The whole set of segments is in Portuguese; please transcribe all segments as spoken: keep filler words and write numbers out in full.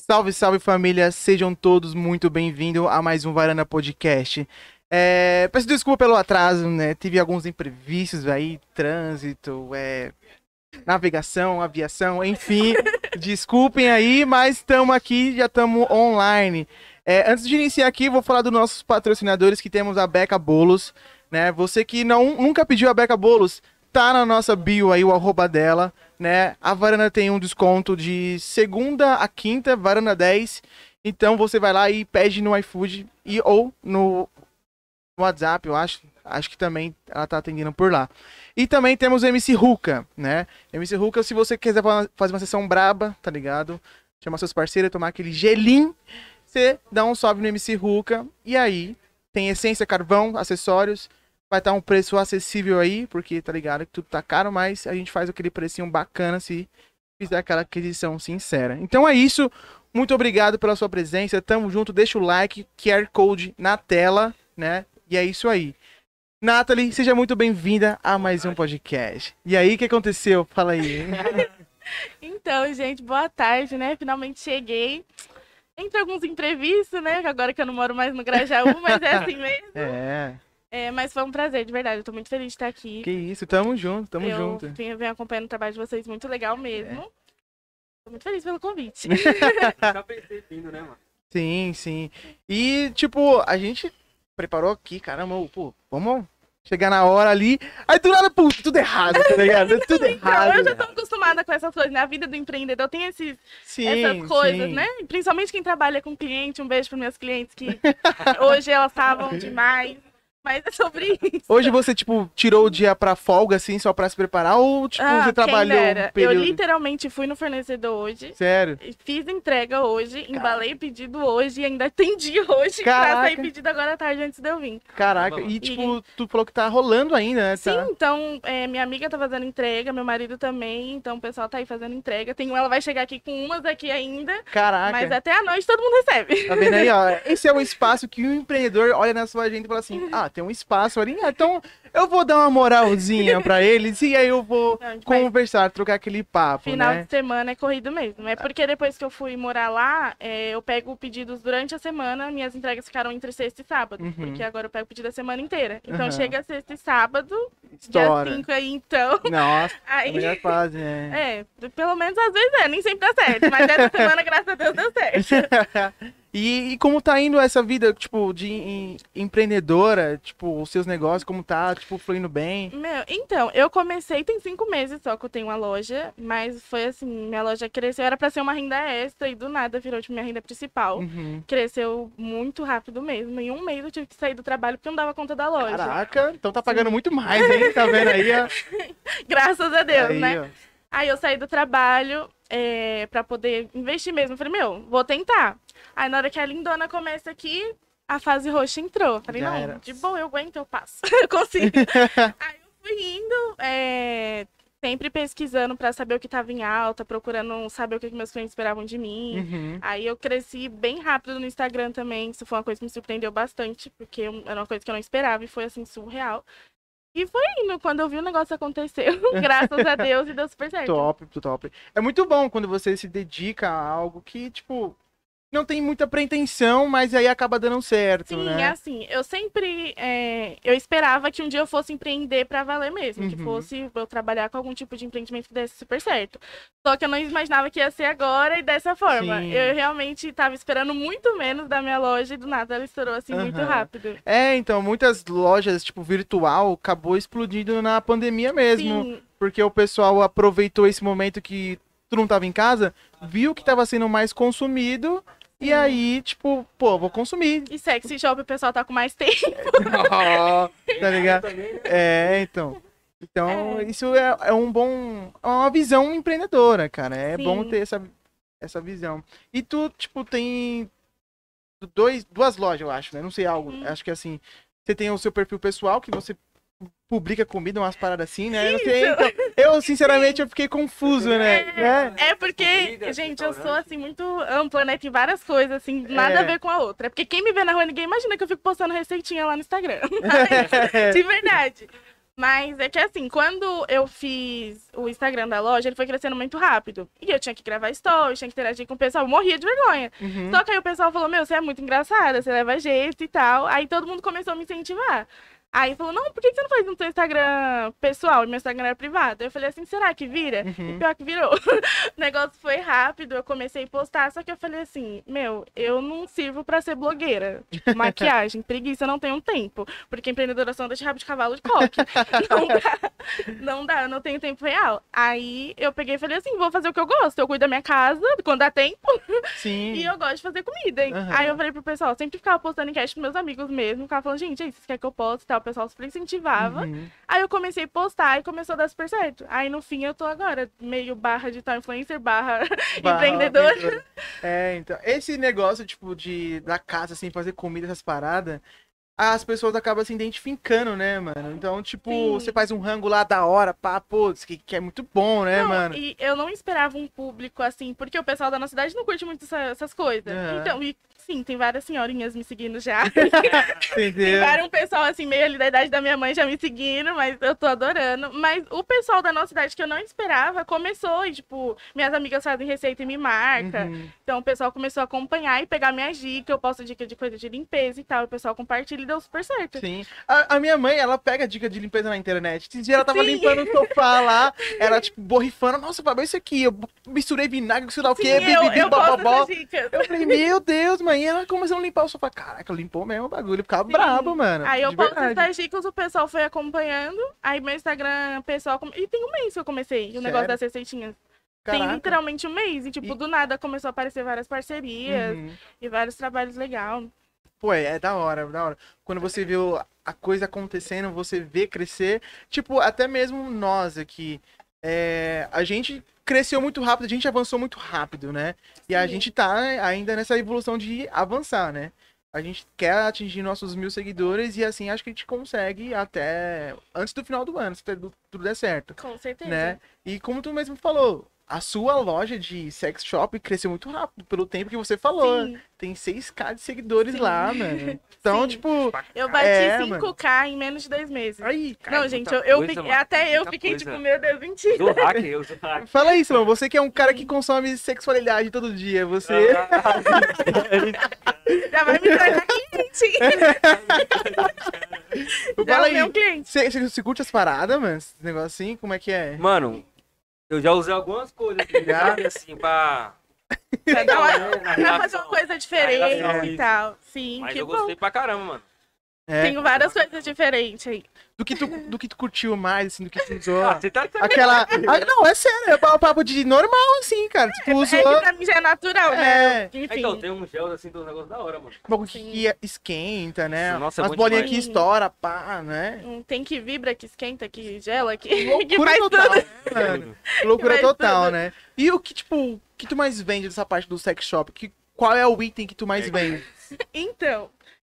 Salve, salve família, sejam todos muito bem-vindos a mais um Varanda Podcast. É, peço desculpa pelo atraso, né? Tive alguns imprevistos aí, trânsito, é, navegação, aviação, enfim. Desculpem aí, mas estamos aqui, já estamos online. É, antes de iniciar aqui, vou falar dos nossos patrocinadores, que temos a Beca Bolos, né? Você que não, nunca pediu a Beca Bolos, tá na nossa bio aí, o arroba dela, né? A Varanda tem um desconto de segunda a quinta, Varanda dez. Então você vai lá e pede no iFood e, ou no WhatsApp, eu acho. Acho que também ela tá atendendo por lá. E também temos o M C Ruka, né? M C Ruka, se você quiser fazer uma sessão braba, tá ligado? Chamar seus parceiros, tomar aquele gelinho, você dá um salve no M C Ruka. E aí, tem essência, carvão, acessórios. Vai estar um preço acessível aí, porque tá ligado que tudo tá caro, mas a gente faz aquele precinho bacana se fizer aquela aquisição sincera. Então é isso. Muito obrigado pela sua presença. Tamo junto. Deixa o like, Q R Code na tela, né? E é isso aí. Nathalie, seja muito bem-vinda a mais um podcast. E aí, o que aconteceu? Fala aí. Então, gente, boa tarde, né? Finalmente cheguei. Entre alguns imprevistos, né? Agora que eu não moro mais no Grajaú, mas é assim mesmo. É. É, mas foi um prazer, de verdade. Eu tô muito feliz de estar aqui. Que isso, tamo junto, tamo eu junto. venho, venho acompanhando o trabalho de vocês, muito legal mesmo. É. Tô muito feliz pelo convite. Já pensei vindo, né, mano? Sim, sim. E, tipo, a gente preparou aqui, caramba, pô, vamos chegar na hora ali. Aí do nada, putz, tudo errado, tá ligado? Tudo então, errado. Eu já tô acostumada com essas coisas. Na vida do empreendedor tem esses, sim, essas coisas, sim. né? Principalmente quem trabalha com cliente. Um beijo para meus clientes que hoje elas estavam demais. Mas é sobre isso. Hoje você, tipo, tirou o dia pra folga, assim, só pra se preparar? Ou, tipo, ah, você trabalhou dera. um período? Eu literalmente fui no fornecedor hoje. Sério? Fiz entrega hoje, embalei pedido hoje e ainda atendi hoje. Caraca. Pra sair pedido agora à tarde antes de eu vir. Caraca, e, tipo, e... tu falou que tá rolando ainda, né? Sim, tá... então, é, minha amiga tá fazendo entrega, meu marido também. Então, o pessoal tá aí fazendo entrega. Tem, ela vai chegar aqui com umas aqui ainda. Caraca. Mas até a noite todo mundo recebe. Tá vendo aí, ó? Esse é o espaço que o empreendedor olha na sua agenda e fala assim, ah, tem um espaço ali, então eu vou dar uma moralzinha pra eles e aí eu vou Não, conversar, trocar aquele papo, final né? de semana é corrido mesmo. É porque depois que eu fui morar lá, é, eu pego pedidos durante a semana, minhas entregas ficaram entre sexta e sábado. Uhum. Porque agora eu pego pedido a semana inteira. Então Uhum. chega sexta e sábado, Estoura. dia cinco aí então. Nossa, aí... a melhor fase, né? É, pelo menos às vezes é, nem sempre dá certo. Mas essa semana, graças a Deus, deu certo. E, e como tá indo essa vida, tipo, de em, empreendedora, tipo, os seus negócios, como tá, tipo, fluindo bem? Meu, então, eu comecei tem cinco meses só que eu tenho uma loja, mas foi assim, minha loja cresceu, era pra ser uma renda extra e do nada virou, tipo, minha renda principal. Uhum. Cresceu muito rápido mesmo, em um mês eu tive que sair do trabalho porque eu não dava conta da loja. Caraca, então tá pagando Sim. muito mais, hein? Tá vendo aí, ó? Graças a Deus, aí, né? Ó. Aí eu saí do trabalho é, pra poder investir mesmo. Eu falei, meu, vou tentar. Aí na hora que a lindona começa aqui, a fase roxa entrou. Falei, Já não, era. de boa, eu aguento, eu passo. Eu consigo. Aí eu fui indo, é, sempre pesquisando pra saber o que tava em alta, procurando saber o que, que meus clientes esperavam de mim. Uhum. Aí eu cresci bem rápido no Instagram também. Isso foi uma coisa que me surpreendeu bastante, porque era uma coisa que eu não esperava e foi assim, surreal. E foi indo, quando eu vi o negócio aconteceu, graças a Deus, e deu super certo. Top, top. É muito bom quando você se dedica a algo que, tipo, não tem muita pretensão, mas aí acaba dando certo, Sim, né? é assim, eu sempre, é, eu esperava que um dia eu fosse empreender pra valer mesmo, Uhum. que fosse eu trabalhar com algum tipo de empreendimento que desse super certo. Só que eu não imaginava que ia ser agora e dessa forma. Sim. Eu realmente tava esperando muito menos da minha loja e do nada ela estourou assim Uhum. muito rápido. É, então, muitas lojas, tipo, virtual, acabou explodindo na pandemia mesmo. Sim. Porque o pessoal aproveitou esse momento que tu não tava em casa, viu que tava sendo mais consumido. E aí, tipo, pô, vou consumir. E sexy shop o pessoal tá com mais tempo. Oh, tá ligado? É, então. Então, É. isso é, é um bom. É uma visão empreendedora, cara. É Sim. bom ter essa, essa visão. E tu, tipo, tem dois, duas lojas, eu acho, né? Não sei algo. Hum. Acho que assim. Você tem o seu perfil pessoal, que você publica comida, umas paradas assim, né? Eu, não sei, então, eu, sinceramente, eu fiquei confuso, né? né? É porque, Comida, gente, eu sou restaurante. assim, muito ampla, né? Tem várias coisas, assim, nada É. a ver com a outra. É porque quem me vê na rua, ninguém imagina que eu fico postando receitinha lá no Instagram. De verdade. Mas é que assim, quando eu fiz o Instagram da loja, ele foi crescendo muito rápido. E eu tinha que gravar stories, tinha que interagir com o pessoal, eu morria de vergonha. Uhum. Só que aí o pessoal falou, meu, você é muito engraçada, você leva jeito e tal. Aí todo mundo começou a me incentivar. Aí falou, não, por que você não faz no seu Instagram pessoal? E meu Instagram era privado. Eu falei assim, será que vira? Uhum. E pior que virou. O negócio foi rápido, eu comecei a postar, só que eu falei assim, meu, eu não sirvo pra ser blogueira. Tipo, maquiagem, preguiça, eu não tenho tempo. Porque empreendedoração deixa rabo de cavalo de coque. Não dá, não dá, eu não tenho tempo real. Aí eu peguei e falei assim, vou fazer o que eu gosto. Eu cuido da minha casa, quando dá tempo. Sim. E eu gosto de fazer comida, hein? Uhum. Aí eu falei pro pessoal, eu sempre ficava postando enquete pros meus amigos mesmo. Ficava falando, gente, aí, vocês querem que eu poste e tal? O pessoal super incentivava. Uhum. Aí eu comecei a postar e começou a dar super certo. Aí no fim eu tô agora meio barra digital influencer, barra, Barra empreendedor. empreendedora. É, então, esse negócio, tipo, de da casa, assim, fazer comida, essas paradas, as pessoas acabam se identificando, né, mano? Então, tipo, Sim. você faz um rango lá da hora, pá, pô, diz que, que é muito bom, né, Não, mano? E eu não esperava um público assim, porque o pessoal da nossa cidade não curte muito essa- essas coisas. Aham. Então, e sim, tem várias senhorinhas me seguindo já. Tem Entendeu? vários um pessoal assim, meio ali da idade da minha mãe já me seguindo, mas eu tô adorando. Mas o pessoal da nossa cidade que eu não esperava começou, e tipo, minhas amigas fazem receita e me marca. Uhum. Então o pessoal começou a acompanhar e pegar minhas dicas. Eu posto dica de coisa de limpeza e tal. O pessoal compartilha e deu super certo. Sim. A, a minha mãe, ela pega dica de limpeza na internet. Esse dia ela tava Sim. limpando o sofá lá, ela, tipo, borrifando. Nossa, Fábio, isso aqui, eu misturei vinagre, sei lá o Sim, quê, eu, bibibi, eu posto bababó. essas dicas. Eu falei, meu Deus, mãe, e ela começou a limpar o sofá. Caraca, limpou mesmo o bagulho, ficava Sim. brabo, mano. Aí eu de posto verdade. essas dicas, o pessoal foi acompanhando. Aí meu Instagram pessoal. come- E tem um mês que eu comecei o Sério? negócio das receitinhas. Tem Caraca. literalmente um mês. E, tipo, E- do nada começou a aparecer várias parcerias Uhum. e vários trabalhos legais. Pô, é, é da hora, é da hora. Quando você vê o- a coisa acontecendo, você vê crescer. Tipo, até mesmo nós aqui. é, a gente cresceu muito rápido, a gente avançou muito rápido, né? E a Sim. gente tá ainda nessa evolução de avançar, né? A gente quer atingir nossos mil seguidores e assim acho que a gente consegue até antes do final do ano, se tudo tudo der certo, Com certeza. né? E como tu mesmo falou, a sua loja de sex shop cresceu muito rápido, pelo tempo que você falou. Sim. Tem seis mil de seguidores Sim. lá, mano. Então, Sim. tipo. Eu bati É, cinco K em menos de dois meses. Aí, Cara, Não, é gente, muita eu, eu coisa, fiquei- mano, até eu muita fiquei coisa. tipo, meu Deus, mentira. Do hack, eu sou hack. fala isso, mano. Você que é um cara que consome sexualidade todo dia. Você. Já vai me tornar cliente. Já Fala é o meu aí. cliente. Você, você, você curte as paradas, mano? Esse negócio assim? Como é que é? Mano, eu já usei algumas coisas, tá ligado? Assim, pra... Pra, dar uma- né, na pra fazer relação. uma coisa Na diferente relação, e isso. tal. Sim, Mas que eu bom. gostei pra caramba, mano. É. Tenho várias coisas diferentes aí. Do que, tu, do que tu curtiu mais, assim, do que tu usou. Ah, você tá... Aquela. Ah, não, é sério, é pa- papo de normal, assim, cara. Tu usou. É que pra mim já é natural, É. né? É, Enfim. então, tem um gel assim do negócio da hora, mano. Um bagulho Sim. que esquenta, né? Nossa, é Umas bom bolinhas demais. que estoura, pá, né? Hum, Tem que vibra, que esquenta, que gela, que, que Loucura faz total, tudo. mano. Loucura Faz total, tudo. né? E o que, tipo, o que tu mais vende dessa parte do sex shop? Que, qual é o item que tu mais vende? Então,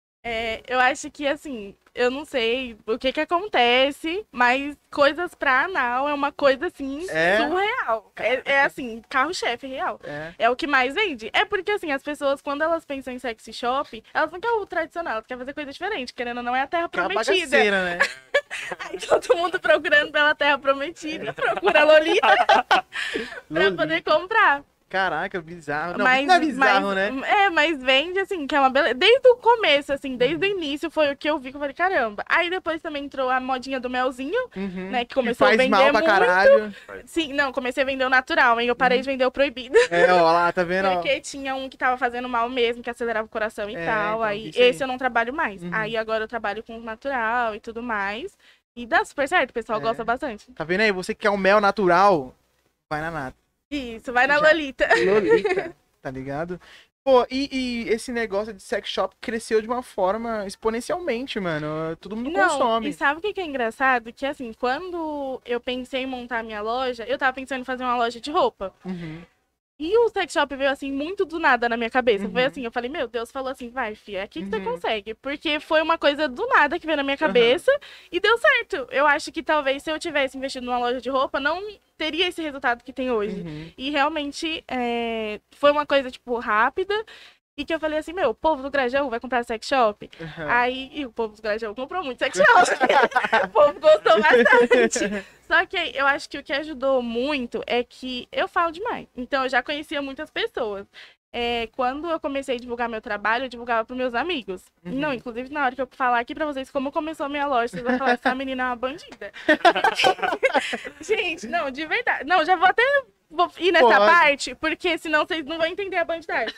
é, eu acho que assim, eu não sei o que que acontece, mas coisas pra anal é uma coisa assim É? surreal. É, é assim, carro-chefe real. É. É o que mais vende. É porque assim, as pessoas, quando elas pensam em sexy shop, elas não querem o tradicional, elas querem fazer coisa diferente, querendo ou não, é a terra Aquela prometida. bagaceira, né? Aí todo mundo procurando pela terra prometida, procura a Lolita pra Lolita. poder comprar. Caraca, bizarro. Não, mas, não é bizarro, mas- né? É, mas vende, assim, que é uma beleza. Desde o começo, assim, desde o início foi o que eu vi que eu falei, caramba. Aí depois também entrou a modinha do melzinho, Uhum. né, que começou a faz vender mal pra muito. caralho. Sim, não, comecei a vender o natural, aí eu parei de vender o proibido. É, ó lá, tá vendo? ó? Porque tinha um que tava fazendo mal mesmo, que acelerava o coração e É, tal. então, aí isso aí. esse eu não trabalho mais. Uhum. Aí agora eu trabalho com o natural e tudo mais. E dá super certo, o pessoal É. gosta bastante. Tá vendo aí? Você que quer um mel natural, vai na nata. Isso, vai na Já. Lolita. Lolita, tá ligado? Pô, e, e esse negócio de sex shop cresceu de uma forma exponencialmente, mano. Todo mundo Não, consome. e sabe o que que é engraçado? Que assim, quando eu pensei em montar a minha loja, eu tava pensando em fazer uma loja de roupa. Uhum. E o sex shop veio assim, muito do nada na minha cabeça. Foi Uhum. assim, eu falei, meu Deus, falou assim, vai, filha, é aqui que você Uhum. consegue. Porque foi uma coisa do nada que veio na minha cabeça e deu certo. Eu acho que talvez se eu tivesse investido numa loja de roupa, não teria esse resultado que tem hoje. Uhum. E realmente é, foi uma coisa, tipo, rápida. E que eu falei assim, meu, o povo do Grajaú vai comprar sex shop? Uhum. Aí, e o povo do Grajaú comprou muito sex shop. O povo gostou bastante. Só que eu acho que o que ajudou muito é que eu falo demais. Então, eu já conhecia muitas pessoas. É, quando eu comecei a divulgar meu trabalho, eu divulgava para meus amigos. Uhum. Não, inclusive, na hora que eu falar aqui para vocês como começou a minha loja, vocês vão falar, essa menina é uma bandida. Gente, não, de verdade. Não, já vou até vou ir nessa Pode. parte, porque senão vocês não vão entender a bandidagem.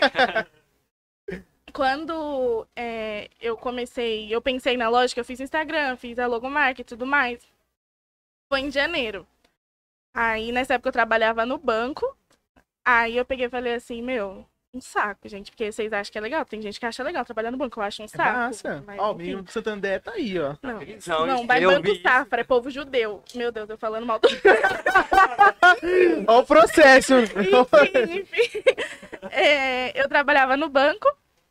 Quando é, eu comecei, eu pensei na loja, que eu fiz Instagram, fiz a logomarca e tudo mais, foi em janeiro. Aí, nessa época, eu trabalhava no banco. Aí eu peguei e falei assim, meu, um saco, gente, porque vocês acham que é legal. Tem gente que acha legal trabalhar no banco, eu acho um É saco. massa. Mas, Ó, o enfim. menino do Santander tá aí, ó. Não, Não, não, vai eu Banco vi isso. Safra, é povo judeu. Meu Deus, eu falando mal do... Ó o processo. enfim, enfim. É, eu trabalhava no banco,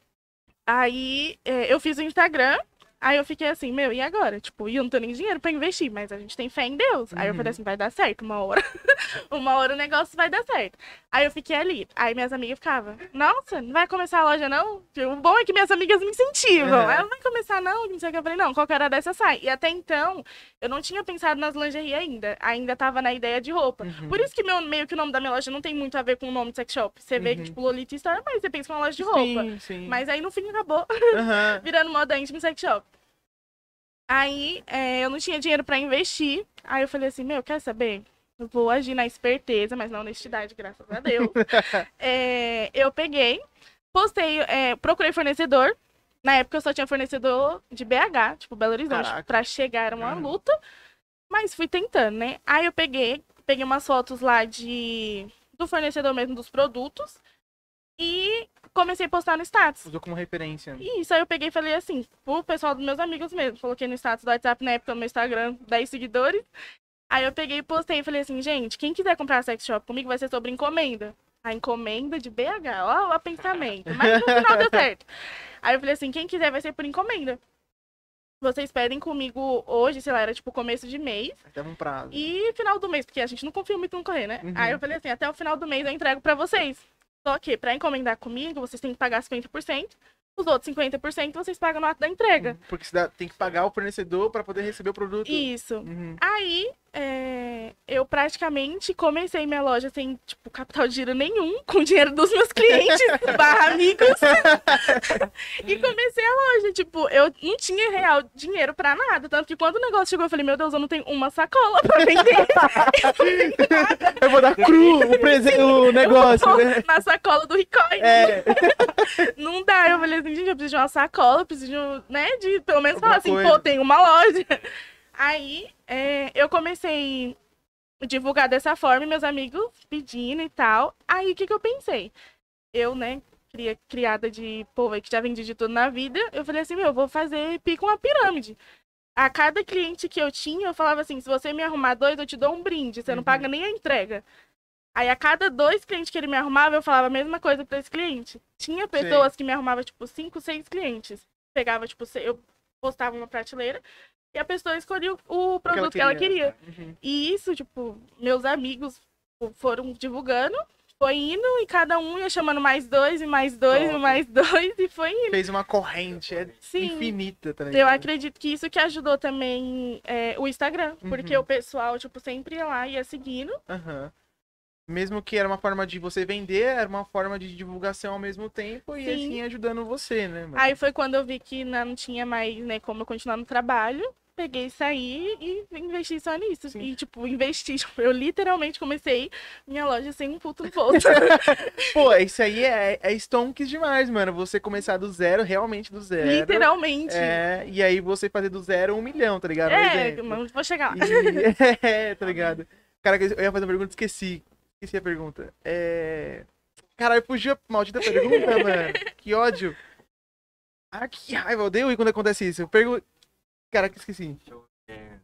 aí é, eu fiz o Instagram, aí eu fiquei assim, meu, e agora? Tipo, e eu não tenho nem dinheiro pra investir, mas a gente tem fé em Deus. Aí eu Uhum. falei assim, vai dar certo, uma hora. Uma hora o negócio vai dar certo. Aí eu fiquei ali. Aí minhas amigas ficavam, nossa, não vai começar a loja não? O bom é que minhas amigas me incentivam. Uhum. Ela não vai começar não, não sei o que. Eu falei, não, qualquer hora dessa sai. E até então, eu não tinha pensado nas lingerie ainda. Ainda tava na ideia de roupa. Uhum. Por isso que meu, meio que o nome da minha loja não tem muito a ver com o nome de sex shop. Você vê Uhum. que, tipo, Lolita Store, mas você pensa que é uma loja de roupa. Sim, sim. Mas aí no fim acabou Aham. virando moda íntima sex shop. Aí é, eu não tinha dinheiro pra investir. Aí eu falei assim, meu, quer saber? Eu vou agir na esperteza, mas na honestidade, graças a Deus. É, eu peguei, postei, é, procurei fornecedor. Na época eu só tinha fornecedor de B H, tipo Belo Horizonte. Caraca. Pra chegar era uma Uhum. luta. Mas fui tentando, né? Aí eu peguei, peguei umas fotos lá de do fornecedor mesmo dos produtos. E comecei a postar no status. Usou como referência. E isso aí eu peguei e falei assim, pro pessoal dos meus amigos mesmo. Coloquei no status do WhatsApp na época, no meu Instagram, dez seguidores. Aí eu peguei e postei e falei assim, gente, quem quiser comprar sex shop comigo vai ser sobre encomenda. A encomenda de B H, ó, o pensamento. Mas no final deu certo. Aí eu falei assim, quem quiser vai ser por encomenda. Vocês pedem comigo hoje, sei lá, era tipo começo de mês. Até um prazo. E final do mês, porque a gente não confia muito no correio, né? Uhum. Aí eu falei assim, até o final do mês eu entrego pra vocês. Só que pra encomendar comigo, vocês têm que pagar cinquenta por cento. Os outros cinquenta por cento vocês pagam no ato da entrega. Porque você dá- tem que pagar o fornecedor pra poder receber o produto. Isso. Uhum. Aí, é, eu praticamente comecei minha loja sem, tipo, capital de giro nenhum, com o dinheiro dos meus clientes, barra amigos. E comecei a loja, tipo, eu não tinha real dinheiro pra nada. Tanto que quando o negócio chegou, eu falei, meu Deus, eu não tenho uma sacola pra vender. Eu vou dar cru o, prese... o negócio, Eu vou né? na sacola do Ricoin. É. Não dá. Eu falei assim, gente, eu preciso de uma sacola, eu preciso de, um, né, de pelo menos Alguma falar assim, coisa. pô, tem uma loja. Aí, é, eu comecei a divulgar dessa forma, e meus amigos pedindo e tal. Aí, o que que eu pensei? Eu, né, cria, criada de povo aí que já vendi de tudo na vida, eu falei assim, meu, eu vou fazer pico uma pirâmide. A cada cliente que eu tinha, eu falava assim, se você me arrumar dois, eu te dou um brinde, você não Uhum. paga nem a entrega. Aí, a cada dois clientes que ele me arrumava, eu falava a mesma coisa pra esse cliente. Tinha pessoas que me arrumavam, tipo, cinco, seis clientes. Pegava, tipo, se- eu postava uma prateleira e a pessoa escolhia o, o produto que ela queria. Uhum. E isso, tipo, meus amigos foram divulgando, foi indo e cada um ia chamando mais dois e mais dois Top. e mais dois e foi indo. Fez uma corrente, é Sim. infinita, tá Eu ligado? acredito que isso que ajudou também é, o Instagram, porque Uhum. o pessoal, tipo, sempre ia lá, ia seguindo. Aham. Mesmo que era uma forma de você vender, era uma forma de divulgação ao mesmo tempo e Sim. assim ajudando você, né? mano? Aí foi quando eu vi que não tinha mais, né, como eu continuar no trabalho. Peguei, saí e investi só nisso. Sim. E, tipo, investi. Tipo, eu literalmente comecei minha loja sem um puto no bolso. Pô, isso aí é, é stonks demais, mano. Você começar do zero, realmente do zero. literalmente. É, e aí você fazer do zero um milhão, tá ligado? Um É, exemplo. mas vou chegar lá. E... é, tá ligado? Cara, eu ia fazer uma pergunta, esqueci. Esqueci a pergunta. É... Caralho, fugiu a maldita pergunta, mano. Que ódio. Ah, que raiva, eu odeio quando acontece isso. Eu pergunto... Cara, que esqueci. Deixa eu ver.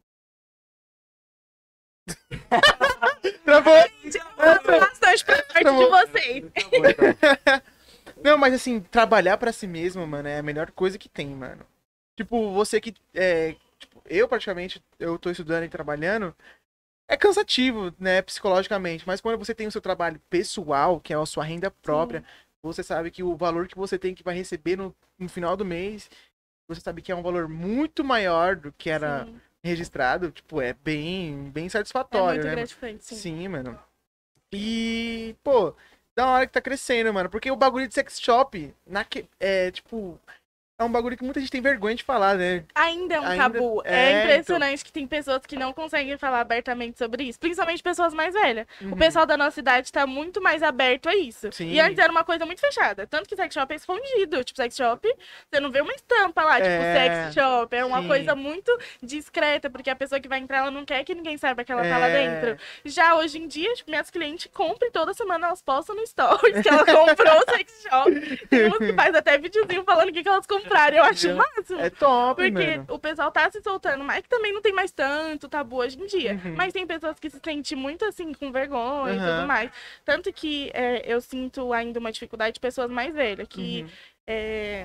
Travou! Bastante pra parte Tá de bom. vocês. Tá bom, então. Não, mas assim, trabalhar pra si mesmo, mano, é a melhor coisa que tem, mano. Tipo, você que... É, tipo, eu, praticamente, eu tô estudando e trabalhando... É cansativo, né, psicologicamente, mas quando você tem o seu trabalho pessoal, que é a sua renda própria, você sabe que o valor que você tem que vai receber no, no final do mês, você sabe que é um valor muito maior do que era Sim, registrado, tipo, é bem, bem é satisfatório, muito né? gratificante, sim. Sim, mano. E, pô, da hora que tá crescendo, mano. Porque o bagulho de sex shop, na que, é, tipo, é um bagulho que muita gente tem vergonha de falar, né? Ainda é um Ainda- tabu. é, É impressionante que tem pessoas que não conseguem falar abertamente sobre isso. Principalmente pessoas mais velhas. Uhum. O pessoal da nossa idade tá muito mais aberto a isso. Sim. E antes era uma coisa muito fechada. Tanto que sex shop é escondido. Tipo, sex shop, você não vê uma estampa lá, tipo, É, sex shop. É uma sim. coisa muito discreta, porque a pessoa que vai entrar, ela não quer que ninguém saiba que ela tá lá É. dentro. Já hoje em dia, tipo, minhas clientes compram e toda semana elas postam no stories que ela comprou o sex shop. Tem umas que faz até videozinho falando o que, que elas compraram. Eu acho É. o máximo. É top, Porque mano. o pessoal tá se soltando, mas que também não tem mais tanto tabu hoje em dia. Uhum. Mas tem pessoas que se sentem muito assim, com vergonha e Aham. tudo mais. Tanto que é, eu sinto ainda uma dificuldade de pessoas mais velhas, que, Uhum. é,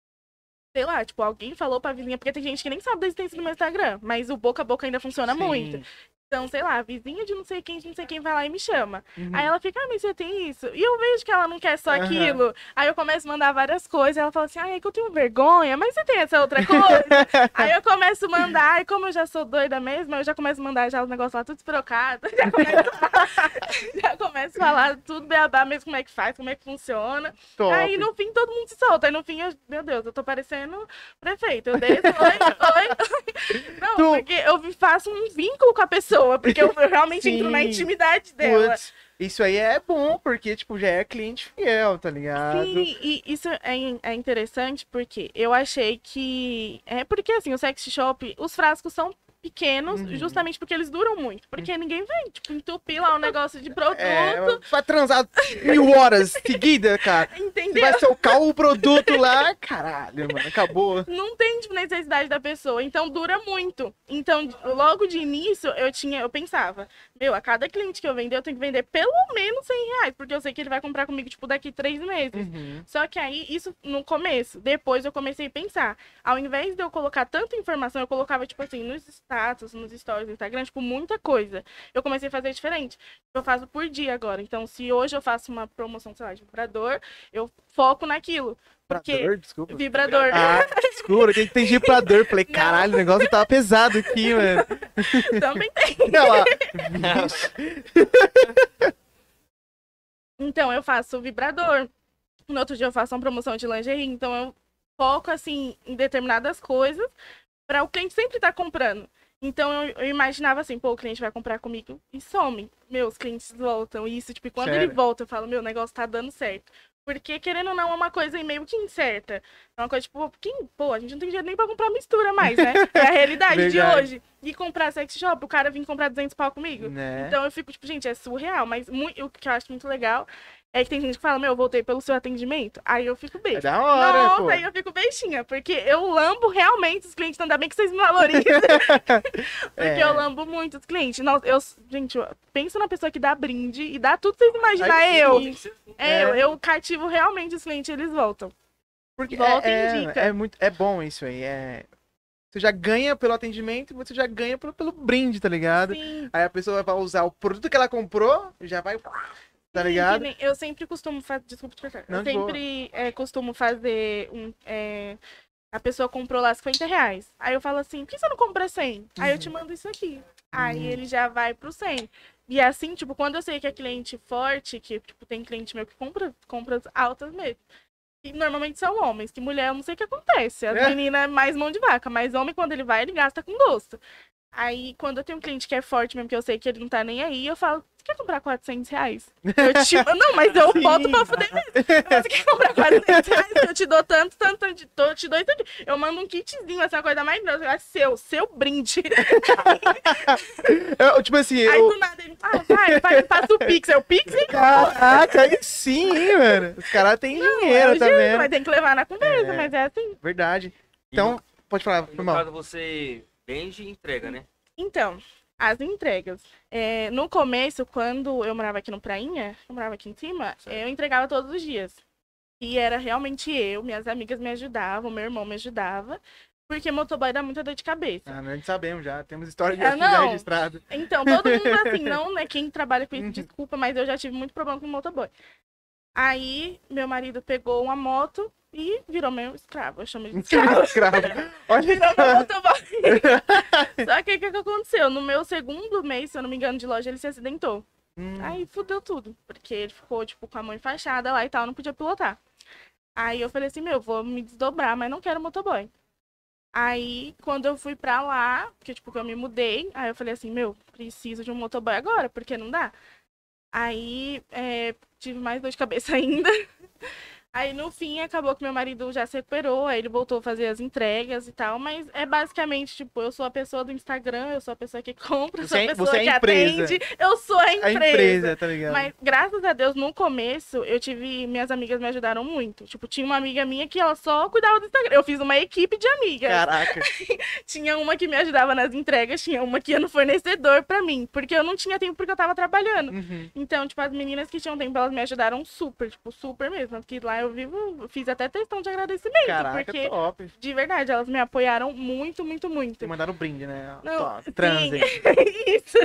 sei lá, tipo, alguém falou pra vizinha, porque tem gente que nem sabe da existência do meu Instagram, mas o boca a boca ainda funciona Sim. muito. Então, sei lá, a vizinha de não sei quem, de não sei quem vai lá e me chama. Uhum. Aí ela fica, ah, mas você tem isso? E eu vejo que ela não quer só Aham. aquilo. Aí eu começo a mandar várias coisas. Ela fala assim, ah, é que eu tenho vergonha, mas você tem essa outra coisa? Aí eu começo a mandar, e como eu já sou doida mesmo, eu já começo a mandar já os negócios lá tudo esperocado. Já começo a, já começo a falar tudo beabá mesmo, como é que faz, como é que funciona. Top. Aí no fim todo mundo se solta. Aí no fim, eu, meu Deus, eu tô parecendo prefeito. Eu desço, oi, oi, oi. Não, Tu- porque eu faço um vínculo com a pessoa, porque eu realmente entro na Sim. intimidade dela. Putz, isso aí é bom, porque, tipo, já é cliente fiel, tá ligado? Sim, e isso é, in- é interessante porque eu achei que. É porque assim, o sex shop, os frascos são pequenos, Uhum. justamente porque eles duram muito. Porque ninguém vai, tipo, entupir lá um negócio de produto. É, vai transar mil horas seguidas, cara. Você Entendeu? vai socar o produto lá, caralho, mano, acabou. Não tem tipo, necessidade da pessoa, então dura muito. Então, logo de início, eu tinha, eu pensava, meu, a cada cliente que eu vender, eu tenho que vender pelo menos cem reais, porque eu sei que ele vai comprar comigo, tipo, daqui três meses. Uhum. Só que aí, isso no começo. Depois eu comecei a pensar. Ao invés de eu colocar tanta informação, eu colocava, tipo assim, nos status, nos stories do Instagram, tipo, muita coisa. Eu comecei a fazer diferente. Eu faço por dia agora. Então, se hoje eu faço uma promoção, sei lá, de vibrador, eu foco naquilo. Porque Vibrador, desculpa. vibrador. Ah, desculpa, quem tem vibrador. Falei, Não. caralho, o negócio tava pesado aqui, mano. Também tem. Olha lá. Então, eu faço vibrador. No outro dia eu faço uma promoção de lingerie. Então, eu foco, assim, em determinadas coisas para o cliente sempre estar comprando. Então, eu, eu imaginava assim, pô, o cliente vai comprar comigo e some. Meus clientes voltam. E isso, tipo, quando Sério? ele volta, eu falo, meu, o negócio tá dando certo. Porque, querendo ou não, é uma coisa meio que incerta. É uma coisa, tipo, quem, pô, a gente não tem dinheiro nem pra comprar mistura mais, né? É a realidade de Verdade. hoje. E comprar sex shop, o cara vir comprar duzentos pau comigo. Né? Então eu fico, tipo, gente, é surreal. Mas mui- o que eu acho muito legal é que tem gente que fala, meu, eu voltei pelo seu atendimento. Aí eu fico É beijo. da hora, Nossa, pô. aí eu fico beijinha. Porque eu lambo realmente os clientes. Ainda bem que vocês me valorizam. Porque É. eu lambo muito os clientes. Nossa, eu, gente, eu penso na pessoa que dá brinde e dá tudo que vocês imaginarem. Ai, Eu, sim. é, É. eu, eu cativo realmente os clientes, eles voltam. Porque Volta e é, indica. é, é muito, é bom isso aí. É... Você já ganha pelo atendimento e você já ganha pelo, pelo brinde, tá ligado? Sim. Aí a pessoa vai usar o produto que ela comprou, já vai. Tá Sim, ligado? que nem- Eu sempre costumo fazer. Desculpa te cortar. Não, Eu de boa. sempre é, costumo fazer um. é, A pessoa comprou lá cinquenta reais. Aí eu falo assim, por que você não compra cem? Aí eu te mando isso aqui. Aí Uhum. ele já vai pro cem. E assim, tipo, quando eu sei que é cliente forte, que tipo, tem cliente meu que compra compras altas mesmo. E normalmente são homens, que mulher eu não sei o que acontece. As É. meninas é mais mão de vaca, mas homem quando ele vai, ele gasta com gosto. Aí, quando eu tenho um cliente que é forte mesmo, que eu sei que ele não tá nem aí, eu falo, você quer comprar quatrocentos reais? Eu te... Não, mas eu Sim. boto pra fuder mesmo. Você quer comprar quatrocentos reais? Eu te dou tanto, tanto, tanto, te dou- te dou isso aqui. Eu mando um kitzinho, essa coisa mais grossa. É seu, seu brinde. Eu, tipo assim, Aí eu... do nada ele, ah, vai, vai, passa o Pix. É o Pix? hein? Caraca, aí sim, hein, mano. Os caras têm É dinheiro, o tá jeito, vendo? mas tem que levar na conversa, É. mas é assim. Verdade. E Então, no- pode falar, no foi mal. caso você vende e entrega, né? Então, as entregas. É, no começo, quando eu morava aqui no Prainha, eu morava aqui em cima, Certo. eu entregava todos os dias. E era realmente eu, minhas amigas me ajudavam, meu irmão me ajudava, porque motoboy dá muita dor de cabeça. Ah, nós sabemos já, temos história de Ah, aqui já não. registrado. Então, todo mundo assim, não, né? Quem trabalha com isso, Uhum. desculpa, mas eu já tive muito problema com motoboy. Aí, meu marido pegou uma moto e virou meu escravo. Eu chamo ele de escravo. Escravo. Olha Virou só. meu motoboy. Só que o que, que aconteceu? No meu segundo mês, se eu não me engano, de loja, ele se acidentou. Hum, Aí fudeu tudo. Porque ele ficou, tipo, com a mão enfaixada lá e tal, não podia pilotar. Aí eu falei assim, meu, vou me desdobrar, mas não quero motoboy. Aí, quando eu fui pra lá, porque, tipo, que eu me mudei, aí eu falei assim, meu, preciso de um motoboy agora, porque não dá. Aí, é, tive mais dor de cabeça ainda. Aí, no fim, acabou que meu marido já se recuperou, aí ele voltou a fazer as entregas e tal, mas é basicamente, tipo, eu sou a pessoa do Instagram, eu sou a pessoa que compra, eu sou Você a é- pessoa você é a que empresa. atende, eu sou a a empresa. empresa, tá ligado? Mas, graças a Deus, no começo, eu tive, minhas amigas me ajudaram muito. Tipo, tinha uma amiga minha que ela só cuidava do Instagram, eu fiz uma equipe de amigas. Caraca. Tinha uma que me ajudava nas entregas, tinha uma que ia no fornecedor pra mim, porque eu não tinha tempo porque eu tava trabalhando. Uhum. Então, tipo, as meninas que tinham tempo, elas me ajudaram super, tipo, super mesmo. Tanto que lá eu vivo, eu fiz até questão de agradecimento, Caraca, porque, top. de verdade, elas me apoiaram muito, muito, muito. Te mandaram um brinde, né? Não, Top. Transe. Isso.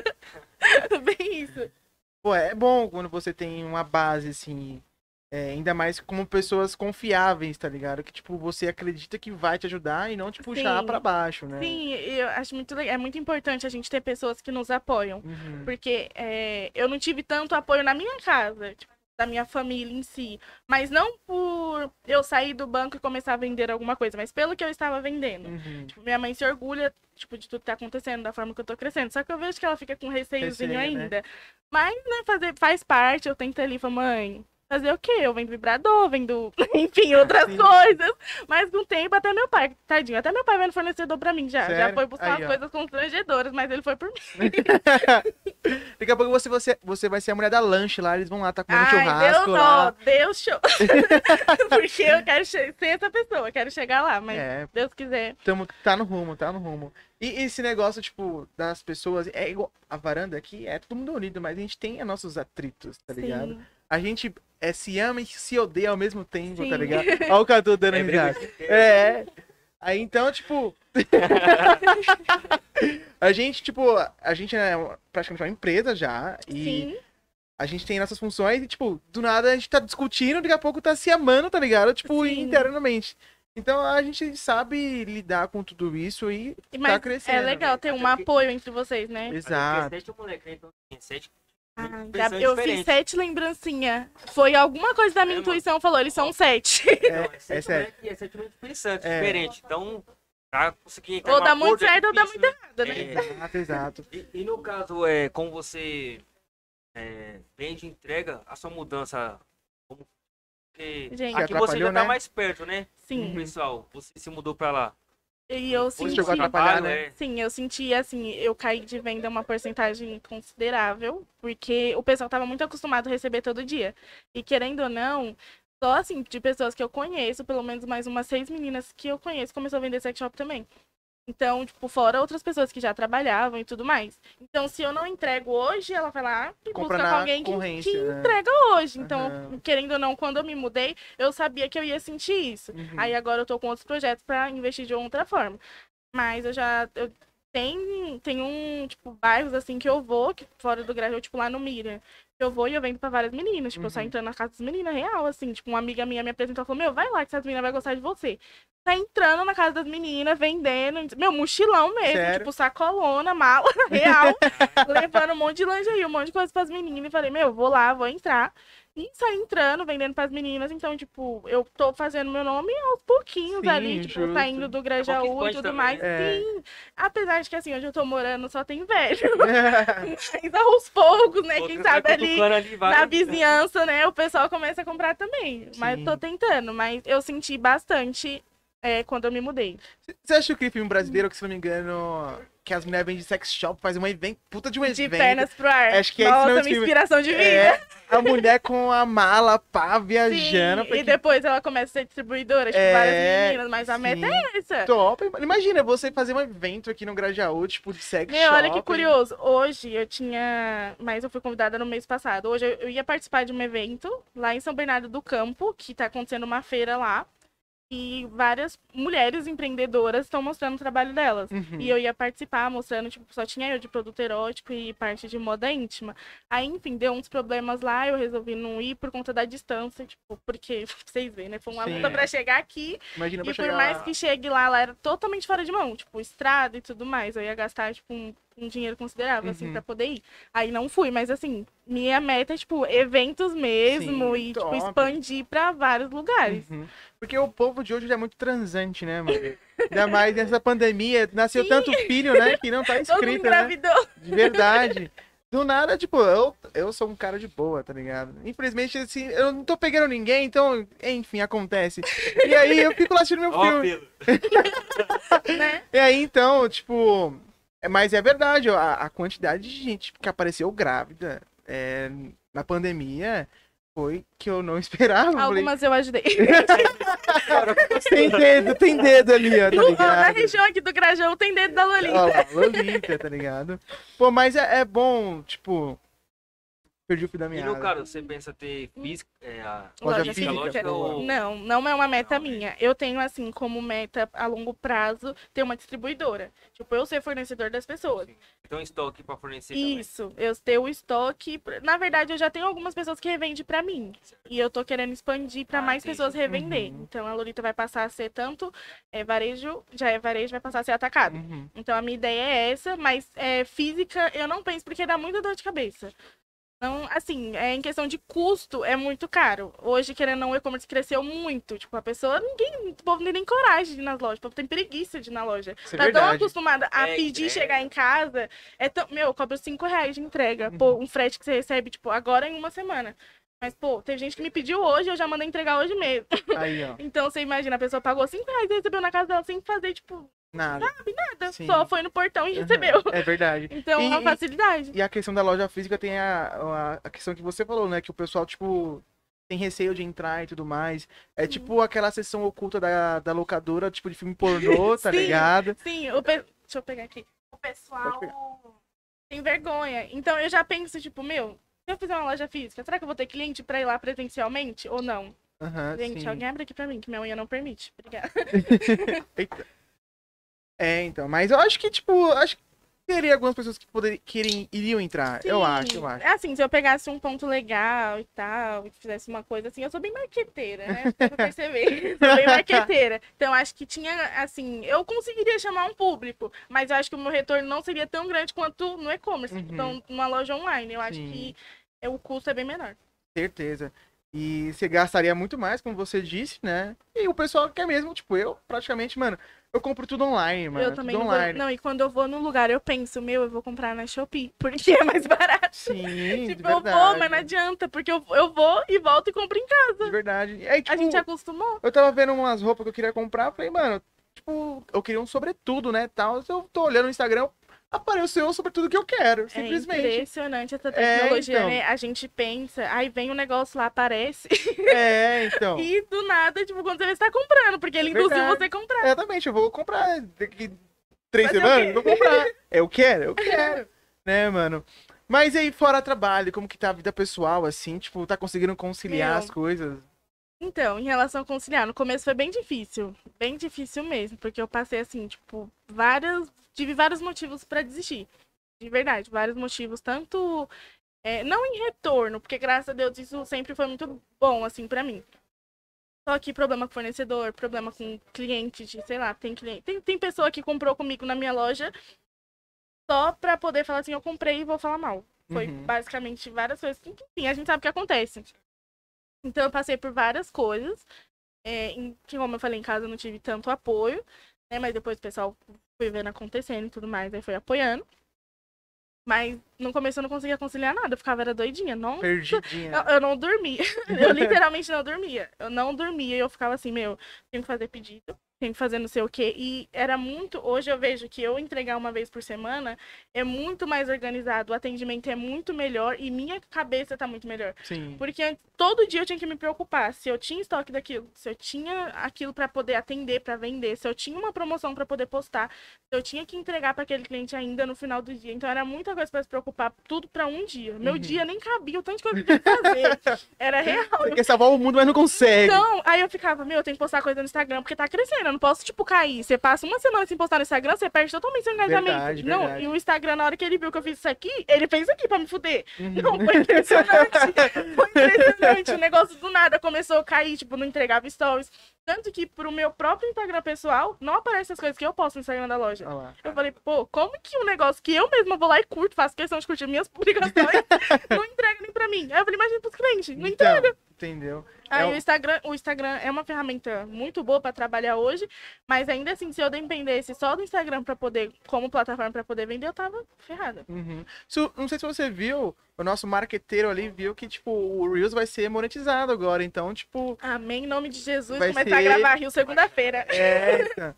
Bem isso. Pô, é bom quando você tem uma base, assim, é, ainda mais como pessoas confiáveis, tá ligado? Que, tipo, você acredita que vai te ajudar e não te puxar Sim. pra baixo, né? Sim, eu acho muito legal. É muito importante a gente ter pessoas que nos apoiam. Uhum. Porque é, eu não tive tanto apoio na minha casa, tipo, da minha família em si. Mas não por eu sair do banco e começar a vender alguma coisa, mas pelo que eu estava vendendo. Uhum. Tipo, minha mãe se orgulha, tipo, de tudo que tá acontecendo, da forma que eu tô crescendo. Só que eu vejo que ela fica com receiozinho Receio, né? ainda. Mas, né, fazer, faz parte, eu tento ali, falo, mãe, fazer o quê? Eu vendo vibrador, vendo, enfim, outras Sim. coisas. Mas com o tempo, até meu pai, tadinho, até meu pai vendo fornecedor pra mim já. Já Sério? foi buscar Aí, umas ó. coisas constrangedoras, mas ele foi por mim. Daqui a pouco você, você, você vai ser a mulher da lanche lá, eles vão lá, tá comendo Ai, churrasco Deus, lá. ó, Deus show. Porque eu quero che- ser essa pessoa, eu quero chegar lá, mas É, Deus quiser. tamo, tá no rumo, tá no rumo. E esse negócio, tipo, das pessoas, é igual, a varanda aqui é todo mundo unido, mas a gente tem os nossos atritos, tá ligado? Sim. A gente é, se ama e se odeia ao mesmo tempo, tá Sim. ligado? Olha o Cadu dando É briga risada. de tempo. É. Aí então, tipo. a gente, tipo, a gente é uma- praticamente uma empresa já. E Sim, a gente tem nossas funções e, tipo, do nada a gente tá discutindo, daqui a pouco tá se amando, tá ligado? Tipo, Sim. internamente. Então a gente sabe lidar com tudo isso e e- tá mas crescendo. é legal ter um Até porque- apoio entre vocês, né? Exato. Sete moleque, né? Então, tem sete. Ah, pensando eu fiz diferente. sete lembrancinhas. Foi alguma coisa da minha É, mano. intuição, falou, eles são sete. Então, é, é sete sério. moleque e é sete moleque pensantes, É. diferente. Então, pra conseguir entrar Ou num dá muito acordo é certo ou dá difícil, muito errado, né? É. Exato, exato. E, e no caso, é, como você é, vende e entrega, a sua mudança, como, porque Gente. aqui você atrapalhou, já tá né? mais perto, né? Sim. Pessoal, você se mudou pra lá. E eu Você senti. chegou a atrapalhar, Trabalho, né? é. Sim, eu senti assim, eu caí de venda uma porcentagem considerável, porque o pessoal tava muito acostumado a receber todo dia. E querendo ou não, só assim, de pessoas que eu conheço, pelo menos mais umas seis meninas que eu conheço começou a vender sex shop também. Então, tipo, fora outras pessoas que já trabalhavam e tudo mais. Então, se eu não entrego hoje, ela vai lá e Compra busca na com alguém que, concorrência, que né? entrega hoje. Então, Aham. querendo ou não, quando eu me mudei, eu sabia que eu ia sentir isso. Uhum. Aí agora eu tô com outros projetos pra investir de outra forma. Mas eu já. Eu tem, tem um, tipo, bairros assim que eu vou, que fora do Grajaú, tipo, lá no Mira. Eu vou e eu vendo pra várias meninas. Tipo, eu só Uhum. entrando na casa das meninas, real, assim. Tipo, uma amiga minha me apresentou e falou: Meu, vai lá que essas meninas vão gostar de você. Tá entrando na casa das meninas, vendendo. Meu, mochilão mesmo. Sério? Tipo, sacolona, mala, real. levando um monte de lingerie, um monte de coisa pras meninas. E falei: Meu, vou lá, vou entrar. E saí entrando, vendendo pras meninas. Então, tipo, eu tô fazendo meu nome aos pouquinhos Sim, ali, tipo, justo. saindo do Grajaú e expande tudo também, mais. né? Sim. Apesar de que, assim, onde eu tô morando só tem velho. Mas aos poucos, né? Quem Outros sabe vai ali cutucando ali, vai. na vizinhança, né? O pessoal começa a comprar também. Mas Sim. tô tentando. Mas eu senti bastante é, quando eu me mudei. Você acha que o filme brasileiro, que se não me engano, que as mulheres vendem sex shop, faz um evento, puta de um De evento. pernas pro ar. Acho que é esse Nossa, mesmo minha filme. inspiração de vida. É, a mulher com a mala, pá, viajando. Sim, pra e que- depois ela começa a ser distribuidora, tipo, É, várias meninas, mas a sim. meta é essa. Top. Imagina você fazer um evento aqui no Grajaú, tipo, de sex Meu, shop. olha que curioso. Hoje eu tinha. Mas eu fui convidada no mês passado. Hoje eu eu ia participar de um evento lá em São Bernardo do Campo, que tá acontecendo uma feira lá. E várias mulheres empreendedoras estão mostrando o trabalho delas. Uhum. E eu ia participar, mostrando, tipo, só tinha eu de produto erótico e parte de moda íntima. Aí, enfim, deu uns problemas lá, eu resolvi não ir por conta da distância, tipo, porque, vocês veem, né? Foi uma Sim. luta pra chegar aqui. Imagina pra E por chegar mais lá. que chegue lá, ela era totalmente fora de mão, tipo, estrada e tudo mais. Eu ia gastar, tipo, um, um dinheiro considerável, assim, Uhum. pra poder ir. Aí não fui, mas assim, minha meta é, tipo, eventos mesmo Sim, e, top. tipo, expandir pra vários lugares. Uhum. Porque o povo de hoje é muito transante, né, mano? Ainda mais nessa pandemia, nasceu tanto filho, né, que não tá Todo mundo escrito, né? engravidou. De verdade. Do nada, tipo, eu, eu sou um cara de boa, tá ligado? Infelizmente, assim, eu não tô pegando ninguém, então, enfim, acontece. E aí eu fico lá assistindo meu Ó, filme. Pedro. Né? E aí, então, tipo. é- Mas é verdade, ó, a, a quantidade de gente que apareceu grávida é, na pandemia foi que eu não esperava. Eu falei, Algumas eu ajudei. tem dedo, tem dedo ali, ó, tá No- ó, na ligado? região aqui do Grajaú tem dedo da Lolinha. Ó lá, Lolita, tá ligado? Pô, mas é, é bom, tipo. Perdi o fio da E meada. no caso, você pensa ter física, é, a Loja física, física, lógica boa. ou... Não, não é uma meta Não, né? minha. Eu tenho, assim, como meta a longo prazo, ter uma distribuidora. Tipo, eu ser fornecedor das pessoas. Então estoque pra fornecer também. Isso, eu ter o estoque. Na verdade, eu já tenho algumas pessoas que revendem pra mim. E eu tô querendo expandir pra Ah, mais entendi. pessoas revender. Uhum. Então a Lolita vai passar a ser tanto é, varejo, já é varejo, vai passar a ser atacado. Uhum. Então a minha ideia é essa, mas é, física eu não penso porque dá muita dor de cabeça. Não, assim, é, em questão de custo, é muito caro. Hoje, querendo ou não, o e-commerce cresceu muito. Tipo, a pessoa, ninguém, o povo não tem nem coragem de ir nas lojas. O povo tem preguiça de ir na loja. Isso é Tá tão verdade. acostumada a É, pedir entrega. chegar em casa. É tão, meu, eu cobro cinco reais de entrega. Uhum. Pô, um frete que você recebe, tipo, agora em uma semana. Mas, pô, teve gente que me pediu hoje, eu já mandei entregar hoje mesmo. Aí, ó. Então, você imagina, a pessoa pagou cinco reais e recebeu na casa dela sem fazer, tipo, Nada. nada. Sim. Só foi no portão e Uhum. recebeu. É verdade. Então, E- é uma e- facilidade. E a questão da loja física tem a, a, a questão que você falou, né? Que o pessoal, tipo, tem receio de entrar e tudo mais. É tipo aquela sessão oculta da, da locadora, tipo de filme pornô, tá Sim. ligado? Sim, o pe... deixa eu pegar aqui. O pessoal tem vergonha. Então eu já penso, tipo, meu, se eu fizer uma loja física, será que eu vou ter cliente pra ir lá presencialmente ou não? Aham, Gente, sim. alguém abre aqui pra mim, que minha unha não permite. Obrigada. Eita. É, então, mas eu acho que, tipo, acho que teria algumas pessoas que poderiam, querem, iriam entrar. Eu Sim. acho, eu acho. É assim, se eu pegasse um ponto legal e tal, e fizesse uma coisa assim, eu sou bem marqueteira, né? Dá pra perceber. Sou bem marqueteira. Então, acho que tinha, assim, eu conseguiria chamar um público, mas eu acho que o meu retorno não seria tão grande quanto no e-commerce. Uhum. Então, numa loja online, eu acho Sim. que é, o custo é bem menor. Certeza. E você gastaria muito mais, como você disse, né? E o pessoal quer mesmo, tipo, eu praticamente, mano, eu compro tudo online, mano. eu também tudo não vou. online. Não, e quando eu vou num lugar, eu penso, meu, eu vou comprar na Shopee, porque é mais barato. Sim, de Tipo, eu verdade. vou, mas não adianta, porque eu, eu vou e volto e compro em casa. De verdade. E aí, tipo, A gente acostumou. eu tava vendo umas roupas que eu queria comprar, falei, mano, tipo, eu queria um sobretudo, né, tal. Eu tô olhando no Instagram, apareceu o sobretudo que eu quero, simplesmente. É impressionante essa É, tecnologia, então. né? A gente pensa, aí vem o negócio lá, aparece, É, então. e do nada, tipo, quando você vê, você tá comprando, porque ele induziu Verdade. você a comprar. Exatamente, eu vou comprar daqui três Fazer o semanas, quê? vou comprar. Eu quero, eu quero. Né, mano? Mas aí, fora trabalho, como que tá a vida pessoal, assim? Tipo, tá conseguindo conciliar Meu. as coisas? Então, em relação a conciliar, no começo foi bem difícil, bem difícil mesmo, porque eu passei assim, tipo, várias, tive vários motivos pra desistir. De verdade, vários motivos, tanto é, não em retorno, porque graças a Deus isso sempre foi muito bom assim pra mim. Só que problema com fornecedor, problema com cliente, de, sei lá, tem cliente, tem, tem pessoa que comprou comigo na minha loja só pra poder falar assim, eu comprei e vou falar mal. Foi Uhum. basicamente várias coisas que, enfim, a gente sabe o que acontece. Então eu passei por várias coisas, é, em, que como eu falei, em casa eu não tive tanto apoio, né, mas depois o pessoal foi vendo acontecendo e tudo mais, aí foi apoiando. Mas no começo eu não conseguia conciliar nada, eu ficava era doidinha, não, Perdidinha. eu, eu não dormia, eu literalmente não dormia, eu não dormia e eu ficava assim, meu, tenho que fazer pedido, tem que fazer não sei o quê. E era muito. Hoje eu vejo que eu entregar uma vez por semana é muito mais organizado, o atendimento é muito melhor e minha cabeça tá muito melhor. Sim. Porque antes, todo dia eu tinha que me preocupar se eu tinha estoque daquilo, se eu tinha aquilo para poder atender, para vender, se eu tinha uma promoção para poder postar, se eu tinha que entregar para aquele cliente ainda no final do dia. Então era muita coisa para se preocupar, tudo para um dia. Meu Uhum. dia nem cabia o tanto de coisa que eu tinha que fazer. Era real. Você quer salvar o mundo, mas não consegue. Então, aí eu ficava, meu, eu tenho que postar coisa no Instagram, porque tá crescendo, eu não posso, tipo, cair. Você passa uma semana sem postar no Instagram, você perde totalmente seu engajamento. Verdade, não, verdade. e o Instagram, na hora que ele viu que eu fiz isso aqui, ele fez isso aqui pra me fuder. Uhum. Não, foi impressionante. Foi impressionante. O negócio do nada começou a cair, tipo, não entregava stories. Tanto que pro meu próprio Instagram pessoal, não aparecem as coisas que eu posto no Instagram da loja. Olha lá. Eu falei, pô, como que um negócio que eu mesma vou lá e curto, faço questão de curtir minhas publicações, não entrega nem pra mim? Aí eu falei, imagina pros clientes, não Então, entrega. entendeu? Aí É o o- Instagram, o Instagram é uma ferramenta muito boa para trabalhar hoje, mas ainda assim, se eu dependesse só do Instagram para poder, como plataforma para poder vender, eu tava ferrada. Uhum. Isso- não sei se você viu, o nosso marqueteiro ali viu que, tipo, o Reels vai ser monetizado agora. Então, tipo, Amém, em nome de Jesus, Vai começar a ser- gravar Rio segunda-feira. é. então.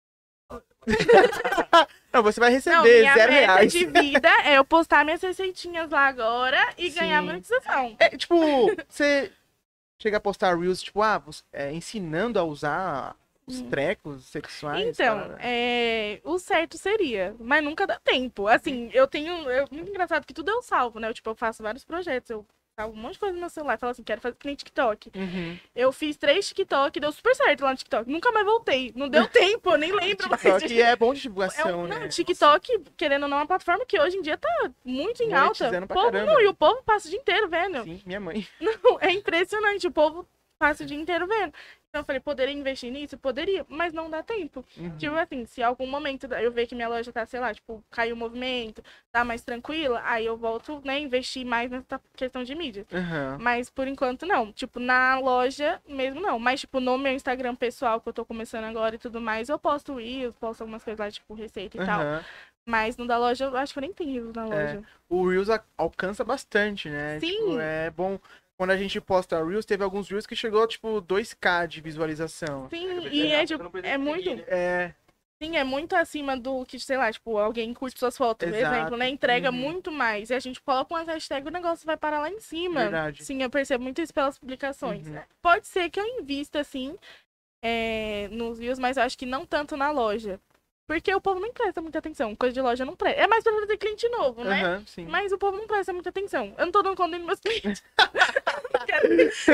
Não, você vai Não, receber minha zero meta reais. de vida é eu postar minhas receitinhas lá agora e Sim. ganhar monetização. É, tipo, você chega a postar Reels, tipo, ah, você- é, ensinando a usar os Hum. trecos sexuais. Então, parada. é, o certo seria, mas nunca dá tempo. Assim, eu tenho. É muito engraçado que tudo eu salvo, né? Eu, tipo, eu faço vários projetos, eu salvo um monte de coisa no meu celular. Falo assim, quero fazer que nem TikTok. Uhum. Eu fiz três TikTok, deu super certo lá no TikTok. Nunca mais voltei. Não deu tempo, eu nem lembro mais. TikTok é bom de É divulgação, um- né? não, TikTok, querendo ou não, é uma plataforma que hoje em dia tá muito em alta. Monetizando O pra povo, caramba. não, e o povo passa o dia inteiro vendo. Sim, minha mãe. Não, é impressionante, o povo passa o dia inteiro vendo. Então eu falei, poderia investir nisso? Poderia, mas não dá tempo. Uhum. Tipo assim, se algum momento eu ver que minha loja tá, sei lá, tipo, caiu o movimento, tá mais tranquila, aí eu volto, né, investir mais nessa questão de mídia. Aham. Mas por enquanto não. Tipo, na loja mesmo não. Mas, tipo, no meu Instagram pessoal, que eu tô começando agora e tudo mais, eu posto Reels, posto algumas coisas lá, tipo, receita e tal. Aham. Mas no da loja, eu acho que eu nem tenho Reels na loja. O Reels a- alcança bastante, né? Sim. Tipo, é bom. Quando a gente posta Reels, teve alguns Reels que chegou, tipo, dois K de visualização. Sim, Você e é, não tipo, precisa é seguir, muito. né? É, Sim, é muito acima do que, sei lá, tipo, alguém curte suas fotos, por Exato. exemplo, né? Entrega Uhum. muito mais. E a gente coloca umas hashtags, o negócio vai parar lá em cima. Verdade. Sim, eu percebo muito isso pelas publicações. Uhum. né? Pode ser que eu invista, assim, é, nos views, mas eu acho que não tanto na loja. Porque o povo não presta muita atenção. Coisa de loja não presta. É mais pra trazer cliente novo, né? Aham, sim. Mas o povo não presta muita atenção. Eu não tô dando conta dos meus clientes. Não quero.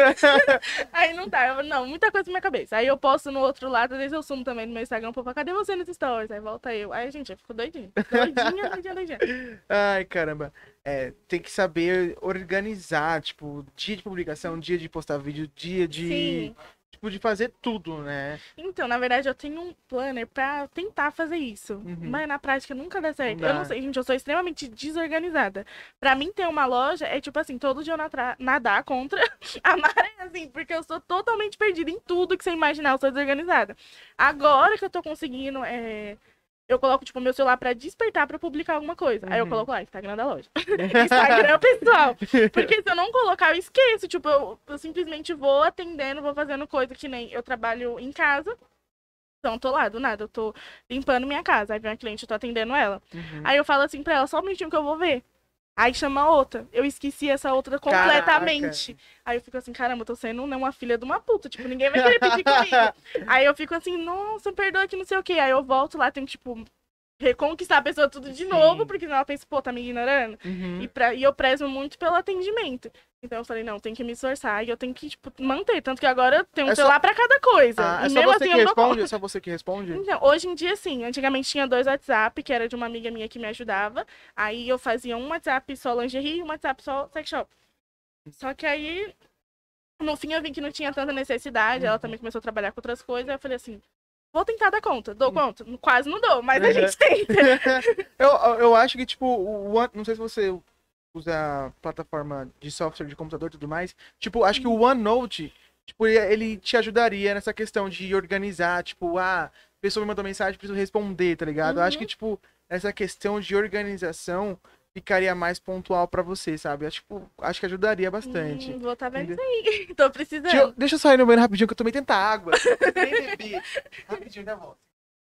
Aí não dá. Eu, não, muita coisa na minha cabeça. Aí eu posto no outro lado, às vezes eu sumo também no meu Instagram. O povo fala, cadê você nos stories? Aí volta eu. Aí, gente, eu fico doidinha. Doidinha, doidinha, doidinha. Ai, caramba. É, tem que saber organizar, tipo, dia de publicação, dia de postar vídeo, dia de. Sim. Tipo, de fazer tudo, né? Então, na verdade, eu tenho um planner pra tentar fazer isso. Uhum. Mas na prática nunca dá certo. Não Eu dá. não sei, gente, eu sou extremamente desorganizada. Pra mim, ter uma loja é tipo assim, todo dia eu natra- nadar contra a maré, assim, porque eu sou totalmente perdida em tudo que você imaginar, eu sou desorganizada. Agora que eu tô conseguindo, é, eu coloco, tipo, meu celular pra despertar pra publicar alguma coisa. Aí eu Uhum. coloco lá, Instagram da loja. Instagram pessoal. Porque se eu não colocar, eu esqueço. Tipo, eu, eu simplesmente vou atendendo, vou fazendo coisa que nem eu trabalho em casa. Então, tô lá, do nada, eu tô limpando minha casa. Aí vem uma cliente, eu tô atendendo ela. Uhum. Aí eu falo assim pra ela, só um minutinho que eu vou ver. Aí chama outra. Eu esqueci essa outra completamente. Aí eu fico assim, caramba, eu tô sendo né, uma filha de uma puta. Tipo, ninguém vai querer pedir comigo. Aí eu fico assim, nossa, perdoa que não sei o quê. Aí eu volto lá, tenho que, tipo, reconquistar a pessoa tudo de Sim. novo, porque senão ela pensa, pô, tá me ignorando. Uhum. E, pra, e eu prezo muito pelo atendimento. Então eu falei, não, tem que me esforçar e eu tenho que, tipo, manter. Tanto que agora eu tenho um É só- celular pra cada coisa. Ah, e é só mesmo você assim que eu não dou responde? conta. É só você que responde? Então, hoje em dia, sim. Antigamente tinha dois WhatsApp, que era de uma amiga minha que me ajudava. Aí eu fazia um WhatsApp só lingerie e um WhatsApp só sex shop. Só que aí, no fim, eu vi que não tinha tanta necessidade. Ela também começou a trabalhar com outras coisas. Aí eu falei assim, vou tentar dar conta. Dou conta? Quase não dou, mas a gente tenta. eu, eu acho que, tipo, o One, não sei se você usa plataforma de software de computador e tudo mais. Tipo, acho que o OneNote, tipo, ele, ele te ajudaria nessa questão de organizar, tipo, ah, a pessoa me mandou mensagem, preciso responder, tá ligado? Eu acho Uhum. que, tipo, essa questão de organização ficaria mais pontual pra você, sabe? Acho, tipo, acho que ajudaria bastante. Hum, vou tá vendo Entendeu? isso aí. Tô precisando. Deixa eu, deixa eu sair no banheiro rapidinho, que eu tomei tanta água. Nem bebi. Rapidinho, já volto.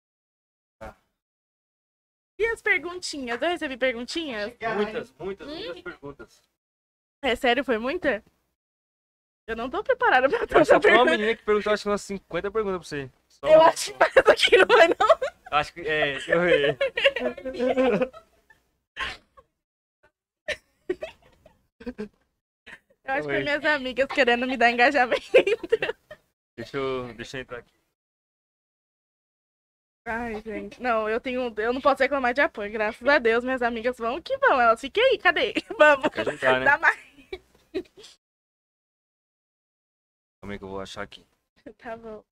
E as perguntinhas? Eu recebi perguntinhas? Muitas, muitas, muitas perguntas. É sério, foi muita? Eu não tô preparada pra Eu acho tanta que foi uma pergunta. menina que perguntou acho que umas cinquenta perguntas pra você. Só Eu uma. acho que essa aqui não vai não. Acho que é. Eu errei. Eu acho que Oi. foi minhas amigas querendo me dar engajamento. Deixa eu, deixa eu entrar aqui. Ai, gente. Não, eu tenho. Eu não posso reclamar de apoio. Graças a Deus, minhas amigas vão que vão. Elas fiquem aí, cadê? Vamos. Quer ajudar, né? Dá mais. Como é que eu vou achar aqui? Tá bom.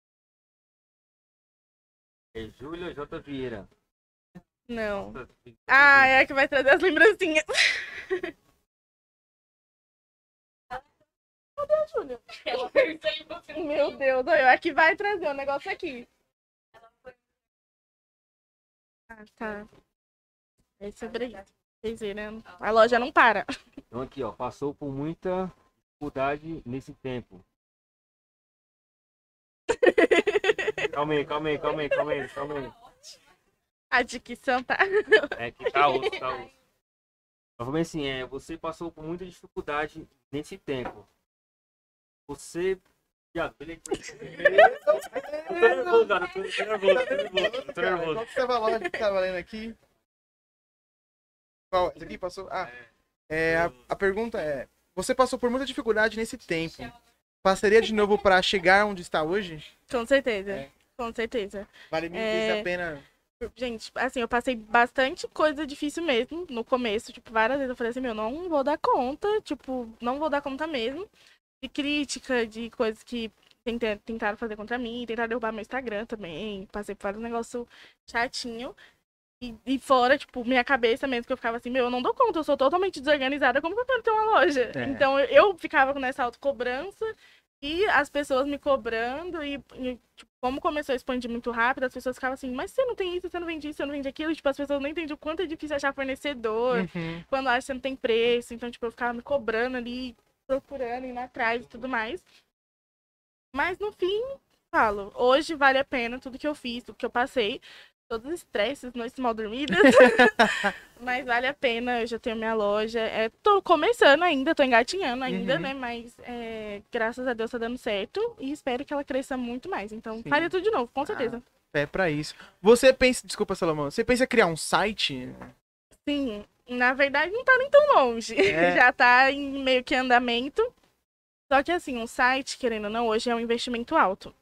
É Júlia J. Vieira. Não. Ah, é a que vai trazer as lembrancinhas. Cadê a Júlia? Meu Deus, olha, é a que vai trazer o negócio aqui. Ah, tá. É sobre isso. Quer dizer, né? A loja não para. Então aqui, ó. Passou por muita dificuldade nesse tempo. Calma aí, calma aí, calma aí, calma aí, calma aí. A dicção tá. É que tá osso, tá osso. Mas vamos assim, é, você passou por muita dificuldade nesse tempo. Você. Já, beleza. Eu tô nervoso, cara, eu tô nervoso, eu tô nervoso, eu tô nervoso. Qual que tava a loja que tava lendo aqui? Qual? Esse aqui passou? Ah, é, a, a pergunta é: você passou por muita dificuldade nesse tempo. Passaria de novo pra chegar onde está hoje? Com certeza. É. Com certeza. Vale mil É. vezes a pena. Gente, assim, eu passei bastante coisa difícil mesmo no começo. Tipo, várias vezes eu falei assim, meu, não vou dar conta. Tipo, não vou dar conta mesmo. De crítica, de coisas que tenta- tentaram fazer contra mim, tentaram derrubar meu Instagram também. Passei por vários negócios chatinho. E, e fora, tipo, minha cabeça mesmo, que eu ficava assim, meu, eu não dou conta, eu sou totalmente desorganizada, como que eu quero ter uma loja? É. Então eu, eu ficava nessa autocobrança e as pessoas me cobrando e, e, tipo, como começou a expandir muito rápido, as pessoas ficavam assim, mas você não tem isso, você não vende isso, você não vende aquilo, e, tipo, as pessoas não entendiam o quanto é difícil achar fornecedor, Uhum. quando acha que você não tem preço, então, tipo, eu ficava me cobrando ali, procurando, indo atrás e tudo mais. Mas no fim, falo, hoje vale a pena tudo que eu fiz, tudo que eu passei. Todos os estresses, noites mal dormidas. Mas vale a pena, eu já tenho minha loja. É, tô começando ainda, tô engatinhando ainda, Uhum. né? Mas é, graças a Deus tá dando certo. E espero que ela cresça muito mais. Então, Sim. faria tudo de novo, com certeza. É pra isso. Você pensa, desculpa, Salomão, você pensa em criar um site? Sim, na verdade não tá nem tão longe. É. Já tá em meio que andamento. Só que assim, um site, querendo ou não, hoje é um investimento alto.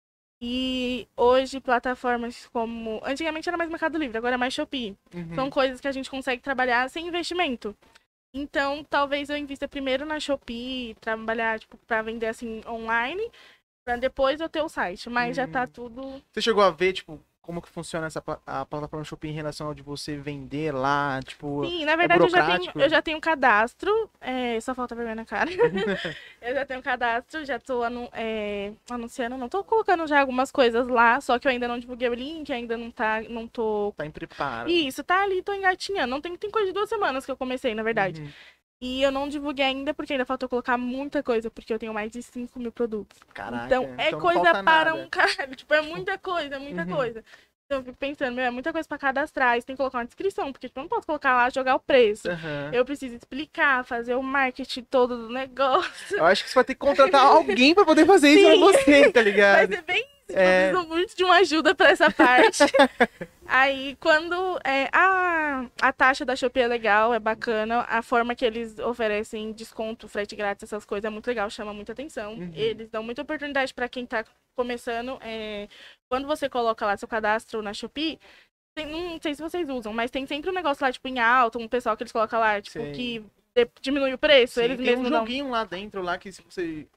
E hoje, plataformas como. Antigamente era mais Mercado Livre, agora é mais Shopee. Uhum. São coisas que a gente consegue trabalhar sem investimento. Então, talvez eu invista primeiro na Shopee, trabalhar, tipo, pra vender assim online, pra depois eu ter o site. Mas já tá Hum. tudo. Você chegou a ver, tipo, como que funciona essa pla- a plataforma Shopee em relação ao de você vender lá, tipo... Sim, na verdade eu já tenho, burocrático? eu já tenho cadastro, é, só falta vergonha na cara. Eu já tenho cadastro, já tô anu- é, anunciando, não tô colocando já algumas coisas lá, só que eu ainda não divulguei o link, ainda não tá, não tô... Tá em preparo. Isso, tá ali, tô engatinhando. Não tem, tem coisa de duas semanas que eu comecei, na verdade. Uhum. E eu não divulguei ainda porque ainda faltou colocar muita coisa, porque eu tenho mais de cinco mil produtos. Caraca, então é então não coisa falta para nada. um caralho. Tipo, é muita coisa, é muita Uhum. coisa. Então eu fico pensando, meu, é muita coisa pra cadastrar. Isso tem que colocar uma descrição, porque tipo, eu não posso colocar lá, jogar o preço. Aham. Eu preciso explicar, fazer o marketing todo do negócio. Eu acho que você vai ter que contratar alguém pra poder fazer isso pra Sim. você, tá Vai ligado? ser bem isso. É. Eu preciso muito de uma ajuda pra essa parte. Aí, quando é, a, a taxa da Shopee é legal, é bacana, a forma que eles oferecem desconto, frete grátis, essas coisas é muito legal, chama muita atenção. Uhum. Eles dão muita oportunidade para quem tá começando. É, quando você coloca lá seu cadastro na Shopee, tem- não sei se vocês usam, mas tem sempre um negócio lá, tipo, em alta, um pessoal que eles colocam lá, tipo, Sei. que de- diminui o preço, Sim, eles tem um mesmos dão. joguinho lá dentro, lá que se você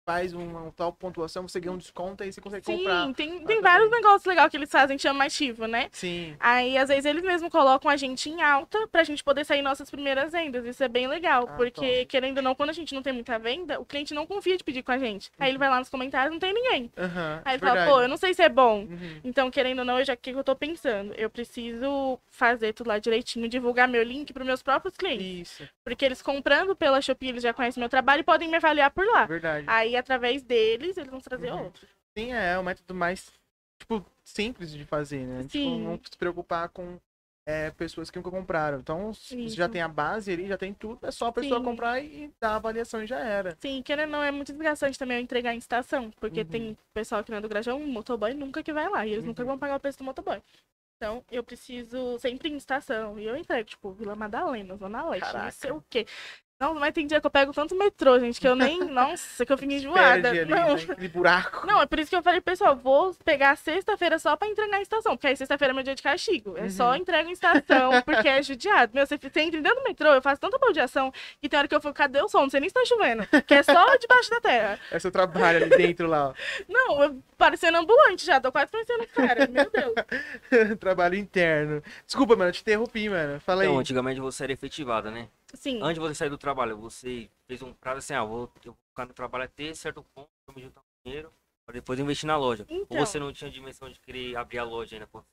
faz uma, uma tal pontuação, você ganha um desconto aí você consegue Sim, comprar. tem, tem vários negócios legais que eles fazem que chama ativo, né? Sim. Aí, às vezes, eles mesmos colocam a gente em alta pra gente poder sair nossas primeiras vendas. Isso é bem legal, Ah, porque, top. querendo ou não, quando a gente não tem muita venda, o cliente não confia de pedir com a gente. Aí ele vai lá nos comentários, não tem ninguém. Aham, Aí ele verdade. fala, pô, eu não sei se é bom. Uhum. Então, querendo ou não, eu já, o que que eu tô pensando? Eu preciso fazer tudo lá direitinho, divulgar meu link pros meus próprios clientes. Isso, Porque eles comprando pela Shopee, eles já conhecem meu trabalho e podem me avaliar por lá. verdade. Aí, através deles, eles vão trazer Uhum. outro. Sim, é, é o método mais, tipo, simples de fazer, né? Tipo, Sim. não se preocupar com é, pessoas que nunca compraram. Então, se você já Isso. tem a base ali, já tem tudo, é só a pessoa Sim. comprar e dar a avaliação e já era. Sim, querendo ou não, é muito desgastante também eu entregar em estação. Porque Uhum. tem pessoal que não é do Grajaú, um motoboy nunca que vai lá. E eles nunca Uhum. vão pagar o preço do motoboy. Então, eu preciso sempre em estação. E eu entrego, tipo, Vila Madalena, Zona Leste, não Caraca. sei o quê. Não, mas tem dia que eu pego tanto metrô, gente, que eu nem... Nossa, que eu fico enjoada. Perde ali, Não. né? Aquele buraco. Não, é por isso que eu falei, pessoal, vou pegar sexta-feira só pra entregar em estação, porque aí sexta-feira é meu dia de castigo. É só Uhum. entrega em estação, porque é judiado. Meu, você, você entra dentro do metrô, eu faço tanta baldeação que tem hora que eu fico, cadê o som? Não sei nem se tá chovendo, que é só debaixo da terra. É seu trabalho ali dentro lá, ó. Não, eu parecendo ambulante já, tô quase parecendo cara, meu Deus. Trabalho interno. Desculpa, mano, eu te interrompi, mano. Fala aí. Então, antigamente você era efetivada, né? Sim, Antes de você sair do trabalho, você fez um prazo assim, ah, vou, eu vou ficar no trabalho até certo ponto, eu me juntar com dinheiro, pra depois investir na loja. Então. Ou você não tinha dimensão de querer abrir a loja ainda? Pô?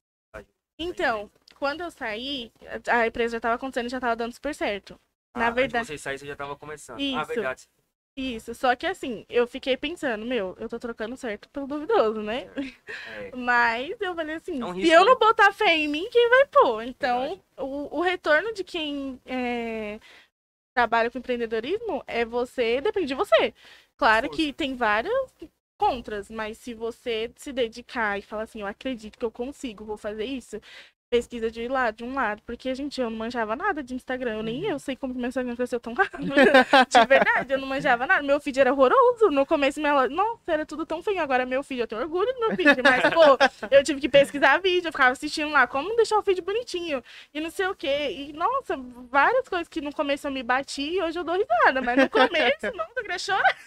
então, quando eu saí, a empresa já tava acontecendo e já tava dando super certo. Na Ah, verdade, antes de você sair, você já tava começando. Ah, Isso. verdade. isso, só que assim, eu fiquei pensando, meu, eu tô trocando certo pelo duvidoso, né? É, Mas eu falei assim, É um se risco, eu né? não botar fé em mim, quem vai pôr? Então, Verdade. o, o retorno de quem é, trabalha com empreendedorismo é você, depende de você. Claro Força. que tem várias contras, mas se você se dedicar e falar assim, eu acredito que eu consigo, vou fazer isso, pesquisa de lado, de um lado, porque, gente, eu não manjava nada de Instagram, eu nem eu sei como que meu Instagram cresceu tão rápido. De verdade, eu não manjava nada. Meu feed era horroroso. No começo, minha loja, nossa, era tudo tão feio. Agora, meu feed, eu tenho orgulho do meu feed, mas, pô, eu tive que pesquisar vídeo, eu ficava assistindo lá, como deixar o feed bonitinho, e não sei o quê. E, nossa, várias coisas que no começo eu me bati e hoje eu dou risada, mas no começo, nossa, eu queria chorar.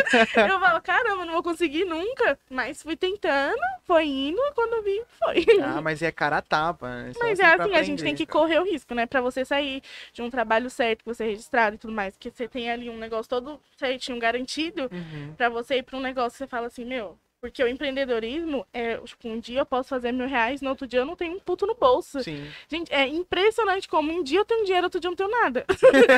Eu falo, caramba, não vou conseguir nunca. Mas fui tentando, foi indo, e quando eu vi, foi. Ah, mas é cara a tapa, né? Só Mas assim é pra assim, a gente aprender. tem que correr o risco, né? Pra você sair de um trabalho certo, que você é registrado e tudo mais, que você tem ali um negócio todo certinho, garantido, Uhum. pra você ir pra um negócio que você fala assim, meu, porque o empreendedorismo, é, tipo, um dia eu posso fazer mil reais, no outro dia eu não tenho um puto no bolso. Sim. Gente, é impressionante como um dia eu tenho dinheiro, outro dia eu não tenho nada.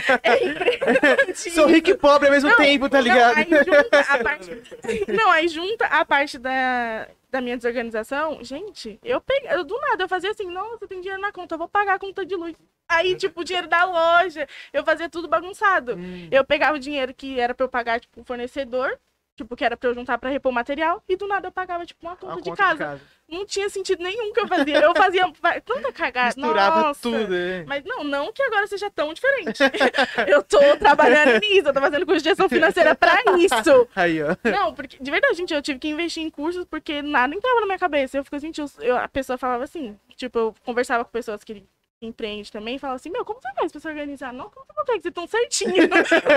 É impressionante. Sou rico e pobre ao mesmo Não, tempo, tá não, ligado? aí junta a parte... Não, aí junta a parte da, da minha desorganização. Gente, eu peguei, eu, do nada, eu fazia assim, nossa, tem dinheiro na conta, eu vou pagar a conta de luz. Aí, tipo, o dinheiro da loja, eu fazia tudo bagunçado. Hum. Eu pegava o dinheiro que era pra eu pagar, tipo, o fornecedor, tipo, que era pra eu juntar pra repor material, e do nada eu pagava, tipo, uma conta, A de, conta casa. Não tinha sentido nenhum que eu fazia. Eu fazia va- tanta cagada. Misturava Nossa. tudo, né? Mas não, não que agora seja tão diferente. Eu tô trabalhando nisso, eu tô fazendo curso de gestão financeira pra isso. Aí, ó. Não, porque, de verdade, gente, eu tive que investir em cursos porque nada entrava na minha cabeça. Eu fico assim, tio, eu, a pessoa falava assim, tipo, eu conversava com pessoas que empreendem também e falava assim, meu, como você faz pra se organizar? Não, como você consegue ser tão certinho?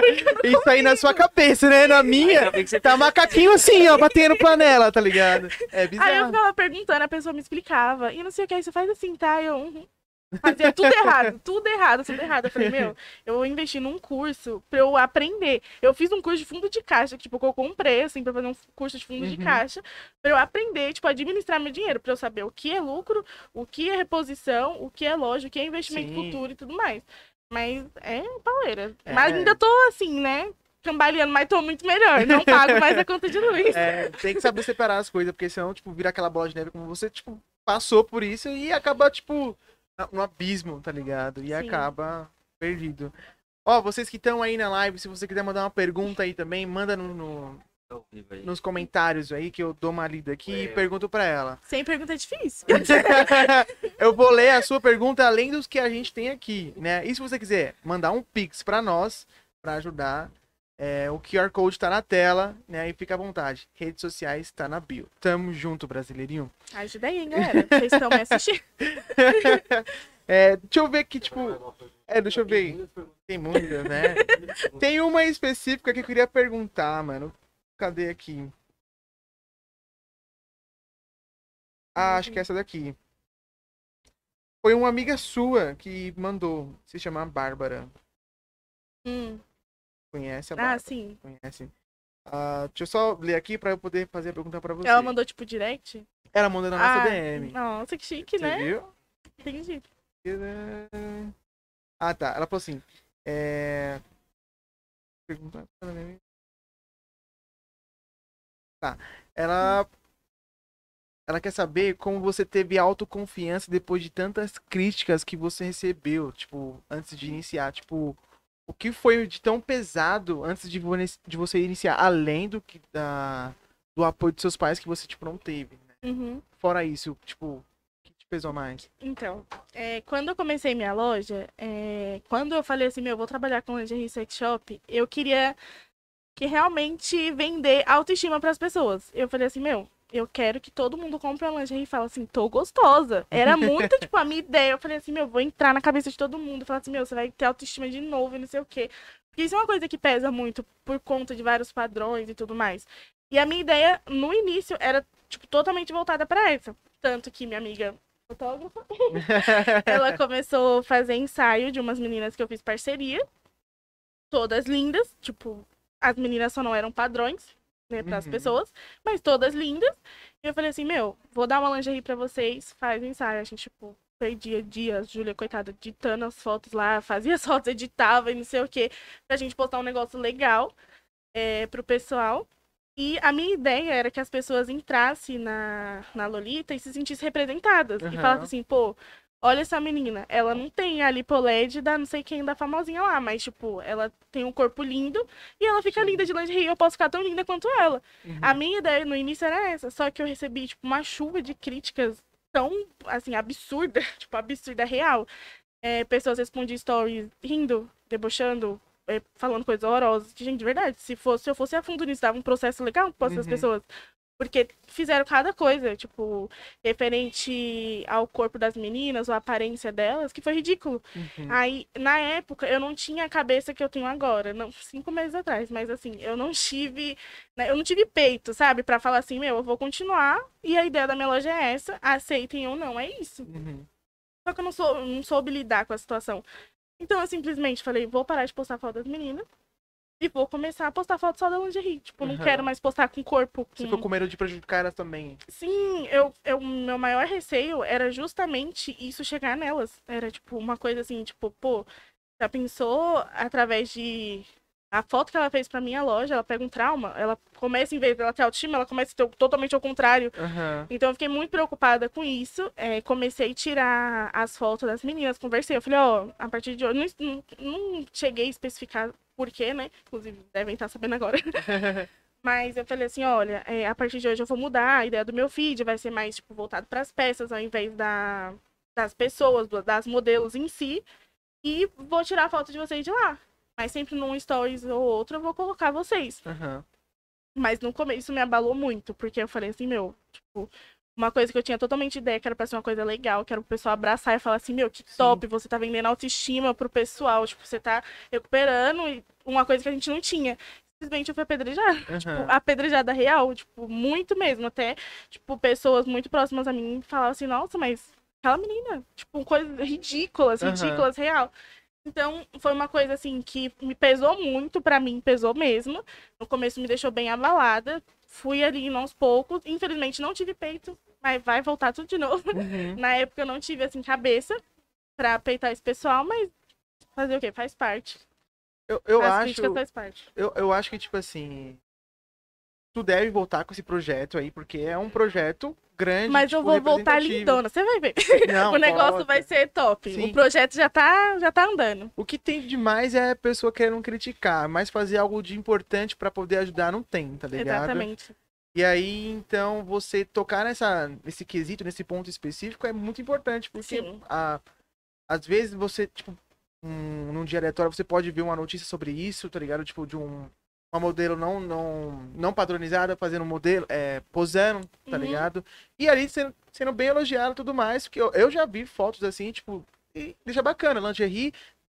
Isso aí na sua cabeça, né? Na minha, Ainda bem que você tá macaquinho assim, ó, batendo panela, tá ligado? É Aí eu bizarro. ficava perguntando, a pessoa me explicava. E não sei o que, aí você faz assim, tá? Eu, uhum. Fazia tudo errado, tudo errado, tudo errado. Eu falei, meu, eu vou investir num curso pra eu aprender. Eu fiz um curso de fundo de caixa, que, tipo, que eu comprei, assim, pra fazer um curso de fundo de Uhum. caixa, pra eu aprender, tipo, administrar meu dinheiro, pra eu saber o que é lucro, o que é reposição, o que é loja, o que é investimento Sim. futuro e tudo mais. Mas é pauleira. É. Mas ainda tô, assim, né, cambaleando, mas tô muito melhor. Não pago mais a conta de luz. É, tem que saber separar as coisas, porque senão, tipo, vira aquela bola de neve como você, tipo, passou por isso e acaba, tipo, no abismo, tá ligado? E Sim. acaba perdido. Ó, vocês que estão aí na live, se você quiser mandar uma pergunta aí também, manda no, no- ao vivo aí. nos comentários aí que eu dou uma lida aqui e É. pergunto pra ela. Sem pergunta é difícil. Eu vou ler a sua pergunta além dos que a gente tem aqui, né? E se você quiser mandar um pix pra nós, pra ajudar, é, o Q R Code tá na tela, né? E fica à vontade. Redes sociais tá na bio. Tamo junto, brasileirinho. Ajuda aí, hein, galera. Vocês estão me assistindo. É, deixa eu ver aqui, tipo... É, deixa eu ver. Tem muitas, né? Tem uma específica que eu queria perguntar, mano. Cadê aqui? Ah, acho que é essa daqui. Foi uma amiga sua que mandou. Se chama Bárbara. Hum. Conhece a Ah, Bárbara? sim. Conhece. Ah, deixa eu só ler aqui pra eu poder fazer a pergunta pra você. Ela mandou, tipo, direct? Ela mandou na nossa Ah, D M. nossa, que chique, Você né? viu? Entendi. Ah, tá. Ela falou assim. É... Pergunta... Tá. Ela... Ela quer saber como você teve autoconfiança depois de tantas críticas que você recebeu, tipo, antes de iniciar. Tipo, o que foi de tão pesado antes de, vo- de você iniciar, além do que da, do apoio dos seus pais que você, tipo, não teve, né? Uhum. Fora isso, tipo, o que te pesou mais? Então, é, quando eu comecei minha loja, é, quando eu falei assim, meu, eu vou trabalhar com lingerie sex shop, eu queria que realmente vender autoestima para as pessoas. Eu falei assim, meu, eu quero que todo mundo compre uma lingerie e fale assim, tô gostosa. Era muito, tipo, a minha ideia. Eu falei assim, meu, vou entrar na cabeça de todo mundo. Falar assim, meu, você vai ter autoestima de novo e não sei o quê. Porque isso é uma coisa que pesa muito por conta de vários padrões e tudo mais. E a minha ideia, no início, era, tipo, totalmente voltada para essa. Tanto que minha amiga fotógrafa, ela começou a fazer ensaio de umas meninas que eu fiz parceria. Todas lindas, tipo, as meninas só não eram padrões, né, para as Uhum. pessoas, mas todas lindas. E eu falei assim, meu, vou dar uma lingerie pra vocês, faz o ensaio. A gente, tipo, perdia dias, Júlia, coitada, editando as fotos lá, fazia as fotos, editava e não sei o quê, pra gente postar um negócio legal é, pro pessoal. E a minha ideia era que as pessoas entrassem na, na Lolita e se sentissem representadas. E Aham. falassem assim, pô, olha essa menina, ela não tem a lipoled da não sei quem da famosinha lá, mas, tipo, ela tem um corpo lindo e ela fica Sim. linda de lingerie, eu posso ficar tão linda quanto ela. Uhum. A minha ideia no início era essa, só que eu recebi, tipo, uma chuva de críticas tão, assim, absurda, tipo, absurda real. É, pessoas respondiam stories rindo, debochando, é, falando coisas horrorosas. Gente, de verdade, se, fosse, se eu fosse a fundo nisso, dava um processo legal para essas Uhum. pessoas. Porque fizeram cada coisa, tipo, referente ao corpo das meninas, ou a aparência delas, que foi ridículo. Uhum. Aí, na época, eu não tinha a cabeça que eu tenho agora, não, cinco meses atrás, mas assim, eu não tive, né, eu não tive peito, sabe, pra falar assim, meu, eu vou continuar, e a ideia da minha loja é essa, aceitem ou não, é isso. Uhum. Só que eu não, sou, não soube lidar com a situação. Então eu simplesmente falei, vou parar de postar foto das meninas e vou começar a postar foto só da lingerie. Tipo, não Aham. quero mais postar com corpo. Com... Você ficou com medo de prejudicar elas também. Sim, eu, eu, meu maior receio era justamente isso chegar nelas. Era, tipo, uma coisa assim, tipo, pô, já pensou através de... A foto que ela fez pra minha loja, ela pega um trauma, ela começa, em vez dela ter autoestima, ela começa a ter totalmente ao contrário. Aham. Então eu fiquei muito preocupada com isso. É, comecei a tirar as fotos das meninas, conversei. Eu falei, ó, a partir de hoje, não, não, não cheguei a especificar por quê, né? Inclusive, devem estar sabendo agora. Mas eu falei assim, olha, é, a partir de hoje eu vou mudar a ideia do meu feed, vai ser mais, tipo, voltado para as peças, ao invés da, das pessoas, das modelos em si. E vou tirar a foto de vocês de lá. Mas sempre num stories ou outro eu vou colocar vocês. Aham. Mas no começo isso me abalou muito, porque eu falei assim, meu, tipo, uma coisa que eu tinha totalmente ideia que era pra ser uma coisa legal, que era o pessoal abraçar e falar assim, meu, que top, você tá vendendo autoestima pro pessoal, tipo, você tá recuperando e uma coisa que a gente não tinha. Simplesmente eu fui apedrejada. Aham. Tipo, apedrejada real, tipo, muito mesmo. Até, tipo, pessoas muito próximas a mim falavam assim, nossa, mas aquela menina, tipo, coisas ridículas, Aham. ridículas, real. Então, foi uma coisa, assim, que me pesou muito, pra mim, pesou mesmo. No começo me deixou bem abalada. Fui ali aos poucos. Infelizmente, não tive peito, mas vai voltar tudo de novo. Uhum. Na época, eu não tive, assim, cabeça pra peitar esse pessoal, mas fazer o quê? Faz parte. Eu, eu As acho. críticas faz parte. Eu, eu acho que, tipo assim. Tu deve voltar com esse projeto aí, porque é um projeto grande. Mas eu tipo, vou voltar representativo. lindona, você vai ver. Não, O negócio volta. vai ser top. Sim. O projeto já tá, já tá andando. O que tem demais é a pessoa querendo criticar, mas fazer algo de importante pra poder ajudar não tem, tá ligado? Exatamente. E aí, então, você tocar nessa, nesse quesito, nesse ponto específico é muito importante, porque Sim. a, às vezes você, tipo, um, num dia aleatório, você pode ver uma notícia sobre isso, tá ligado? Tipo, de um, uma modelo não, não, não padronizada fazendo um modelo, é, posando, tá Uhum. ligado? E ali sendo, sendo bem elogiado e tudo mais, porque eu, eu já vi fotos assim, tipo, e deixa bacana, lingerie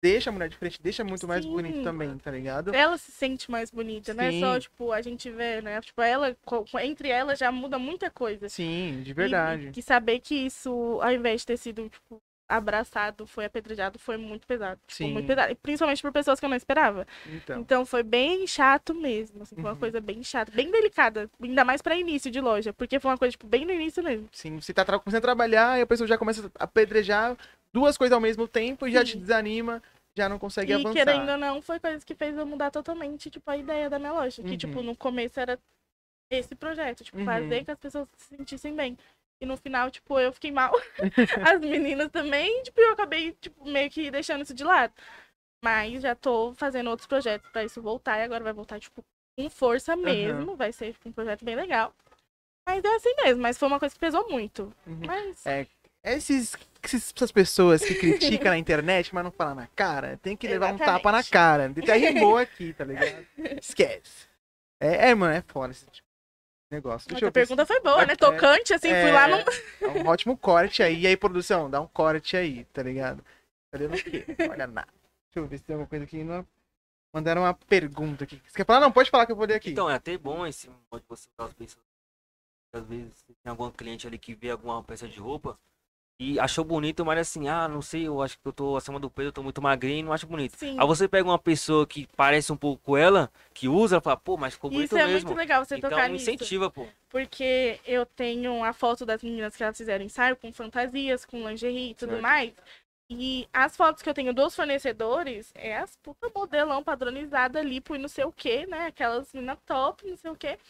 deixa a mulher diferente, deixa muito mais Sim. bonito também, tá ligado? Ela se sente mais bonita, não é Sim. só, tipo, a gente vê, né? Tipo, ela, co- entre elas já muda muita coisa. Sim, de E- verdade. E, que saber que isso, ao invés de ter sido, tipo, abraçado, foi apedrejado, foi muito pesado. Tipo, Sim. muito pesado. E principalmente por pessoas que eu não esperava. Então. Então foi bem chato mesmo, assim, foi uma Uhum. coisa bem chata, bem delicada, ainda mais pra início de loja, porque foi uma coisa, tipo, bem no início mesmo. Sim, você tá tra- começando a trabalhar e a pessoa já começa a apedrejar duas coisas ao mesmo tempo e já te Sim. desanima, já não consegue E avançar. querendo ou não, foi coisa que fez eu mudar totalmente, tipo, a ideia da minha loja. Que, Uhum. tipo, no começo era esse projeto, tipo, Uhum. fazer que as pessoas se sentissem bem. E no final, tipo, eu fiquei mal. As meninas também, tipo, eu acabei, tipo, meio que deixando isso de lado. Mas já tô fazendo outros projetos pra isso voltar. E agora vai voltar, tipo, com força mesmo. Vai ser tipo, um projeto bem legal. Mas é assim mesmo. Mas foi uma coisa que pesou muito. Uhum. Mas É, esses, esses- essas pessoas que criticam na internet, mas não falam na cara, tem que levar um Exatamente. tapa na cara. Até rimou aqui, tá ligado? Esquece. É, é, mano, é foda esse tipo de negócio. Deixa a eu ver pergunta se- foi boa, né? É, Tocante, assim, fui lá no... É um ótimo corte aí. E aí, produção, dá um corte aí, tá ligado? Cadê no quê? Olha nada. Deixa eu ver se tem alguma coisa aqui. Não... Mandaram uma pergunta aqui. Você quer falar? Não, pode falar que eu vou ler aqui. Então, é até bom esse modo de você usar as peças. Às vezes tem algum cliente ali que vê alguma peça de roupa e achou bonito, mas assim, ah, não sei, eu acho que eu tô acima do peso, eu tô muito magrinho e não acho bonito. Sim. Aí você pega uma pessoa que parece um pouco com ela, que usa, ela fala, pô, mas ficou bonito Isso é mesmo. muito legal você Então tocar nisso. incentiva, pô. Porque eu tenho a foto das meninas que elas fizeram ensaio com fantasias, com lingerie e tudo Certo. mais. E as fotos que eu tenho dos fornecedores é as puta modelão padronizada ali, por não sei o que, né? Aquelas meninas top, não sei o que.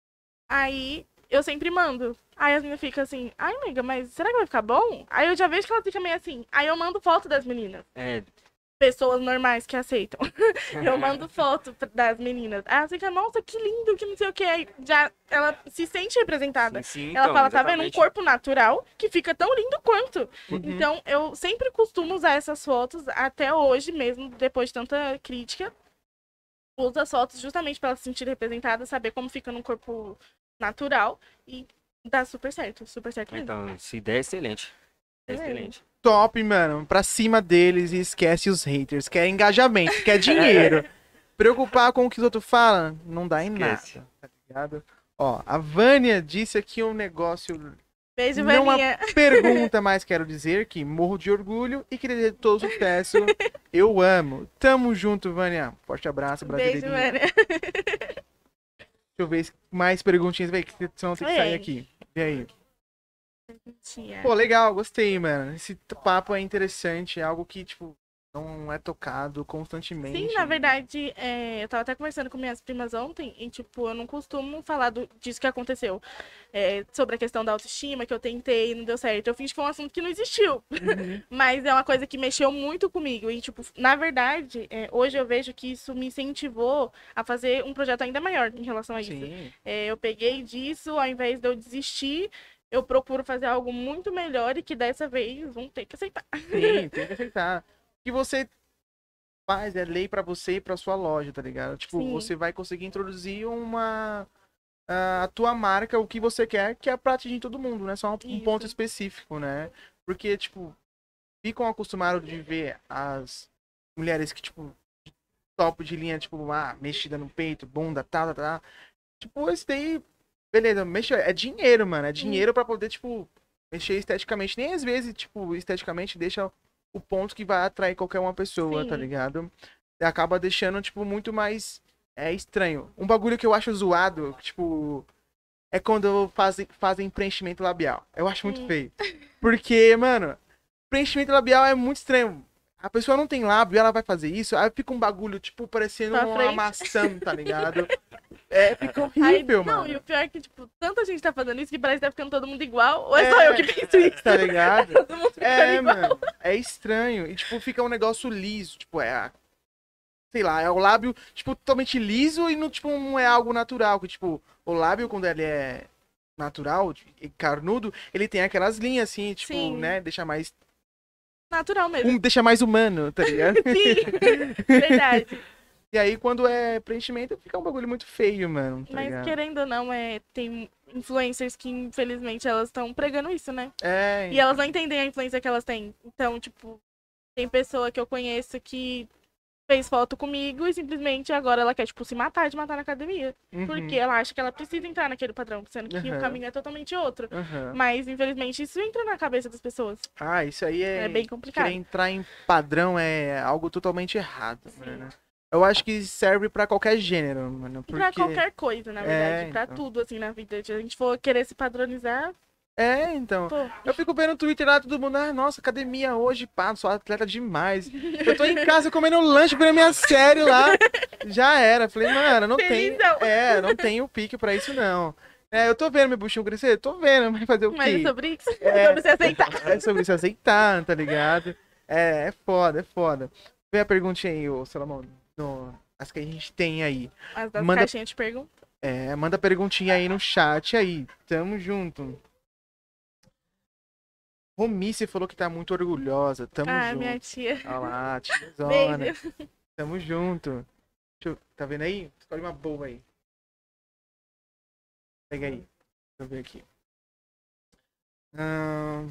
Aí eu sempre mando. Aí as meninas ficam assim, ai amiga, mas será que vai ficar bom? Aí eu já vejo que elas ficam meio assim. Aí eu mando foto das meninas. É, Pessoas normais que aceitam. Eu mando foto pra- das meninas. Aí ela fica, nossa, que lindo, que não sei o que. Aí já ela se sente representada. sim, sim, Ela então, fala, tá vendo? Um exatamente. corpo natural que fica tão lindo quanto. Uhum. Então, eu sempre costumo usar essas fotos, até hoje mesmo, depois de tanta crítica. Uso as fotos justamente pra ela se sentir representada, saber como fica num corpo natural. E dá super certo, super certo mesmo. Então, se der, excelente. É É. excelente. Top, mano. Pra cima deles e esquece os haters. Quer engajamento, quer dinheiro. Preocupar com o que os outros falam, não dá em Esquece. nada, tá ligado? Ó, a Vânia disse aqui um negócio. Beijo, Não a- Vaninha. Pergunta, mas quero dizer que morro de orgulho e queria dizer todo sucesso. Eu amo. Tamo junto, Vânia. Forte abraço, Beijo, brasileirinha. Vânia. Deixa eu ver se- mais perguntinhas, velho, que senão tem que Oi. sair aqui. E aí? Tia. Pô, legal, gostei, mano. Esse t- papo é interessante, é algo que, tipo, não é tocado constantemente. Sim, na verdade, é, eu tava até conversando com minhas primas ontem e, tipo, eu não costumo falar do- disso que aconteceu. É, sobre a questão da autoestima, que eu tentei e não deu certo. Eu fingi que foi um assunto que não existiu. Uhum. Mas é uma coisa que mexeu muito comigo. E, tipo, na verdade, é, hoje eu vejo que isso me incentivou a fazer um projeto ainda maior em relação a isso. Sim. É, eu peguei disso, ao invés de eu desistir, eu procuro fazer algo muito melhor e que dessa vez vão ter que aceitar. Sim, tem que aceitar. O que você faz é lei pra você e pra sua loja, tá ligado? Tipo, Sim. você vai conseguir introduzir uma. A tua marca, o que você quer, que é pra atingir todo mundo, né? Só um, um Isso. ponto específico, né? Porque, tipo, ficam acostumados de ver as mulheres que, tipo, topo de linha, tipo, ah, mexida no peito, bunda, tal, tal, tal. Tipo, esse daí, beleza, mexe, é dinheiro, mano. É dinheiro pra poder, tipo, mexer esteticamente. Nem às vezes, tipo, esteticamente deixa o ponto que vai atrair qualquer uma pessoa, Sim. tá ligado? E acaba deixando, tipo, muito mais é, estranho. Um bagulho que eu acho zoado, tipo, é quando fazem, fazem preenchimento labial. Eu acho muito Hum. feio. Porque, mano, preenchimento labial é muito estranho. A pessoa não tem lábio e ela vai fazer isso, aí fica um bagulho, tipo, parecendo Pra uma frente. maçã, tá ligado? É, fica Aí, horrível, não, mano. e o pior é que, tipo, tanta gente tá fazendo isso que parece que tá ficando todo mundo igual. Ou é, É, só eu que penso isso? Tá ligado? Todo mundo ficando É, igual. mano. É estranho. E, tipo, fica um negócio liso. Tipo, é. a- Sei lá, é o lábio, tipo, totalmente liso e não, tipo, não é algo natural. Que, tipo, o lábio, quando ele é natural e carnudo, ele tem aquelas linhas, assim, tipo, Sim. né? Deixa mais. Natural mesmo. Um, deixa mais humano, tá ligado? Sim, verdade. E aí, quando é preenchimento, fica um bagulho muito feio, mano. Tá Mas ligado? querendo ou não, é, tem influencers que, infelizmente, elas estão pregando isso, né? É. E elas não entendem a influência que elas têm. Então, tipo, Tem pessoa que eu conheço que fez foto comigo e simplesmente agora ela quer, tipo, se matar de matar na academia. Uhum. Porque ela acha que ela precisa entrar naquele padrão, sendo que Uhum. o caminho é totalmente outro. Uhum. Mas, infelizmente, isso entra na cabeça das pessoas. Ah, isso aí é... É bem complicado. Querer entrar em padrão é algo totalmente errado, Sim. mano. Eu acho que serve pra qualquer gênero, mano. E Porque... pra qualquer coisa, na verdade. É, pra então. tudo, assim, na vida. Se a gente for querer se padronizar, É, então. pô. Eu fico vendo no Twitter lá, todo mundo, ah, nossa, academia hoje, pá, sou atleta demais. Eu tô em casa comendo lanche, vendo minha série lá. Já era. Falei, mano, não tem. Felizão. É, não tenho pique pra isso, não. É, eu tô vendo meu buchinho crescer? Tô vendo, mas fazer o quê? Mas é sobre isso. É. Sobre se aceitar. É sobre se aceitar, tá ligado? É, é foda, é foda. Vê a perguntinha aí, ô Salomão. No, as que a gente tem aí. As das Manda- caixinhas de pergunta. É, manda perguntinha aí no chat aí. Tamo junto. Romice falou que tá muito orgulhosa. Tamo Ah, junto. minha tia. Olha lá, tiazona. Beijo. Tamo junto. Deixa eu- Tá vendo aí? Escolhe uma boa aí. Pega aí. Deixa eu ver aqui. Ahn,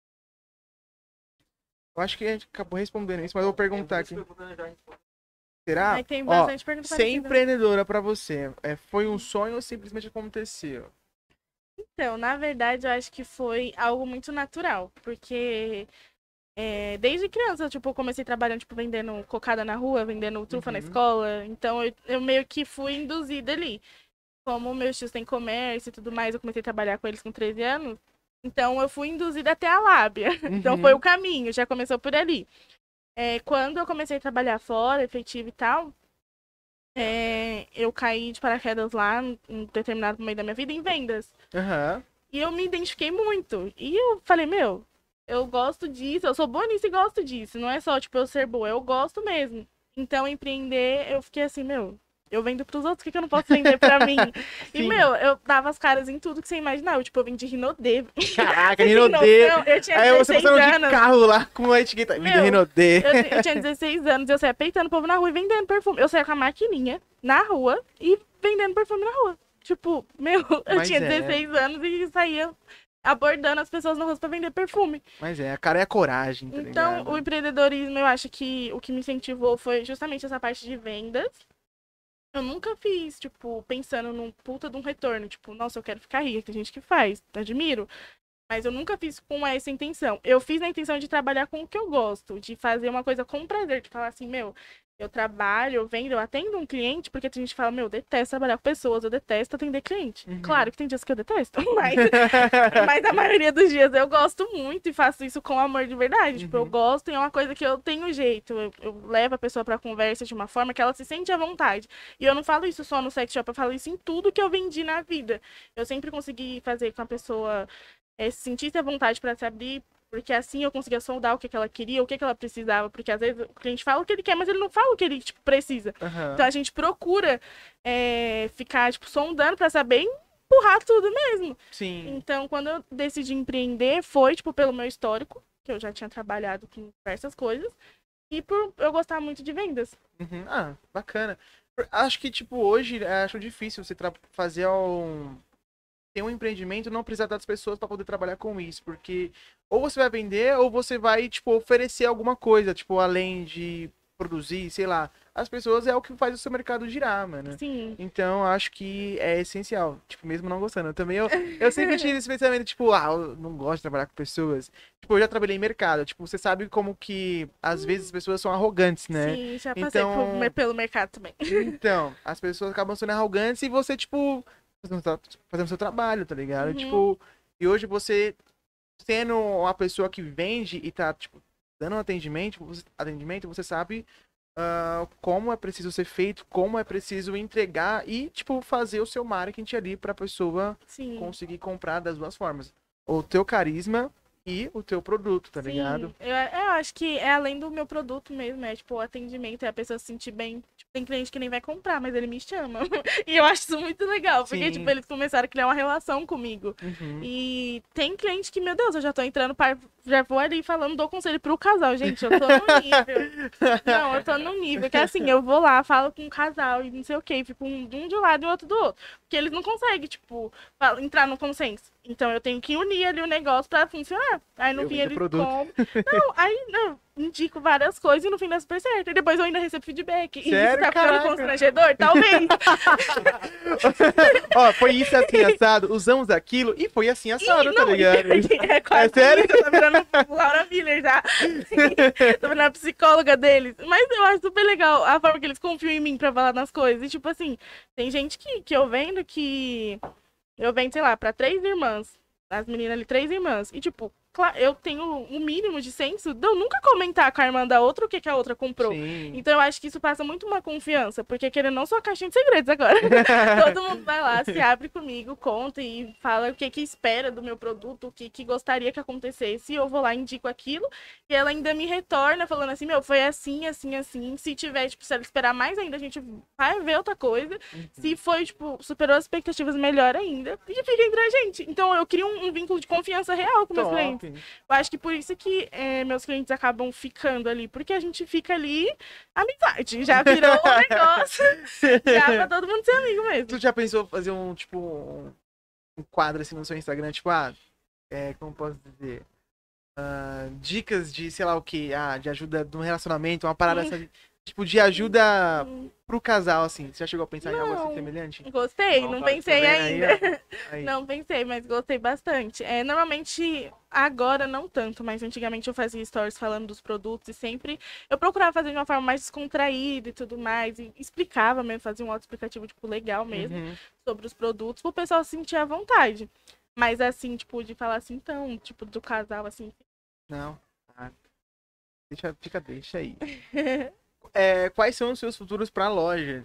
Eu acho que a gente acabou respondendo isso, mas eu vou perguntar aqui. Será? Aí tem Ó, bastante pergunta ser parecida. empreendedora pra você, é, foi um sonho ou simplesmente aconteceu? Então, na verdade, eu acho que foi algo muito natural, porque é, desde criança, tipo, eu comecei trabalhando, tipo, vendendo cocada na rua, vendendo trufa na Uhum. escola, então eu, eu meio que fui induzida ali. Como meus tios têm comércio e tudo mais, eu comecei a trabalhar com eles com treze anos, então eu fui induzida até a lábia. Então Uhum. foi o caminho, já começou por ali. É, quando eu comecei a trabalhar fora, efetivo e tal, é, eu caí de paraquedas lá, em um determinado momento da minha vida, em vendas. Aham. E eu me identifiquei muito. E eu falei, meu, eu gosto disso, eu sou boa nisso e gosto disso. Não é só, tipo, eu ser boa, eu gosto mesmo. Então, empreender, eu fiquei assim, meu, eu vendo pros outros, o que, que eu não posso vender pra mim? E, Sim. meu, eu dava as caras em tudo que você imaginava. Tipo, eu vendi Rinodê. Caraca, Sem Rinodê. noção, eu tinha Aí você dezesseis passando de anos. carro lá com a etiqueta. Meu, Vida Rinodê. Eu, te- eu tinha dezesseis anos, eu saía peitando o povo na rua e vendendo perfume. Eu saía com a maquininha na rua e vendendo perfume na rua. Tipo, meu, eu Mas tinha é. dezesseis anos e saía abordando as pessoas na rua pra vender perfume. Mas é, a cara é a coragem, tá Então, ligado? o empreendedorismo, eu acho que o que me incentivou foi justamente essa parte de vendas. Eu nunca fiz, tipo, pensando num puta de um retorno. Tipo, nossa, eu quero ficar rica. Tem gente que faz, admiro. Mas eu nunca fiz com essa intenção. Eu fiz na intenção de trabalhar com o que eu gosto, de fazer uma coisa com prazer, de falar assim, meu, eu trabalho, eu vendo, eu atendo um cliente, porque tem gente que fala, meu, eu detesto trabalhar com pessoas, eu detesto atender cliente. Uhum. Claro que tem dias que eu detesto, mas, mas a maioria dos dias eu gosto muito e faço isso com amor de verdade. Tipo, eu Uhum. gosto e é uma coisa que eu tenho jeito. Eu, eu levo a pessoa pra conversa de uma forma que ela se sente à vontade. E eu não falo isso só no sex shop, eu falo isso em tudo que eu vendi na vida. Eu sempre consegui fazer com a pessoa é, se sentisse à vontade pra se abrir, porque assim eu conseguia soldar o que, que ela queria, o que, que ela precisava, porque às vezes o cliente fala o que ele quer, mas ele não fala o que ele tipo, precisa. Aham. Então a gente procura é, ficar tipo, sondando pra saber empurrar tudo mesmo. Sim. Então, quando eu decidi empreender, foi tipo pelo meu histórico, que eu já tinha trabalhado com diversas coisas, e por eu gostar muito de vendas. Uhum. Ah, bacana. Acho que, tipo, hoje, é, acho difícil você tra- fazer um... ter um empreendimento e não precisar das pessoas para poder trabalhar com isso, porque ou você vai vender ou você vai, tipo, oferecer alguma coisa, tipo, além de produzir, sei lá. As pessoas é o que faz o seu mercado girar, mano. Sim. Então, acho que é essencial, tipo, mesmo não gostando. Eu também, eu, eu sempre tive esse pensamento, tipo, ah, eu não gosto de trabalhar com pessoas. Tipo, eu já trabalhei em mercado, tipo, você sabe como que, às vezes, as pessoas são arrogantes, né? Sim, já passei Então- por- pelo mercado também. Então, as pessoas acabam sendo arrogantes e você, tipo, fazendo, tra- fazendo seu trabalho, tá ligado? Uhum. Tipo, e hoje você, sendo uma pessoa que vende e tá, tipo, dando um atendimento, você, atendimento, você sabe ah, como é preciso ser feito, como é preciso entregar e, tipo, fazer o seu marketing ali pra pessoa Sim. conseguir comprar das duas formas. O teu carisma e o teu produto, tá Sim, ligado? Eu, eu acho que é além do meu produto mesmo, é tipo o atendimento, é a pessoa se sentir bem. Tipo, tem cliente que nem vai comprar, mas ele me chama. E eu acho isso muito legal, porque Sim. tipo, eles começaram a criar uma relação comigo. Uhum. E tem cliente que, meu Deus, eu já tô entrando para já vou ali falando, dou conselho pro casal, gente, eu tô no nível. Não, eu tô no nível que assim, eu vou lá, falo com o casal e não sei o que, fico um, um de um lado e o outro do outro. que eles não conseguem, tipo, fa- entrar no consenso. Então eu tenho que unir ali o negócio pra funcionar. Aí no Eu fim vendo eles produto. compram. Não, aí não, indico várias coisas e no fim dá super certo. E depois eu ainda recebo feedback. E Sério? isso tá Caraca. ficando constrangedor? Talvez. Ó, foi isso assim, assado. Usamos aquilo e foi assim, assado, Ih, tá não, ligado? É, quase É sério? isso, eu tô virando Laura Miller já. Tô virando a psicóloga deles. Mas eu acho super legal a forma que eles confiam em mim pra falar nas coisas. E tipo assim, tem gente que, que eu vendo que... Eu vendo, sei lá, pra três irmãs. As meninas ali, três irmãs. E tipo, cla- eu tenho um mínimo de senso de eu nunca comentar com a irmã da outra o que, que a outra comprou. Sim. Então eu acho que isso passa muito uma confiança, porque querendo não sou a caixinha de segredos agora. Todo mundo vai lá, se abre comigo, conta e fala o que que espera do meu produto, o que que gostaria que acontecesse, e eu vou lá e indico aquilo, e ela ainda me retorna falando assim, meu, foi assim, assim, assim, se tiver, tipo, se ela esperar mais ainda, a gente vai ver outra coisa, se foi, tipo, superou as expectativas, melhor ainda, e fica entre a gente. Então eu crio um, um vínculo de confiança real com meus clientes. Top. Eu acho que por isso que é, meus clientes acabam ficando ali, porque a gente fica ali, amizade, já virou um negócio, já pra todo mundo ser amigo mesmo. Tu já pensou fazer um, tipo, um, um quadro assim no seu Instagram, tipo, ah, é, como posso dizer? Ah, dicas de, sei lá o que, ah, de ajuda no relacionamento, uma parada Sim. assim, tipo, de ajuda Hum, pro casal, assim. Você já chegou a pensar em algo assim Não. semelhante? Gostei, Não, não vai, pensei Tá vendo aí, ainda. ó? Aí. Não pensei, mas gostei bastante. É, normalmente, agora não tanto, mas antigamente eu fazia stories falando dos produtos e sempre eu procurava fazer de uma forma mais descontraída e tudo mais. E explicava mesmo, fazia um auto-explicativo, tipo, legal mesmo, Uhum. sobre os produtos, pro pessoal se sentir à vontade. Mas assim, tipo, de falar assim, então, tipo, do casal, assim. Não. Ah, deixa, fica, deixa aí. É, quais são os seus futuros pra loja?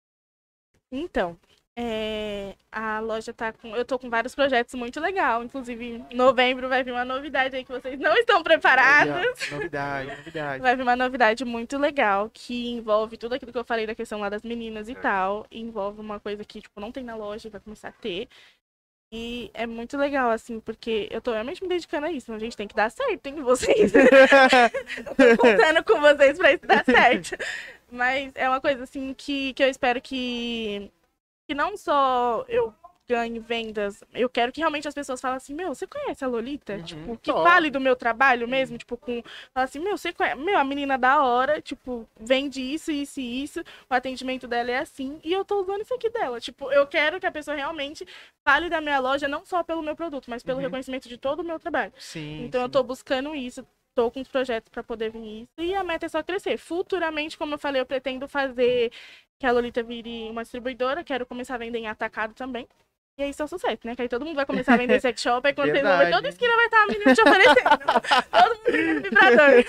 Então, é, a loja tá com. Eu tô com vários projetos muito legais. Inclusive, em novembro vai vir uma novidade aí que vocês não estão preparados. Aí, ó, novidade, novidade. Vai vir uma novidade muito legal que envolve tudo aquilo que eu falei da questão lá das meninas e tal. E envolve uma coisa que, tipo, não tem na loja e vai começar a ter. E é muito legal, assim, porque eu tô realmente me dedicando a isso. A gente tem que dar certo, hein, vocês? Eu tô contando com vocês pra isso dar certo. Mas é uma coisa, assim, que, que eu espero que, que não só eu ganhe vendas, eu quero que realmente as pessoas falem assim, meu, você conhece a Lolita? Uhum, Tipo, que top. fale do meu trabalho mesmo, tipo, com... Fala assim, meu, você conhece... Meu, a menina da hora, tipo, vende isso, isso e isso, o atendimento dela é assim, e eu tô usando isso aqui dela. Tipo, eu quero que a pessoa realmente fale da minha loja, não só pelo meu produto, mas pelo Uhum. reconhecimento de todo o meu trabalho. Sim. Então eu sim. tô buscando isso, tô com os projetos pra poder vir isso, e a meta é só crescer. Futuramente, como eu falei, eu pretendo fazer que a Lolita vire uma distribuidora, quero começar a vender em atacado também. E aí, isso é um sucesso, né? Que aí todo mundo vai começar a vender sex shop, aí quando vocês vão ver, Verdade. toda esquina vai estar a menina te oferecendo. Todo mundo vendendo vibrador.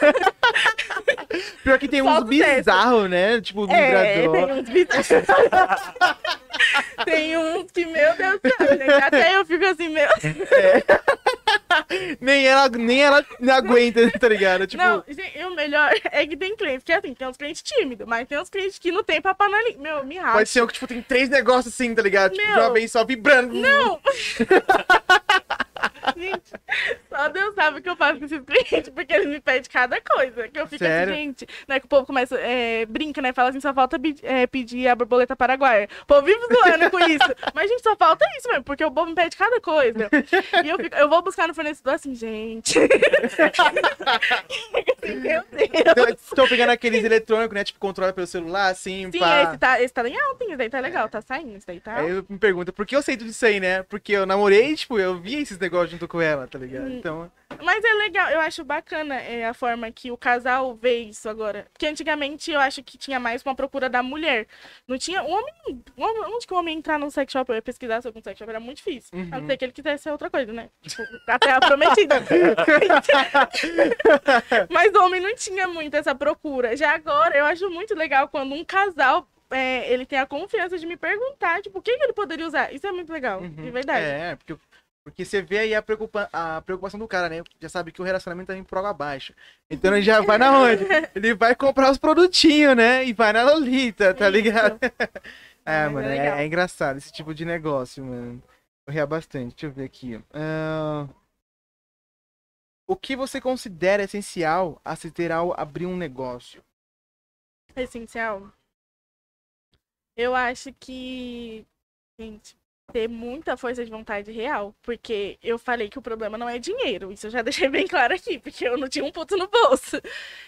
Pior que tem Só uns sucesso. bizarros, né? Tipo, É, vibrador. tem uns bizarros. Tem uns que, meu Deus do céu, gente. Até eu fico assim, meu. Nem ela, nem ela aguenta, tá ligado? Tipo, Não, gente, e o melhor é que tem clientes, que assim, tem uns clientes tímidos, mas tem uns clientes que não tem papo na língua. Meu, me racha. pode ser um que, tipo, tem três negócios assim, tá ligado? Tipo, de Meu. uma vez só vibrando. Não! Gente, só Deus sabe o que eu faço com esses clientes, porque eles me pedem cada coisa. Que eu fico Sério? assim, gente, né? Que o povo começa, é, brinca, né? Fala assim, só falta bi- é, pedir a borboleta paraguaia. O povo vive zoando com isso. Mas, gente, só falta isso mesmo, porque o povo me pede cada coisa. E eu, fico, eu vou buscar no fornecedor assim, gente. Assim, meu Deus. Estão pegando aqueles eletrônicos, né? Tipo, controla pelo celular, assim, Sim, pá. esse tá, esse tá em alta, esse daí tá legal, tá saindo, esse daí tá. Aí eu me pergunto, por que eu sei tudo isso aí, né? Porque eu namorei, tipo, eu vi esses negócios junto com ela, tá ligado? Hum. Então, Mas é legal, eu acho bacana é, a forma que o casal vê isso agora. Porque antigamente eu acho que tinha mais uma procura da mulher. Não tinha. O homem. o homem- Onde que o homem entrar no sex shop? Eu ia pesquisar sobre um sex shop, era muito difícil. Uhum. A não ser que ele quisesse ser outra coisa, né? Tipo, até a prometida. Mas o homem não tinha muito essa procura. Já agora, eu acho muito legal quando um casal. é, ele tem a confiança de me perguntar, tipo, o que, que ele poderia usar? Isso é muito legal, uhum. de verdade. É, porque, porque você vê aí a, preocupa a preocupação do cara, né? Já sabe que o relacionamento tá indo pro água abaixo. Então ele já vai na onde? Ele vai comprar os produtinhos, né? E vai na Lolita, tá Isso. ligado? É, Mas mano, é é, legal. é engraçado esse tipo de negócio, mano. Eu ria bastante. Deixa eu ver aqui. Ah, o que você considera essencial a se ter ao abrir um negócio? Essencial. Eu acho que Gente, ter muita força de vontade real. Porque eu falei que o problema não é dinheiro. Isso eu já deixei bem claro aqui, porque eu não tinha um puto no bolso.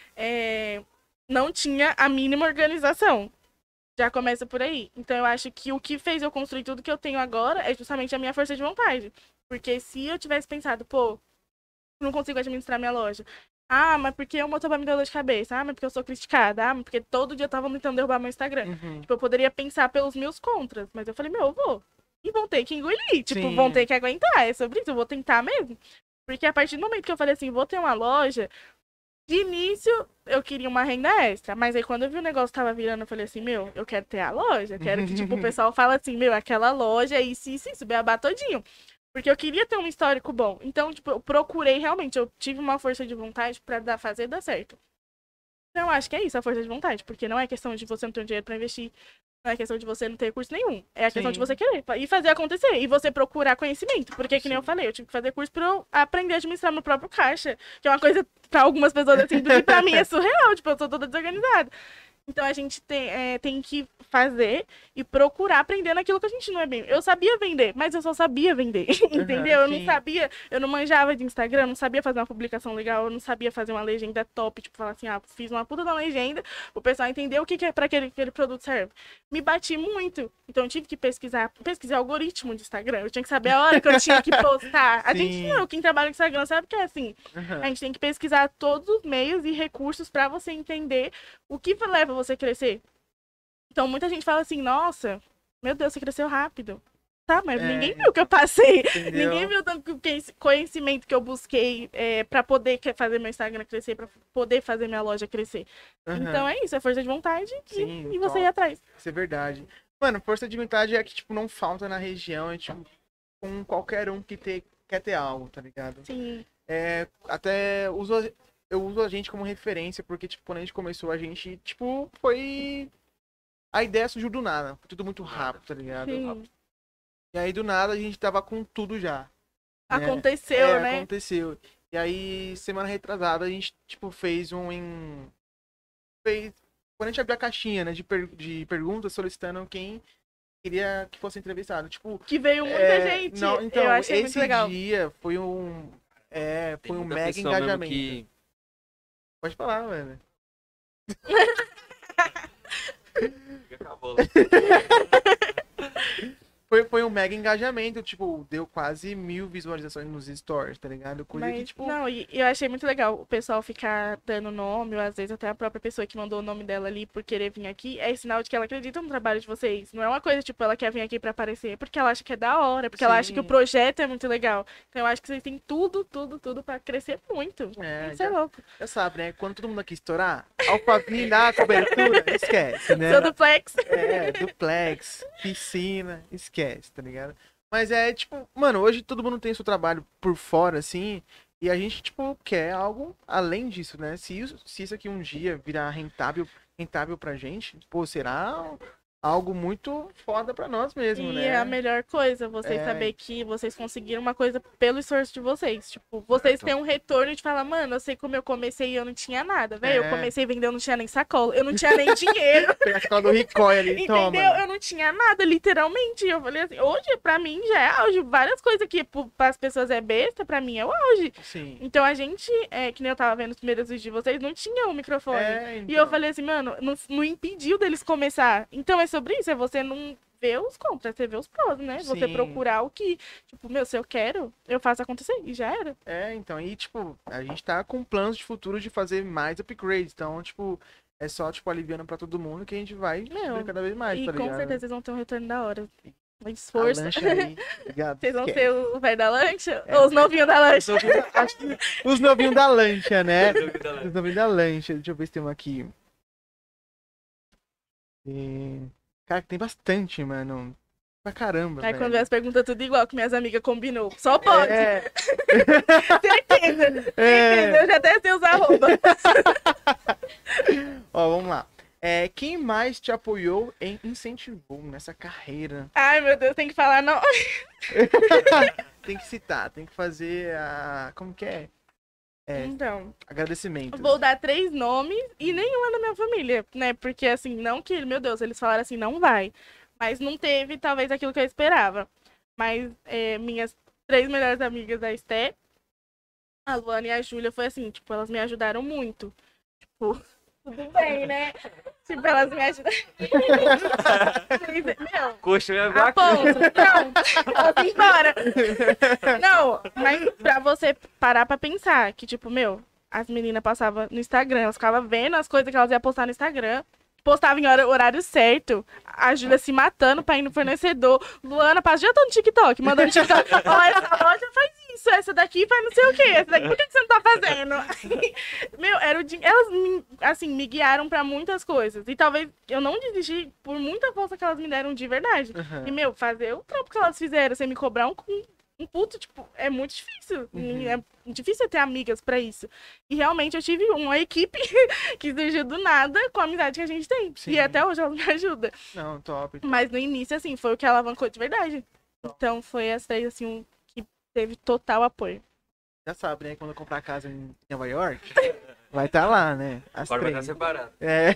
É, não tinha a mínima organização. Já começa por aí. Então eu acho que o que fez eu construir tudo que eu tenho agora é justamente a minha força de vontade. Porque se eu tivesse pensado, pô, não consigo administrar minha loja. Ah, mas porque o motor vai me dar dor de cabeça? Ah, mas porque eu sou criticada? Ah, mas porque todo dia eu tava tentando derrubar meu Instagram. Uhum. Tipo, eu poderia pensar pelos meus contras. Mas eu falei, meu, eu vou. E vão ter que engolir. Tipo, Sim. vão ter que aguentar. É sobre isso, eu vou tentar mesmo. Porque a partir do momento que eu falei assim, vou ter uma loja, de início eu queria uma renda extra. Mas aí quando eu vi o negócio tava virando, eu falei assim, meu, eu quero ter a loja. Quero que, tipo, o pessoal fala assim, meu, aquela loja é isso, isso, isso, beabá todinho. Porque eu queria ter um histórico bom. Então, tipo, eu procurei realmente, eu tive uma força de vontade pra dar, fazer dar certo. Então, eu acho que é isso, a força de vontade. Porque não é questão de você não ter um dinheiro pra investir. Não é questão de você não ter curso nenhum. É a questão Sim. de você querer e fazer acontecer. E você procurar conhecimento. Porque, que nem eu Sim. falei, eu tive que fazer curso pra eu aprender a administrar meu próprio caixa. Que é uma coisa, pra algumas pessoas, assim, que pra mim é surreal. Tipo, eu sou toda desorganizada. Então, a gente tem, é, tem que fazer e procurar aprender naquilo que a gente não é bem. Eu sabia vender, mas eu só sabia vender. Entendeu? Eu não sim. sabia, eu não manjava de Instagram, eu não sabia fazer uma publicação legal, eu não sabia fazer uma legenda top. Tipo, falar assim, ah, fiz uma puta da legenda, o pessoal entender o que, que é pra aquele, aquele produto serve. Me bati muito. Então, eu tive que pesquisar, pesquisar algoritmo de Instagram. Eu tinha que saber a hora que eu tinha que postar. A gente Sim. não, quem trabalha no Instagram sabe que é assim. Uhum. A gente tem que pesquisar todos os meios e recursos pra você entender o que leva você a crescer. Então, muita gente fala assim, nossa, meu Deus, você cresceu rápido. Tá, mas É. ninguém viu o que eu passei. Entendeu? Ninguém viu tanto que- conhecimento que eu busquei é, pra poder que- fazer meu Instagram crescer, pra poder fazer minha loja crescer. Uhum. Então, é isso, é força de vontade e, Sim, e você top. ir atrás. Isso é verdade. Mano, força de vontade é que, tipo, não falta na região. É, tipo, com qualquer um que ter, quer ter algo, tá ligado? Sim, É, até uso, a- eu uso a gente como referência, porque, tipo, quando a gente começou, a gente, tipo, foi... A ideia surgiu do nada. Foi tudo muito rápido, tá ligado? sim. E aí, do nada, a gente tava com tudo já. né? Aconteceu, É, né? aconteceu. E aí, semana retrasada, a gente, tipo, fez um em... Fez... Quando a gente abriu a caixinha, né, de, per... de perguntas solicitando quem queria que fosse entrevistado. Tipo, Que veio muita é, gente. não, então, eu achei esse muito legal. dia foi um... É, Tem foi um muita mega pessoa mesmo engajamento. que- Pode falar, mano. Acabou. Foi, foi um mega engajamento, tipo, deu quase mil visualizações nos stories, tá ligado? Coisa Mas, que, tipo... não, e e eu achei muito legal o pessoal ficar dando nome, ou às vezes até a própria pessoa que mandou o nome dela ali por querer vir aqui, é sinal de que ela acredita no trabalho de vocês. Não é uma coisa, tipo, ela quer vir aqui pra aparecer, porque ela acha que é da hora, porque ela acha que o Sim. projeto é muito legal. Então eu acho que vocês têm tudo, tudo, tudo pra crescer muito. É, Isso é já, louco. já sabe, né? Quando todo mundo aqui estourar, Alphaville na cobertura, esquece, né? Sou duplex. É, duplex, piscina, esquece, tá ligado? Mas é, tipo, mano, hoje todo mundo tem seu trabalho por fora, assim, e a gente, tipo, quer algo além disso, né? Se isso, se isso aqui um dia virar rentável, rentável pra gente, pô, será algo muito foda pra nós mesmo, E né? é a melhor coisa, vocês É. saber que vocês conseguiram uma coisa pelo esforço de vocês. Tipo, vocês Exato. têm um retorno de falar, mano, eu sei como eu comecei e eu não tinha nada, velho. Eu É. comecei vendendo, eu não tinha nem sacola, eu não tinha nem dinheiro. Pegar a escola do Ricoy ali, toma. Entendeu? Eu não tinha nada, literalmente. Eu falei assim, hoje, pra mim, já é auge. Várias coisas que para as pessoas é besta, pra mim é o auge. Sim. Então a gente, é, que nem eu tava vendo os primeiros vídeos de vocês, não tinha o microfone. É, E então. eu falei assim, mano, não, não impediu deles começar. Então é sobre isso, é você não ver os contras, você vê os prós, né? Você Sim. procurar o que, tipo, meu, se eu quero, eu faço acontecer. E já era. É, então, e tipo, a gente tá com planos de futuro de fazer mais upgrades. Então, tipo, é só, tipo, aliviando pra todo mundo que a gente vai Meu, subir cada vez mais, e tá com ligado? certeza vocês vão ter um retorno da hora. Um A esforço. lancha aí, ligado? Vocês vão Esquece. ser o velho da lancha? É, Ou os novinhos da Os lancha? novinhos, acho que os novinhos da lancha, né? Dúvida, né? Os novinhos da lancha. Deixa eu ver se tem uma aqui. E... Cara, tem bastante, mano. Pra caramba, Aí velho. quando vê as perguntas tudo igual que minhas amigas combinou. Só pode. É, Certeza. é. Certeza. Eu já até sei usar roupa. Ó, vamos lá. É, quem mais te apoiou e incentivou nessa carreira? Ai, meu Deus, tem que falar não. Tem que citar, tem que fazer a... Como que é? É, Então, agradecimento. vou dar três nomes e nenhum é da minha família, né? Porque assim, não que, meu Deus, eles falaram assim, não vai. Mas não teve, talvez, aquilo que eu esperava. Mas é, minhas três melhores amigas da Esté, a Luana e a Júlia, foi assim, tipo, elas me ajudaram muito. Tipo, tudo bem, né? Tipo, elas me ajudaram. Meu, Coxa, é Afonso, não, posso ir embora. Não, mas pra você parar pra pensar que, tipo, meu, as meninas passavam no Instagram, elas ficavam vendo as coisas que elas iam postar no Instagram. Postava em hora, horário certo. A Júlia se matando pra ir no fornecedor. Luana passa, já tô no TikTok, mandando TikTok. Ó, essa loja faz isso, essa daqui faz não sei o quê. Essa daqui, por que, que você não tá fazendo? Meu, era o din... elas, me, assim, me guiaram pra muitas coisas. E talvez eu não desisti por muita força que elas me deram de verdade. Uhum. E, meu, fazer o trampo que elas fizeram, sem me cobrar um, um puto, tipo, é muito difícil. Uhum. É difícil ter amigas pra isso. E realmente eu tive uma equipe que surgiu do nada com a amizade que a gente tem. Sim. E até hoje ela me ajuda. Não, top. Mas no início, assim, foi o que alavancou de verdade. Então foi as três, assim, um que teve total apoio. Já sabe, né? Quando eu comprar casa em Nova York, vai estar lá, né? As Agora vai três. estar separado. É.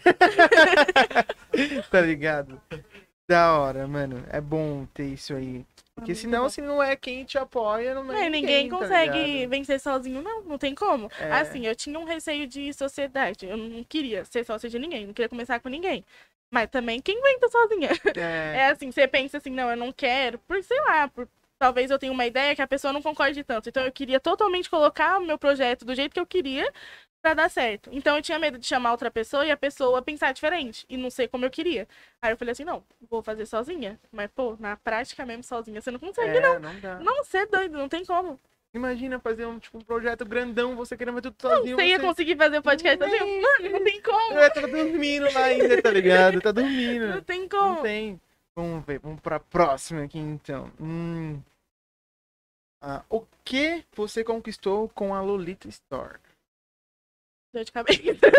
Tá ligado? Da hora, mano. É bom ter isso aí. Porque muito senão, bom. se não é quem te apoia, não é É, ninguém, ninguém tá consegue ligado? vencer sozinho, não. Não tem como. É. Assim, eu tinha um receio de sociedade. Eu não queria ser sócia de ninguém. Não queria começar com ninguém. Mas também, quem aguenta sozinha? É. É assim, você pensa assim, não, eu não quero. Por, sei lá, por... talvez eu tenha uma ideia que a pessoa não concorde tanto. Então eu queria totalmente colocar o meu projeto do jeito que eu queria pra dar certo. Então eu tinha medo de chamar outra pessoa e a pessoa pensar diferente e não ser como eu queria. Aí eu falei assim, não, vou fazer sozinha. Mas, pô, na prática mesmo, sozinha, você não consegue, É, não. não dá. Não, você é doido, não tem como. Imagina fazer um, tipo, um projeto grandão, você querendo fazer tudo Não, sozinho. você ia conseguir fazer o podcast sozinho? Mano, não tem como. É, tá dormindo lá ainda, tá ligado? Tá dormindo. Não tem Não como. tem. Vamos ver, vamos pra próxima aqui então. Hum. Ah, o que você conquistou com a Lolita Store? Dor de cabeça.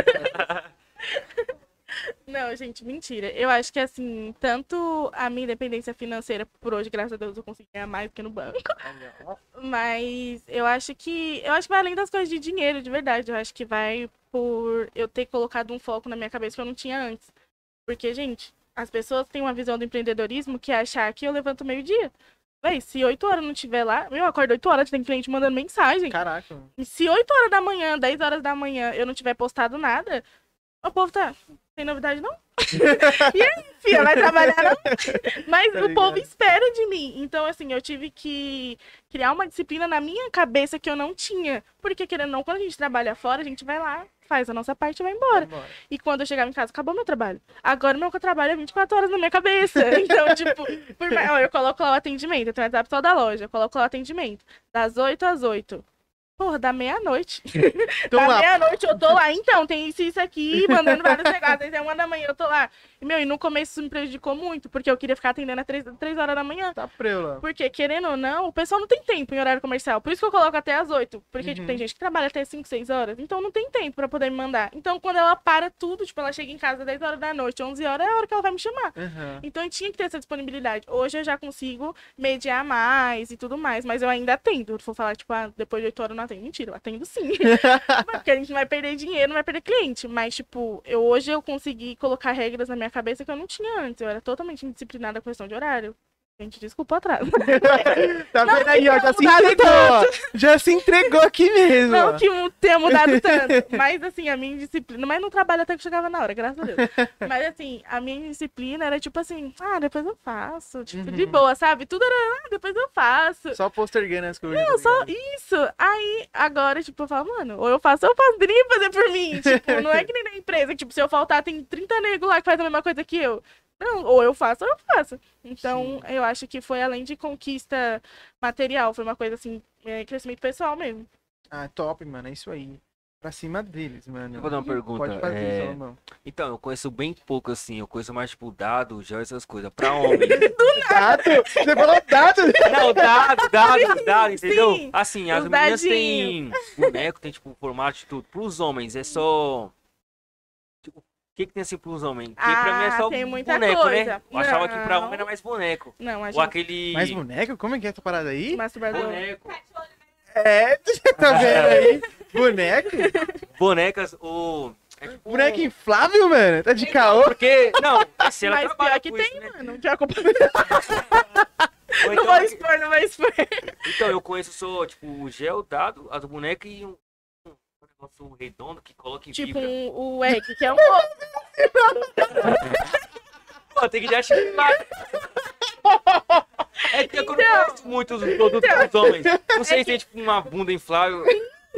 Não, gente, mentira. Eu acho que, assim, tanto a minha independência financeira, por hoje, graças a Deus, eu consigo ganhar mais do que no banco. Mas eu acho que. Eu acho que vai além das coisas de dinheiro, de verdade. Eu acho que vai por eu ter colocado um foco na minha cabeça que eu não tinha antes. Porque, gente, as pessoas têm uma visão do empreendedorismo que é achar que eu levanto meio-dia. Véi, se oito horas não tiver lá, eu acordo oito horas, tem cliente mandando mensagem. Caraca. E se oito horas da manhã, dez horas da manhã, eu não tiver postado nada, o povo tá. Tem novidade, não? E aí, filha, vai trabalhar, não? Mas Tá o povo ligado? espera de mim. Então, assim, eu tive que criar uma disciplina na minha cabeça que eu não tinha. Porque, querendo ou não, quando a gente trabalha fora, a gente vai lá, faz a nossa parte e vai embora. Vambora. E quando eu chegava em casa, acabou meu trabalho. Agora, meu trabalho é vinte e quatro horas na minha cabeça. Então, tipo, por mais... Ó, eu coloco lá o atendimento. Eu tenho o WhatsApp só da loja. Eu coloco lá o atendimento. Das oito às oito. Porra, da meia-noite. Tô da lá. meia-noite eu tô lá. Então, tem isso e isso aqui, mandando vários regados. Aí é uma da manhã eu tô lá. E, meu, e no começo isso me prejudicou muito, porque eu queria ficar atendendo às três, três horas da manhã. Tá preula. Porque, querendo ou não, o pessoal não tem tempo em horário comercial. Por isso que eu coloco até às oito. Porque, Uhum. tipo, tem gente que trabalha até cinco, seis horas. Então não tem tempo pra poder me mandar. Então, quando ela para tudo, tipo, ela chega em casa às dez horas da noite, onze horas, é a hora que ela vai me chamar. Uhum. Então eu tinha que ter essa disponibilidade. Hoje eu já consigo mediar mais e tudo mais, mas eu ainda atendo. Se for falar, tipo, ah, depois de oito horas eu não atendo. Mentira, eu atendo sim. Porque a gente não vai perder dinheiro, não vai perder cliente. Mas, tipo, eu, hoje eu consegui colocar regras na minha cabeça que eu não tinha antes. Eu era totalmente indisciplinada com questão de horário. Gente, desculpa o atraso. Tá Não vendo aí, ó? Já se tenha mudado entregou. ó. Já se entregou aqui mesmo. Não ó. que mu- tenha mudado tanto. Mas, assim, a minha disciplina... Mas no trabalho até que chegava na hora, graças a Deus. Mas, assim, a minha disciplina era, tipo assim... Ah, depois eu faço. Tipo, de Uhum. boa, sabe? Tudo era... Ah, depois eu faço. Só postergando as coisas. Não, tá só ligado? isso. Aí, agora, tipo, eu falo, mano, ou eu faço, ou eu faço. Nem fazer por mim. Tipo, não é que nem na empresa. que, Tipo, se eu faltar, tem trinta negros lá que faz a mesma coisa que eu. Não, ou eu faço, ou eu faço. Então, eu acho que foi além de conquista material. Foi uma coisa, assim, é, crescimento pessoal mesmo. Ah, top, mano. É isso aí. Pra cima deles, mano. Eu vou dar uma pergunta. Pode fazer, é, Salomão. Então, eu conheço bem pouco, assim. Eu conheço mais, tipo, dado, já essas coisas. Pra homens. Dado? Você falou dado? Não, dado, dado, dado, entendeu? Sim, Assim, as os meninas dadinhos. têm boneco, tem, tipo, formato de tudo. Pros homens, é só... Tipo, o que que tem, assim, pros homens? Porque pra mim é Ah, só tem muita boneco, né? coisa. Eu achava que pra Não. homem era mais boneco. Não, a Ou gente... aquele... Mais boneco? Como é que é essa parada aí? Masturbador. Boneco. É, você tá vendo aí? Boneco? Bonecas, ou... É tipo Boneco um- inflável, mano? Tá de caô? Porque, não, assim, ela Mas trabalha pior que com tem, isso, né? mano. Já comprei. Ou Não então, vou expor, não vou expor. então, eu conheço só, tipo, o gel dado, a do boneco e um, um negócio redondo que coloca em Tipo vibra. um, o egg, que é um. Pô, tem que já chilar. É que eu não Então. conheço muito os produtos dos homens. Não sei se é tipo uma bunda inflável.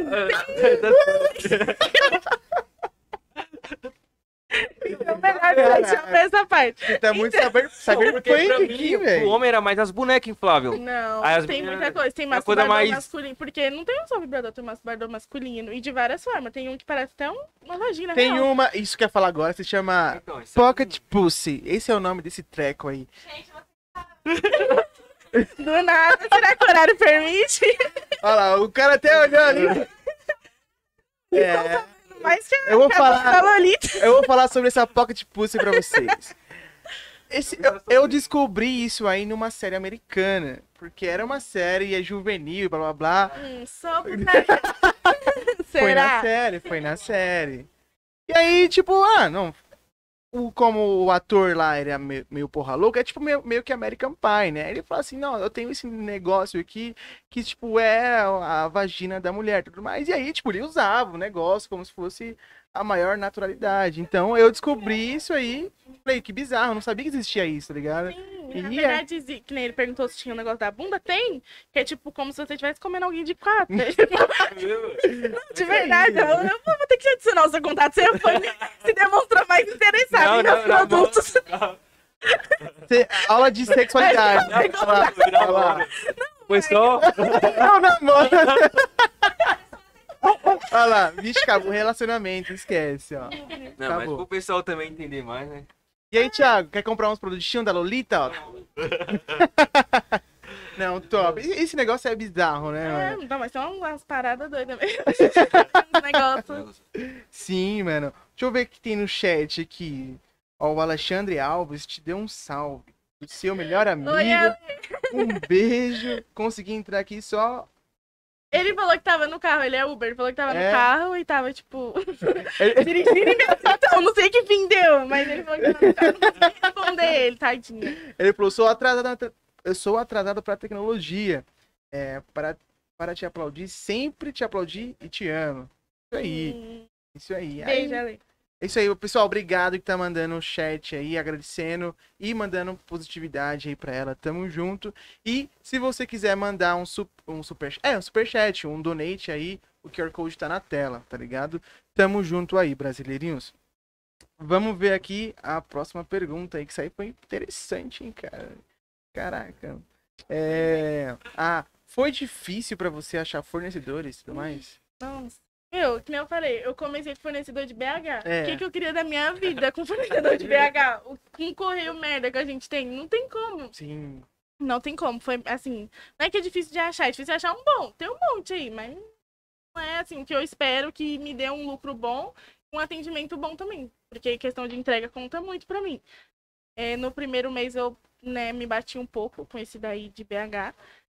Então, melhor deixar pra essa parte. Você tá muito Então. cyber, Porque pra cyberpunk mim, aqui, o velho. homem era mais as bonecas infláveis. Não, Aí as tem meninas- muita coisa. Tem uma coisa masturbador mais- masculino. Porque não tem um só vibrador, tem masturbador masculino. E de várias formas. Tem um que parece até um- uma vagina Tem real. uma, isso que eu ia falar agora, se chama Então, isso é- Pocket Pussy. Esse é o nome desse treco aí. Do nada, será que o horário permite? Olha lá, o cara até olhou ali. É, Mas que eu vou a falar, Lolita. eu vou falar sobre essa Pocket Pussy pra vocês. Esse, eu, eu descobri isso aí numa série americana. Porque era uma série, é juvenil, blá blá blá. Hum, só boneca. Foi na Será? série, foi na série. E aí, tipo, ah, não. O, como o ator lá era meio, meio porra louca, é tipo meio, meio que American Pie, né? Ele fala assim, não, eu tenho esse negócio aqui que, tipo, é a vagina da mulher e tudo mais. E aí, tipo, ele usava o negócio como se fosse a maior naturalidade. Então, eu descobri isso aí, falei, que bizarro, eu não sabia que existia isso, tá ligado? Sim, na E verdade, exi- que nem ele perguntou se tinha um negócio da bunda, tem. Que é tipo como se você estivesse comendo alguém de quatro. É, tipo, de verdade, eu, eu vou ter que adicionar o seu contato. Você foi, se demonstrou mais interessado Não, em não, meus não, produtos. Cê- aula de sexualidade. Olha lá, olha lá. Foi só. Não, namoro. Olha lá, vixe, acabou o relacionamento, esquece, ó. Não, mas Acabou. pro pessoal também entender mais, né? E aí, Thiago, quer comprar uns produtinhos da Lolita, ó? Não, top. E- Esse negócio é bizarro, né, É, mano? não, mas são umas paradas doidas mesmo. Uns negócios. Sim, mano. Deixa eu ver o que tem no chat aqui. Ó, o Alexandre Alves te deu um salve. O seu melhor amigo. Oi, Ale. Um beijo. Consegui entrar aqui só. Ele falou que tava no carro, ele é Uber, ele falou que tava É? no carro e tava, tipo, Ele- dirigindo e me então, não sei que fim deu, mas ele falou que tava no carro, não consegui responder ele, tadinho. Ele falou, sou atrasado, na te- eu sou atrasado pra tecnologia. É, para, para te aplaudir, sempre te aplaudir e te amo. Isso aí, Hum, isso aí. Beijo, Aí, Ale. é isso aí, pessoal. Obrigado que tá mandando um chat aí, agradecendo e mandando positividade aí pra ela. Tamo junto. E se você quiser mandar um, su um super é, um super chat, um donate aí, o Q R Code tá na tela, tá ligado? Tamo junto aí, brasileirinhos. Vamos ver aqui a próxima pergunta aí, que isso aí foi interessante, hein, cara. Caraca. É... Ah, foi difícil pra você achar fornecedores e tudo mais? Nossa. Meu, que nem eu falei, eu comecei com fornecedor de B H. É. O que, que eu queria da minha vida com fornecedor de B H? O, com o correio merda que a gente tem, não tem como. Sim. Não tem como. Foi assim, não é que é difícil de achar, é difícil de achar um bom. Tem um monte aí, mas não é assim que eu espero que me dê um lucro bom, um atendimento bom também. Porque questão de entrega conta muito pra mim. É, no primeiro mês eu né, me bati um pouco com esse daí de B H.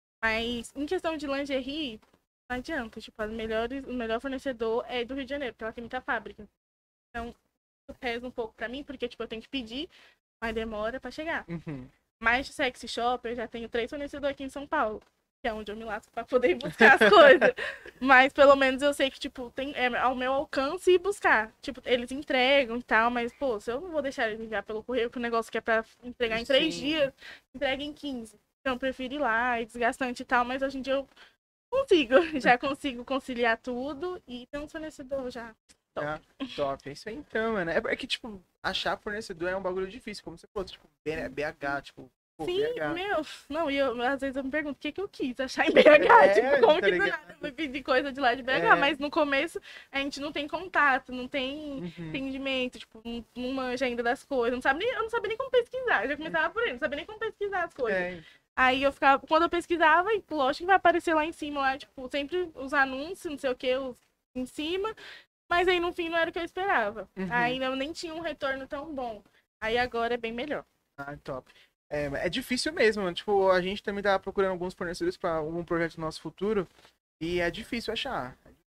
Mas em questão de lingerie, não adianta. Tipo, as melhores, o melhor fornecedor é do Rio de Janeiro, porque ela tem muita fábrica. Então, isso pesa um pouco pra mim, porque tipo, eu tenho que pedir, mas demora pra chegar. Uhum. Mais de sexy shop, eu já tenho três fornecedores aqui em São Paulo, que é onde eu me lasco pra poder ir buscar as coisas. Mas pelo menos eu sei que, tipo, tem, é ao meu alcance ir buscar. Tipo, eles entregam e tal, mas, pô, se eu não vou deixar eles enviar pelo correio, que o negócio que é pra entregar em três Sim. dias, entrega em quinze. Então eu prefiro ir lá, é desgastante e tal, mas hoje em dia eu consigo, já consigo conciliar tudo e ter um fornecedor já. Top. Ah, top. É isso aí então, mano. É, é que, tipo, achar fornecedor é um bagulho difícil, como você falou, tipo, B- BH, tipo, pô, Sim, B H. meu. Não, e eu, às vezes eu me pergunto o que, que eu quis achar em B H. É, tipo, como tá que do ligado? nada eu fui pedir coisa de lá de B H? É. Mas no começo a gente não tem contato, não tem Uhum. entendimento, tipo, não, não manja ainda das coisas. Não sabe nem, eu não sabia nem como pesquisar. Eu já começava por aí, não sabia nem como pesquisar as coisas. É, Aí eu ficava, quando eu pesquisava, e lógico que vai aparecer lá em cima, lá, tipo, sempre os anúncios, não sei o que, os, em cima. Mas aí no fim não era o que eu esperava. Uhum. Aí eu nem tinha um retorno tão bom. Aí agora é bem melhor. ah, top. É, é difícil mesmo, mano. Tipo, a gente também tava procurando alguns fornecedores pra algum projeto do nosso futuro e é difícil achar.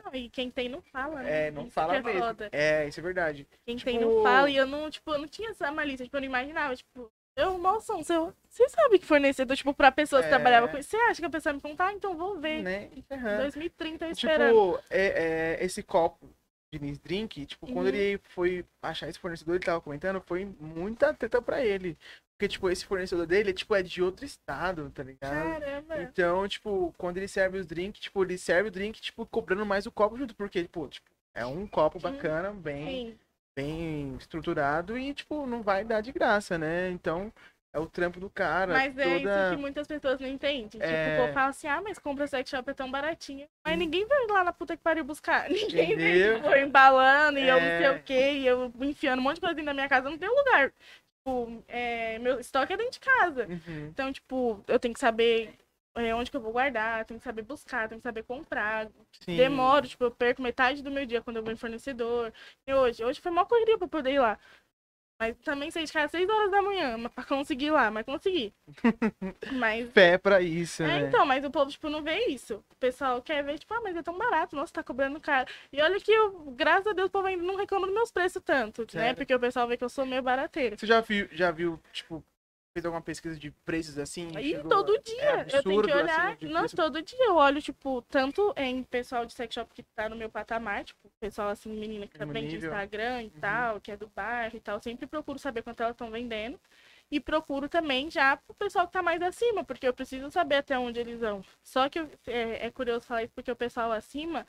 Não, e quem tem não fala, né? É, não Isso fala que é mesmo. foda. É, isso é verdade. Quem Tipo- tem não fala, e eu não, tipo, eu não tinha essa malícia, tipo, eu não imaginava, tipo, eu, moção, você, você sabe que fornecedor, tipo, pra pessoa que É. trabalhava com isso, você acha que a pessoa me contar? Ah, então vou ver. Né? Aham. dois mil e trinta eu esperando. Tipo, é, é, esse copo de Nis Drink, tipo, quando Uhum. ele foi achar esse fornecedor, ele tava comentando, foi muita treta pra ele. Porque, tipo, esse fornecedor dele, tipo, é de outro estado, tá ligado? Caramba. Então, tipo, quando ele serve os drinks, tipo, ele serve o drink, tipo, cobrando mais o copo junto. Porque, pô, tipo, é um copo bacana, bem, Sim. bem estruturado e, tipo, não vai dar de graça, né? Então, é o trampo do cara. Mas é isso toda... que muitas pessoas não entendem. Tipo, É. o povo fala assim, ah, mas compra sex shop é tão baratinho. Mas ninguém vai lá na puta que pariu buscar. Ninguém vê, Entendeu? tipo, eu embalando e eu não sei É. o quê, e eu enfiando um monte de coisa dentro da minha casa, não tem lugar. Tipo, é, meu estoque é dentro de casa. Uhum. Então, tipo, eu tenho que saber é, onde que eu vou guardar, tenho que saber buscar, tenho que saber comprar. Sim. Demoro, tipo, eu perco metade do meu dia quando eu vou em fornecedor. E hoje, hoje foi uma correria pra poder ir lá. Mas também saí de casa às seis horas da manhã, mas pra conseguir ir lá, mas consegui. Mas. Fé pra isso, É, né? então, mas o povo, tipo, não vê isso. O pessoal quer ver, tipo, ah, mas é tão barato, nossa, tá cobrando caro. E olha que, eu, graças a Deus, o povo ainda não reclama dos meus preços tanto, né? Sério? Porque o pessoal vê que eu sou meio barateira. Você já viu, já viu, tipo, fez alguma pesquisa de preços assim? E Chegou- todo é dia, eu tenho absurdo, que olhar. assim, de não, preço- todo dia eu olho, tipo, tanto em pessoal de sex shop que tá no meu patamar, tipo, pessoal assim, menina que No também de nível. Instagram e Uhum. tal, que é do bairro e tal. Eu sempre procuro saber quanto elas estão vendendo. E procuro também já pro pessoal que tá mais acima, porque eu preciso saber até onde eles vão. Só que eu- é, é curioso falar isso, porque o pessoal acima,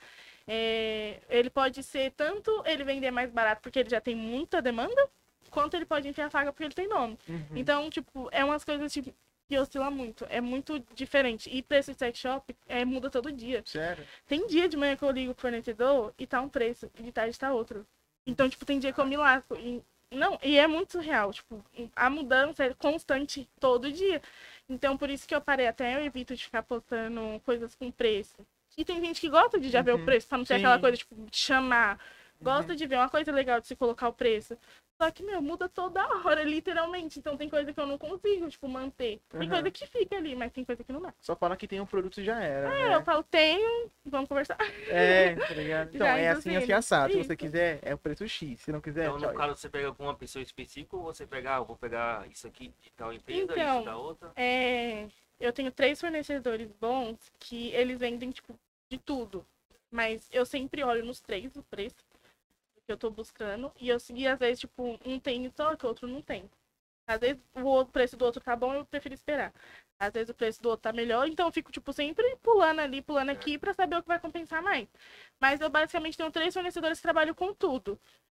é, ele pode ser tanto ele vender mais barato porque ele já tem muita demanda, quanto ele pode enfiar a faca porque ele tem nome. Uhum. Então, tipo, é umas coisas tipo, que oscila muito. É muito diferente. E preço de sex shop é, muda todo dia. Sério? Tem dia de manhã que eu ligo pro fornecedor e tá um preço, e de tarde tá outro. Então, tipo, tem dia que eu me lasco. E, não, e é muito surreal. Tipo, a mudança é constante todo dia. Então, por isso que eu parei até, eu evito de ficar postando coisas com preço. E tem gente que gosta de já ver Uhum. o preço, pra não ser Sim. aquela coisa, tipo, de chamar. Gosta Uhum. de ver uma coisa legal de se colocar o preço. Só que, meu, muda toda hora, literalmente. Então tem coisa que eu não consigo, tipo, manter. Tem Uhum. coisa que fica ali, mas tem coisa que não dá. Só fala que tem um produto e já era. É, né? eu falo, tenho, vamos conversar. É, tá ligado? Então, Já é assim, induzindo. assim, assado. Se você Isso. quiser, é o preço X. Se não quiser, Então, no tchau. caso, você pega alguma pessoa específica ou você pegar, eu vou pegar isso aqui de tal empresa, Então, isso da outra? É, eu tenho três fornecedores bons que eles vendem, tipo, de tudo. Mas eu sempre olho nos três o preço que eu tô buscando. E eu segui, às vezes, tipo, um tem estoque, o outro não tem. Às vezes o outro- preço do outro tá bom, eu prefiro esperar. Às vezes o preço do outro tá melhor, então eu fico, tipo, sempre pulando ali, pulando aqui pra saber o que vai compensar mais. Mas eu basicamente tenho três fornecedores que trabalham com tudo.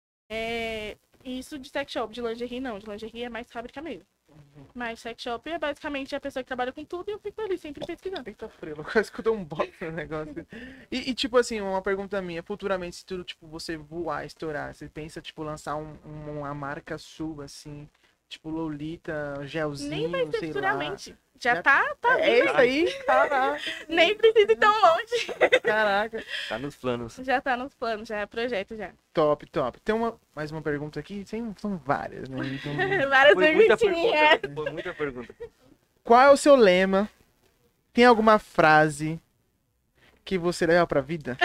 É, isso de sex shop, de lingerie não. De lingerie é mais fábrica mesmo. Mas sex shop é basicamente a pessoa que trabalha com tudo e eu fico ali sempre pesquisando. Eita, frelo, quase que eu dou um bote no negócio. E, e, tipo assim, uma pergunta minha, futuramente, se tudo, tipo, você voar, estourar, você pensa, tipo, lançar um, um- uma marca sua, assim, tipo, Lolita, gelzinho, Nem vai ser sei lá. futuramente. Já, Já- tá, tá É vindo isso aí? Caraca, Nem precisa ir tão longe. caraca. Tá nos planos. Já tá nos planos, já é projeto já. Top, top. Tem uma, mais uma pergunta aqui? Tem, são várias, né? Então, Várias Foi muita perguntinhas. pergunta. Foi muita pergunta. qual é o seu lema? Tem alguma frase que você leva pra vida?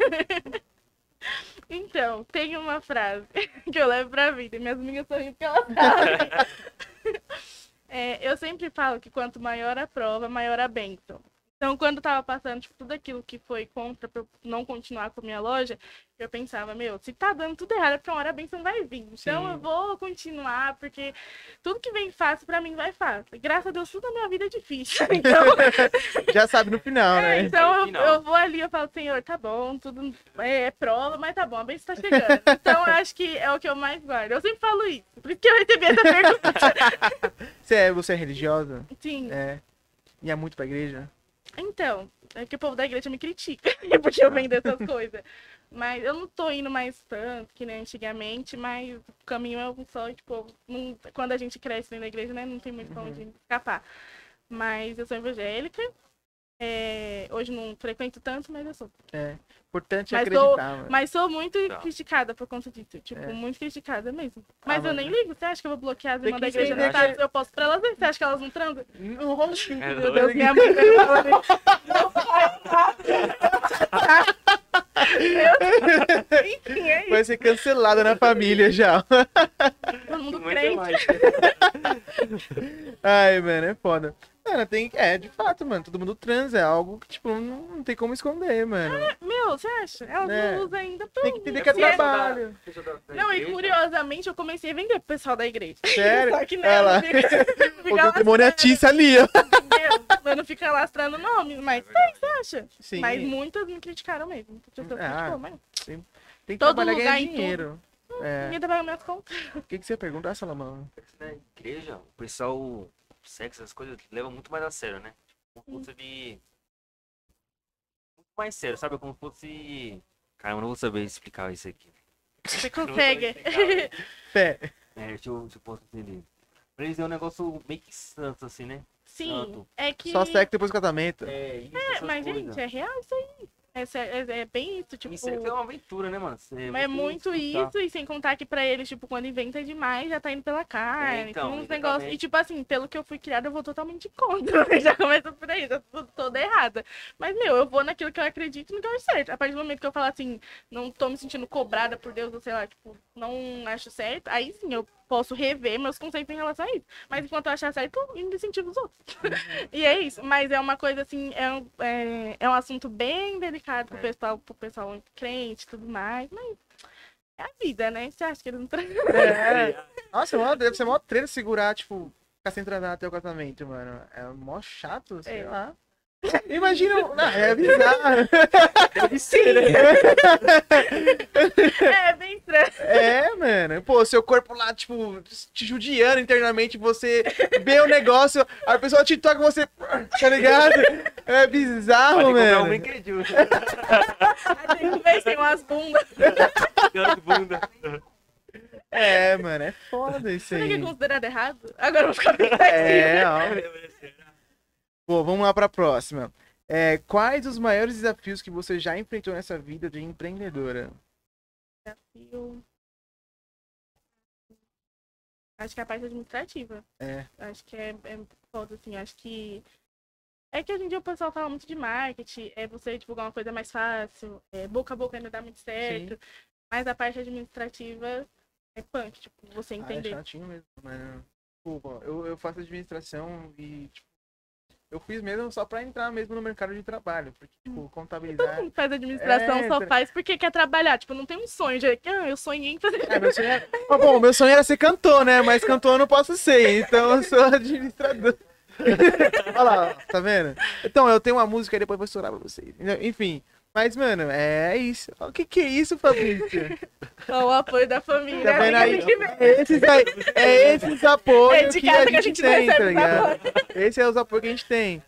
Então, tem uma frase que eu levo pra vida. E minhas amigas sorriem porque elas sabem. É, eu sempre falo que quanto maior a prova, maior a bênção. Então, quando eu tava passando tipo, tudo aquilo que foi contra pra eu não continuar com a minha loja, eu pensava, meu, se tá dando tudo errado, é porque uma hora a bênção vai vir. Então, Sim. eu vou continuar, porque tudo que vem fácil, pra mim, vai fácil. Graças a Deus, tudo na minha vida é difícil. Então, Já sabe no final, é, né? então eu, Final. eu vou ali, eu falo, Senhor, tá bom, tudo é, é prova, mas tá bom, a bênção tá chegando. Então, eu acho que é o que eu mais guardo. Eu sempre falo isso, por isso que eu recebi essa pergunta. Você é, você é religiosa? Sim. É. E é muito pra igreja? Então, é que o povo da igreja me critica, porque eu vendo essas coisas. Mas eu não tô indo mais tanto, que nem antigamente, mas o caminho é um só, e, tipo, não- quando a gente cresce dentro da igreja, né, não tem muito pra onde escapar. Mas eu sou evangélica, é, hoje não frequento tanto, mas eu sou. É. Importante é Mas sou- acreditar, mano. Mas sou muito Tá. criticada por conta disso, tipo, É. muito criticada mesmo. Mas Ah, eu mano. nem ligo, você acha que eu vou bloquear as Tem irmãs que da igreja entender no que- status? Eu posso pra elas ver, você acha que elas não transam? Não rola assim. É Meu doido. Deus, minha mãe vai falar assim. vai ser cancelada na família já. Todo mundo Muito crente. mais. Ai, mano, é foda. Mano, tem. É, de fato, mano, todo mundo trans, é algo que, tipo, não, não tem como esconder, mano. Meu, você acha? Elas É. não usam ainda Tem tão... que entender que é Se é- trabalho. Não, e curiosamente eu comecei a vender pro pessoal da igreja. Sério? Só que Ela- nela fica, O fica demônio é a Tissa ali, ó. entendeu? Mas não fica lastrando nomes, mas tem, você acha? Sim. Mas muitas me criticaram mesmo. Muitas pessoas Ah. criticou, mas Tem que todo trabalhar e ganhar lugar em dinheiro. É. ninguém trabalha minhas contas. O que, que você ia perguntar, Salomão? Na igreja, o pessoal, o sexo, essas coisas, leva muito mais a sério, né? Como fosse de. Muito mais sério, sabe? Como fosse. Caramba, eu não vou saber explicar isso aqui. Você Eu não vou saber consegue. explicar, velho. Fé. É, deixa eu, deixa eu posso entender. Pra eles é um negócio meio que santo, assim, né? Sim, Santo. é que... Só sexo depois do casamento. É, isso, É, essas mas, coisas. gente, é real isso aí. É, sé- é, é bem isso, tipo... Isso é uma aventura, né, mano? Você- Mas é você muito escutar. isso, e sem contar que pra eles, tipo, quando inventa demais, já tá indo pela carne, É, então, tem uns exatamente. negócios. E, tipo assim, pelo que eu fui criada, eu vou totalmente contra. Já começa por aí, tá tudo toda errada. Mas, meu, eu vou naquilo que eu acredito e no que eu acho certo. A partir do momento que eu falar assim, não tô me sentindo cobrada por Deus, ou sei lá, tipo, não acho certo, aí sim eu posso rever meus conceitos em relação a isso. Mas enquanto eu achar certo, eu incentivo os outros. E é isso. Mas é uma coisa assim, é um, é, é um assunto bem delicado pro É. pessoal, pro pessoal crente e tudo mais. Mas é a vida, né? Você acha que eles não tra- É. Nossa, mó- deve ser mó treta segurar, tipo, ficar sem transar até o casamento, mano. É mó chato, sei É. lá. Imagina. Não, é bizarro. Deve ser, né? É bem estranho. É, mano. Pô, seu corpo lá, tipo, te judiando internamente, você vê o negócio, a pessoa te toca você. Tá ligado? É bizarro, Pode comprar um mano. brinquedinho. Aí tem que ver se tem umas bundas. Pior que bunda. É, mano, é foda isso Será que é aí. considerado errado? Agora eu vou ficar pensativa. É, ó. Pô, vamos lá pra próxima. É, quais os maiores desafios que você já enfrentou nessa vida de empreendedora? Desafio. Acho que é a parte administrativa. É. Acho que é, é foda, assim. Acho que. É que hoje em dia o pessoal fala muito de marketing, é você divulgar uma coisa mais fácil, é, boca a boca ainda dá muito certo. Mas a parte administrativa é punk, tipo, você Ah, é entender. chatinho mesmo, mano. Pô, eu, eu faço administração e, tipo, eu fiz mesmo só pra entrar mesmo no mercado de trabalho. Porque, tipo, Todo contabilidade. mundo faz administração, É, só tra- faz porque quer trabalhar. Tipo, não tem um sonho de, ah, eu sonhei em fazer. É, meu sonho era... Ah, bom, meu sonho era ser cantor, né? Mas cantor eu não posso ser, então eu sou administrador. Olha lá, ó, tá vendo? Então, eu tenho uma música e depois eu vou estourar pra vocês. Enfim, mas, mano, é isso. O que que é isso, Fabrício? Com o apoio da família. Tá vendo aí? assim que a gente vê. É esses, aí, é esses apoios É de que, casa a que a gente gente tem, tá recebe os ligado? Esse é os apoios que a gente tem.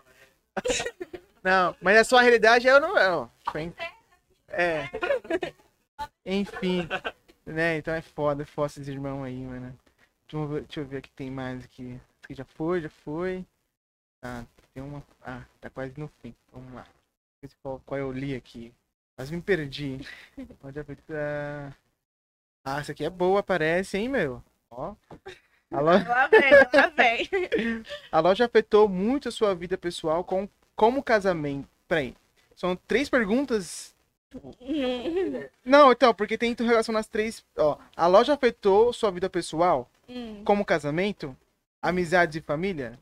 Não, mas a sua realidade eu não... eu- É. Enfim. Né, então é foda, é foda esses irmãos aí, mano. Deixa eu ver, deixa eu ver o que tem mais aqui. Isso aqui já foi, já foi. Ah, tem uma... Ah, tá quase no fim. Vamos lá. Ver se Qual, qual eu li aqui. Quase me perdi. Pode apertar. Ah, essa aqui é boa, parece, hein, meu? Ó. A loja, Lá vem, lá vem. a loja afetou muito a sua vida pessoal com, como casamento. Peraí. São três perguntas. Não, então, porque tem relação nas três. Ó, a loja afetou sua vida pessoal Hum. como casamento, amizades e família?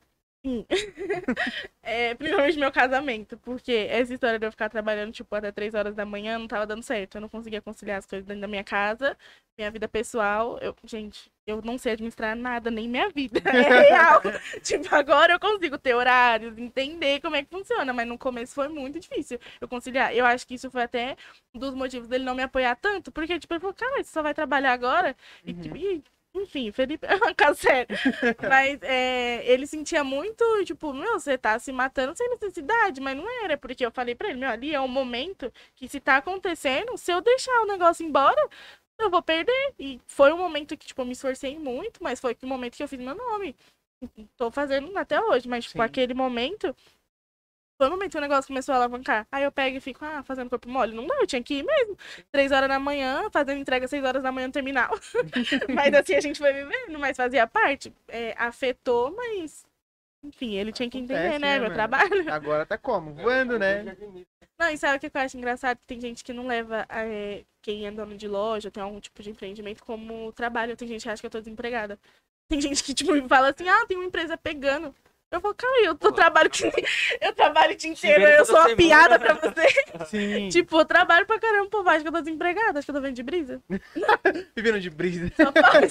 É, principalmente meu casamento, porque essa história de eu ficar trabalhando, tipo, até três horas da manhã não tava dando certo. Eu não conseguia conciliar as coisas dentro da minha casa, minha vida pessoal. Eu, gente, eu não sei administrar nada, nem minha vida. É real. Tipo, agora eu consigo ter horários, entender como é que funciona, mas no começo foi muito difícil eu conciliar. Eu acho que isso foi até um dos motivos dele não me apoiar tanto, porque, tipo, ele falou, cara, você só vai trabalhar agora? E, Uhum. tipo, e, enfim, Felipe é uma casa séria. Mas é, ele sentia muito, tipo, meu, você tá se matando sem necessidade, mas não era, porque eu falei pra ele, meu, ali é um momento que se tá acontecendo, se eu deixar o negócio embora, eu vou perder. E foi um momento que, tipo, eu me esforcei muito, mas foi o momento que eu fiz meu nome. Tô fazendo até hoje, mas, tipo, Sim. aquele momento... Foi o momento que o negócio começou a alavancar. Aí eu pego e fico, ah, fazendo corpo mole. Não dá, eu tinha que ir mesmo. Três horas da manhã, fazendo entrega seis horas da manhã no terminal. Mas assim a gente foi vivendo, mas fazia parte. É, afetou, mas... Enfim, ele tinha que entender, Acontece, né? né, Meu mano? trabalho. Agora tá como? Voando, né? Não, Não, e sabe o que eu acho engraçado? Tem gente que não leva é, quem é dono de loja, tem algum tipo de empreendimento como trabalho. Tem gente que acha que eu tô desempregada. Tem gente que, tipo, me fala assim, ah, tem uma empresa pegando. Eu falo, cara, eu tô trabalho que eu trabalho o dia inteiro, eu sou uma piada pra você. Sim. Tipo, eu trabalho pra caramba, pô, acho que eu tô desempregada, acho que eu tô vendo de brisa. Vivendo de brisa. Só pode.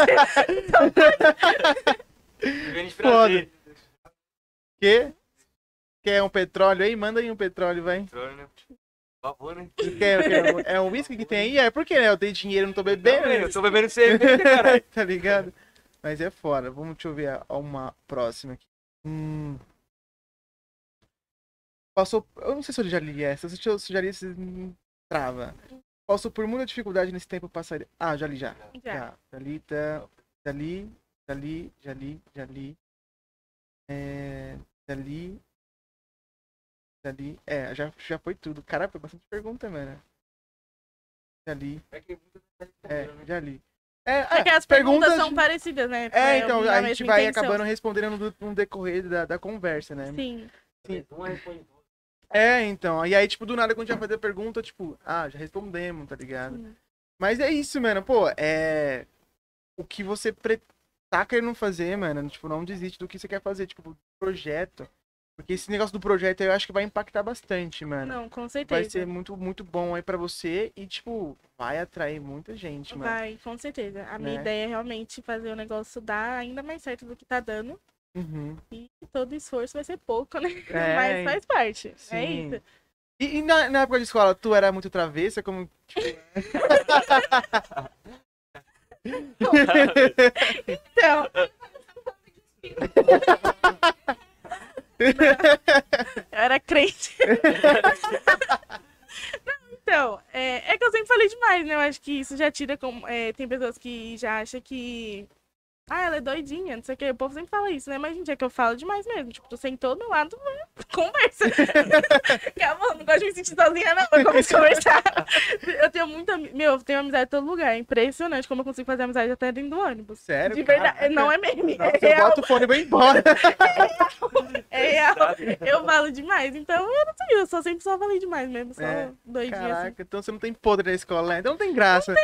Vivendo de Foda. prazer. Quê? Quer um petróleo aí? Manda aí um petróleo, vai. Petróleo, né? Por favor, né? Quer, quer, é um whisky que tem aí? É, por quê, né? Eu tenho dinheiro, não tô bebendo. Não, né? eu tô bebendo cerveja, caralho. Tá ligado? Mas é foda. Vamos, deixa eu ver a- uma próxima aqui. Hum. Passou. Eu não sei se eu já li essa. Se eu se eu já li esse. hum, Trava. Passou por muita dificuldade nesse tempo passaria. Ah, já li já. Já. Já. Já li, tá. Já li, já li, já li, já li. É. Já li. Já li. É, já, já foi tudo. Caralho, foi bastante pergunta, mano. Já li. É que muita gente tá É, respondendo, né? já li. É, Porque ah, as perguntas são parecidas, né? É, então na a gente mesma vai intenção. acabando respondendo no, no decorrer da, da conversa, né? Sim. Sim. Uma responde duas. É, então. E aí, tipo, do nada, quando a gente vai fazer a pergunta, tipo, ah, já respondemos, tá ligado? Sim. Mas é isso, mano. Pô, é. O que você pre... tá querendo fazer, mano, tipo, não desiste do que você quer fazer, tipo, do projeto. Porque esse negócio do projeto eu acho que vai impactar bastante, mano. Não, com certeza. Vai ser muito, muito bom aí pra você e, tipo, vai atrair muita gente, mano. Vai, com certeza. A minha Né? ideia é realmente fazer o negócio dar ainda mais certo do que tá dando. Uhum. E todo esforço vai ser pouco, né? É, Mas faz parte. É sim. isso. E, e na, na época de escola, tu era muito travessa, como. Então. Eu era crente. Não, então, é, é que eu sempre falei demais, né? Eu acho que isso já tira como. É, tem pessoas que já acham que. Ah, ela é doidinha, não sei o que. O povo sempre fala isso, né? Mas, gente, é que eu falo demais mesmo. Tipo, tu sentou do meu lado, conversa. Calma, não gosto de me sentir sozinha, não. Eu começo a conversar. Eu tenho muita. Meu, eu tenho amizade em todo lugar. É impressionante como eu consigo fazer amizade até dentro do ônibus. Sério? De verdade. Caraca. Não é meme. Nossa, é eu real. boto o fone e vou embora. É real. Eu falo demais. Então, eu não sei. Eu só sempre só falei demais mesmo. Só É, doidinha assim. Caraca, então você não tem podre na escola, né? Então não tem graça.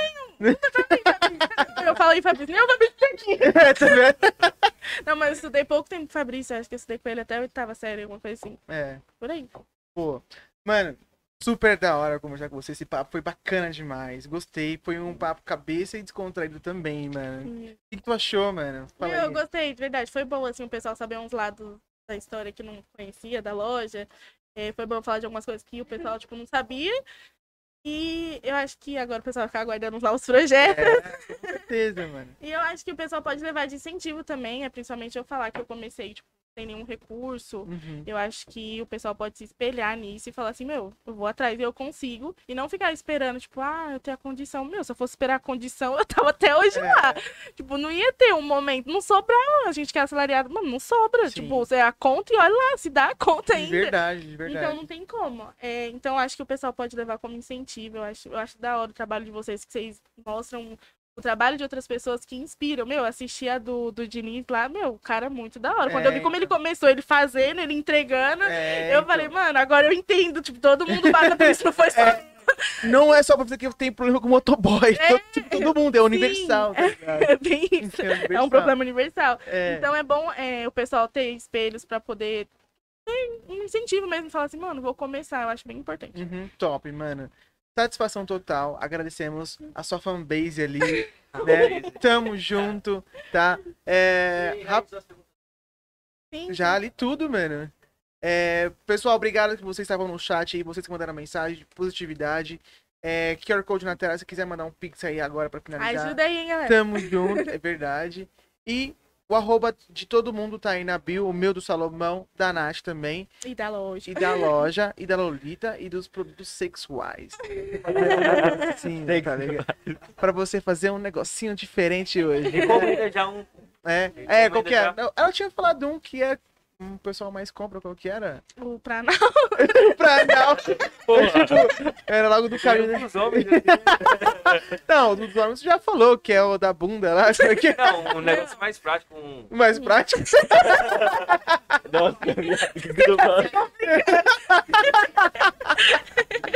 Eu falei, Fabrício, nem o Fabrício tá aqui. É, tá vendo? Não, mas eu estudei pouco tempo com o Fabrício. Acho que eu estudei com ele até a oitava série, alguma coisa assim. É, Por aí. pô. Mano, super da hora conversar com você. Esse papo foi bacana demais. Gostei. Foi um papo cabeça e descontraído também, mano. O que, que tu achou, mano? Fala Meu, aí. eu gostei, de verdade. Foi bom, assim, o pessoal saber uns lados da história que não conhecia, da loja. É, foi bom falar de algumas coisas que o pessoal, tipo, não sabia. E eu acho que agora o pessoal vai ficar aguardando os novos projetos. É, com certeza, mano. E eu acho que o pessoal pode levar de incentivo também, é principalmente eu falar que eu comecei, tipo, sem nenhum recurso. Uhum. Eu acho que o pessoal pode se espelhar nisso e falar assim, meu, eu vou atrás e eu consigo. E não ficar esperando, tipo, ah, eu tenho a condição. Meu, se eu fosse esperar a condição, eu tava até hoje É. lá. Tipo, não ia ter um momento. Não sobra, a gente que é assalariado, mano, não sobra. Sim. Tipo, você é a conta e olha lá, se dá a conta De ainda. verdade, de verdade. Então não tem como. É, então eu acho que o pessoal pode levar como incentivo. Eu acho, eu acho da hora o trabalho de vocês, que vocês mostram o trabalho de outras pessoas que inspiram. Meu, assisti a do, do Diniz lá, meu, o cara é muito da hora. Quando É, eu vi como ele então. começou, ele fazendo, ele entregando, É, eu então. falei, mano, agora eu entendo. Tipo, todo mundo passa por isso, não foi só. É. Não é só pra você que tem problema com motoboy. todo, tipo, todo mundo, é universal, tá ligado? É bem isso. É É universal. um problema universal. É. Então é bom é, o pessoal ter espelhos pra poder ter um incentivo mesmo. Falar assim, mano, vou começar. Eu acho bem importante. Uhum, top, mano. Satisfação total. Agradecemos a sua fanbase ali, né? Tamo junto, tá? É, rap- Sim, já li tudo, mano. É, pessoal, obrigado que vocês estavam no chat aí, vocês que mandaram mensagem, positividade. É, Q R Code na tela, se quiser mandar um pix aí agora pra finalizar. ajuda aí, hein, galera. Tamo junto, é verdade. E o arroba de todo mundo tá aí na bio, o meu do Salomão, da Nath também, E da loja. e da loja, e da Lolita, e dos produtos sexuais. Sim, tá ligado? Pra você fazer um negocinho diferente hoje. Recomenda já um. É, é qual que é? Não, ela tinha falado um que é um pessoal mais compra, qual que era? O Pranal. Pra não, Porra, era logo do caminho. né? dos homens. assim. Não, o dos homens você já falou, que é o da bunda lá, sabe que é Não, um negócio mais prático. Um... o mais prático. Nossa,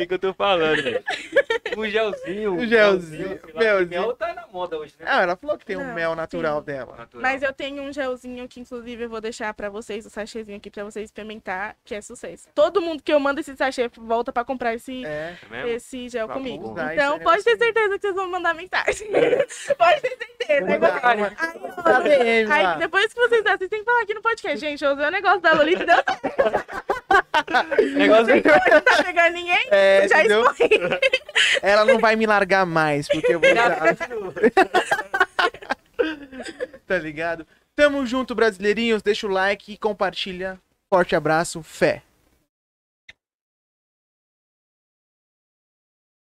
que, que eu tô falando, velho? O gelzinho. O gelzinho, sei lá, melzinho. Mel tá na moda hoje, né? Ah, ela falou que tem um Não, mel natural sim. dela. Natural. Mas eu tenho um gelzinho que, inclusive, eu vou deixar pra vocês, o sachêzinho aqui pra vocês experimentar, que é sucesso. Todo mundo que eu mando esse sachê volta pra comprar esse, É. É mesmo? esse gel Pra comigo. usar Então, esse pode ter negocinho. certeza que vocês vão mandar mensagem. pode ter certeza. Vou mandar Aí, uma- ó, Tá D M lá. aí, depois que vocês assistem, tem que falar aqui no podcast. Gente, eu usei o negócio da Lolita e deu certo. Negócio Não tá pegando ninguém, É, já entendeu? expõe. Ela não vai me largar mais, porque eu vou Já usar. continua. Tá ligado? Tamo junto, brasileirinhos. Deixa o like e compartilha. Forte abraço, fé.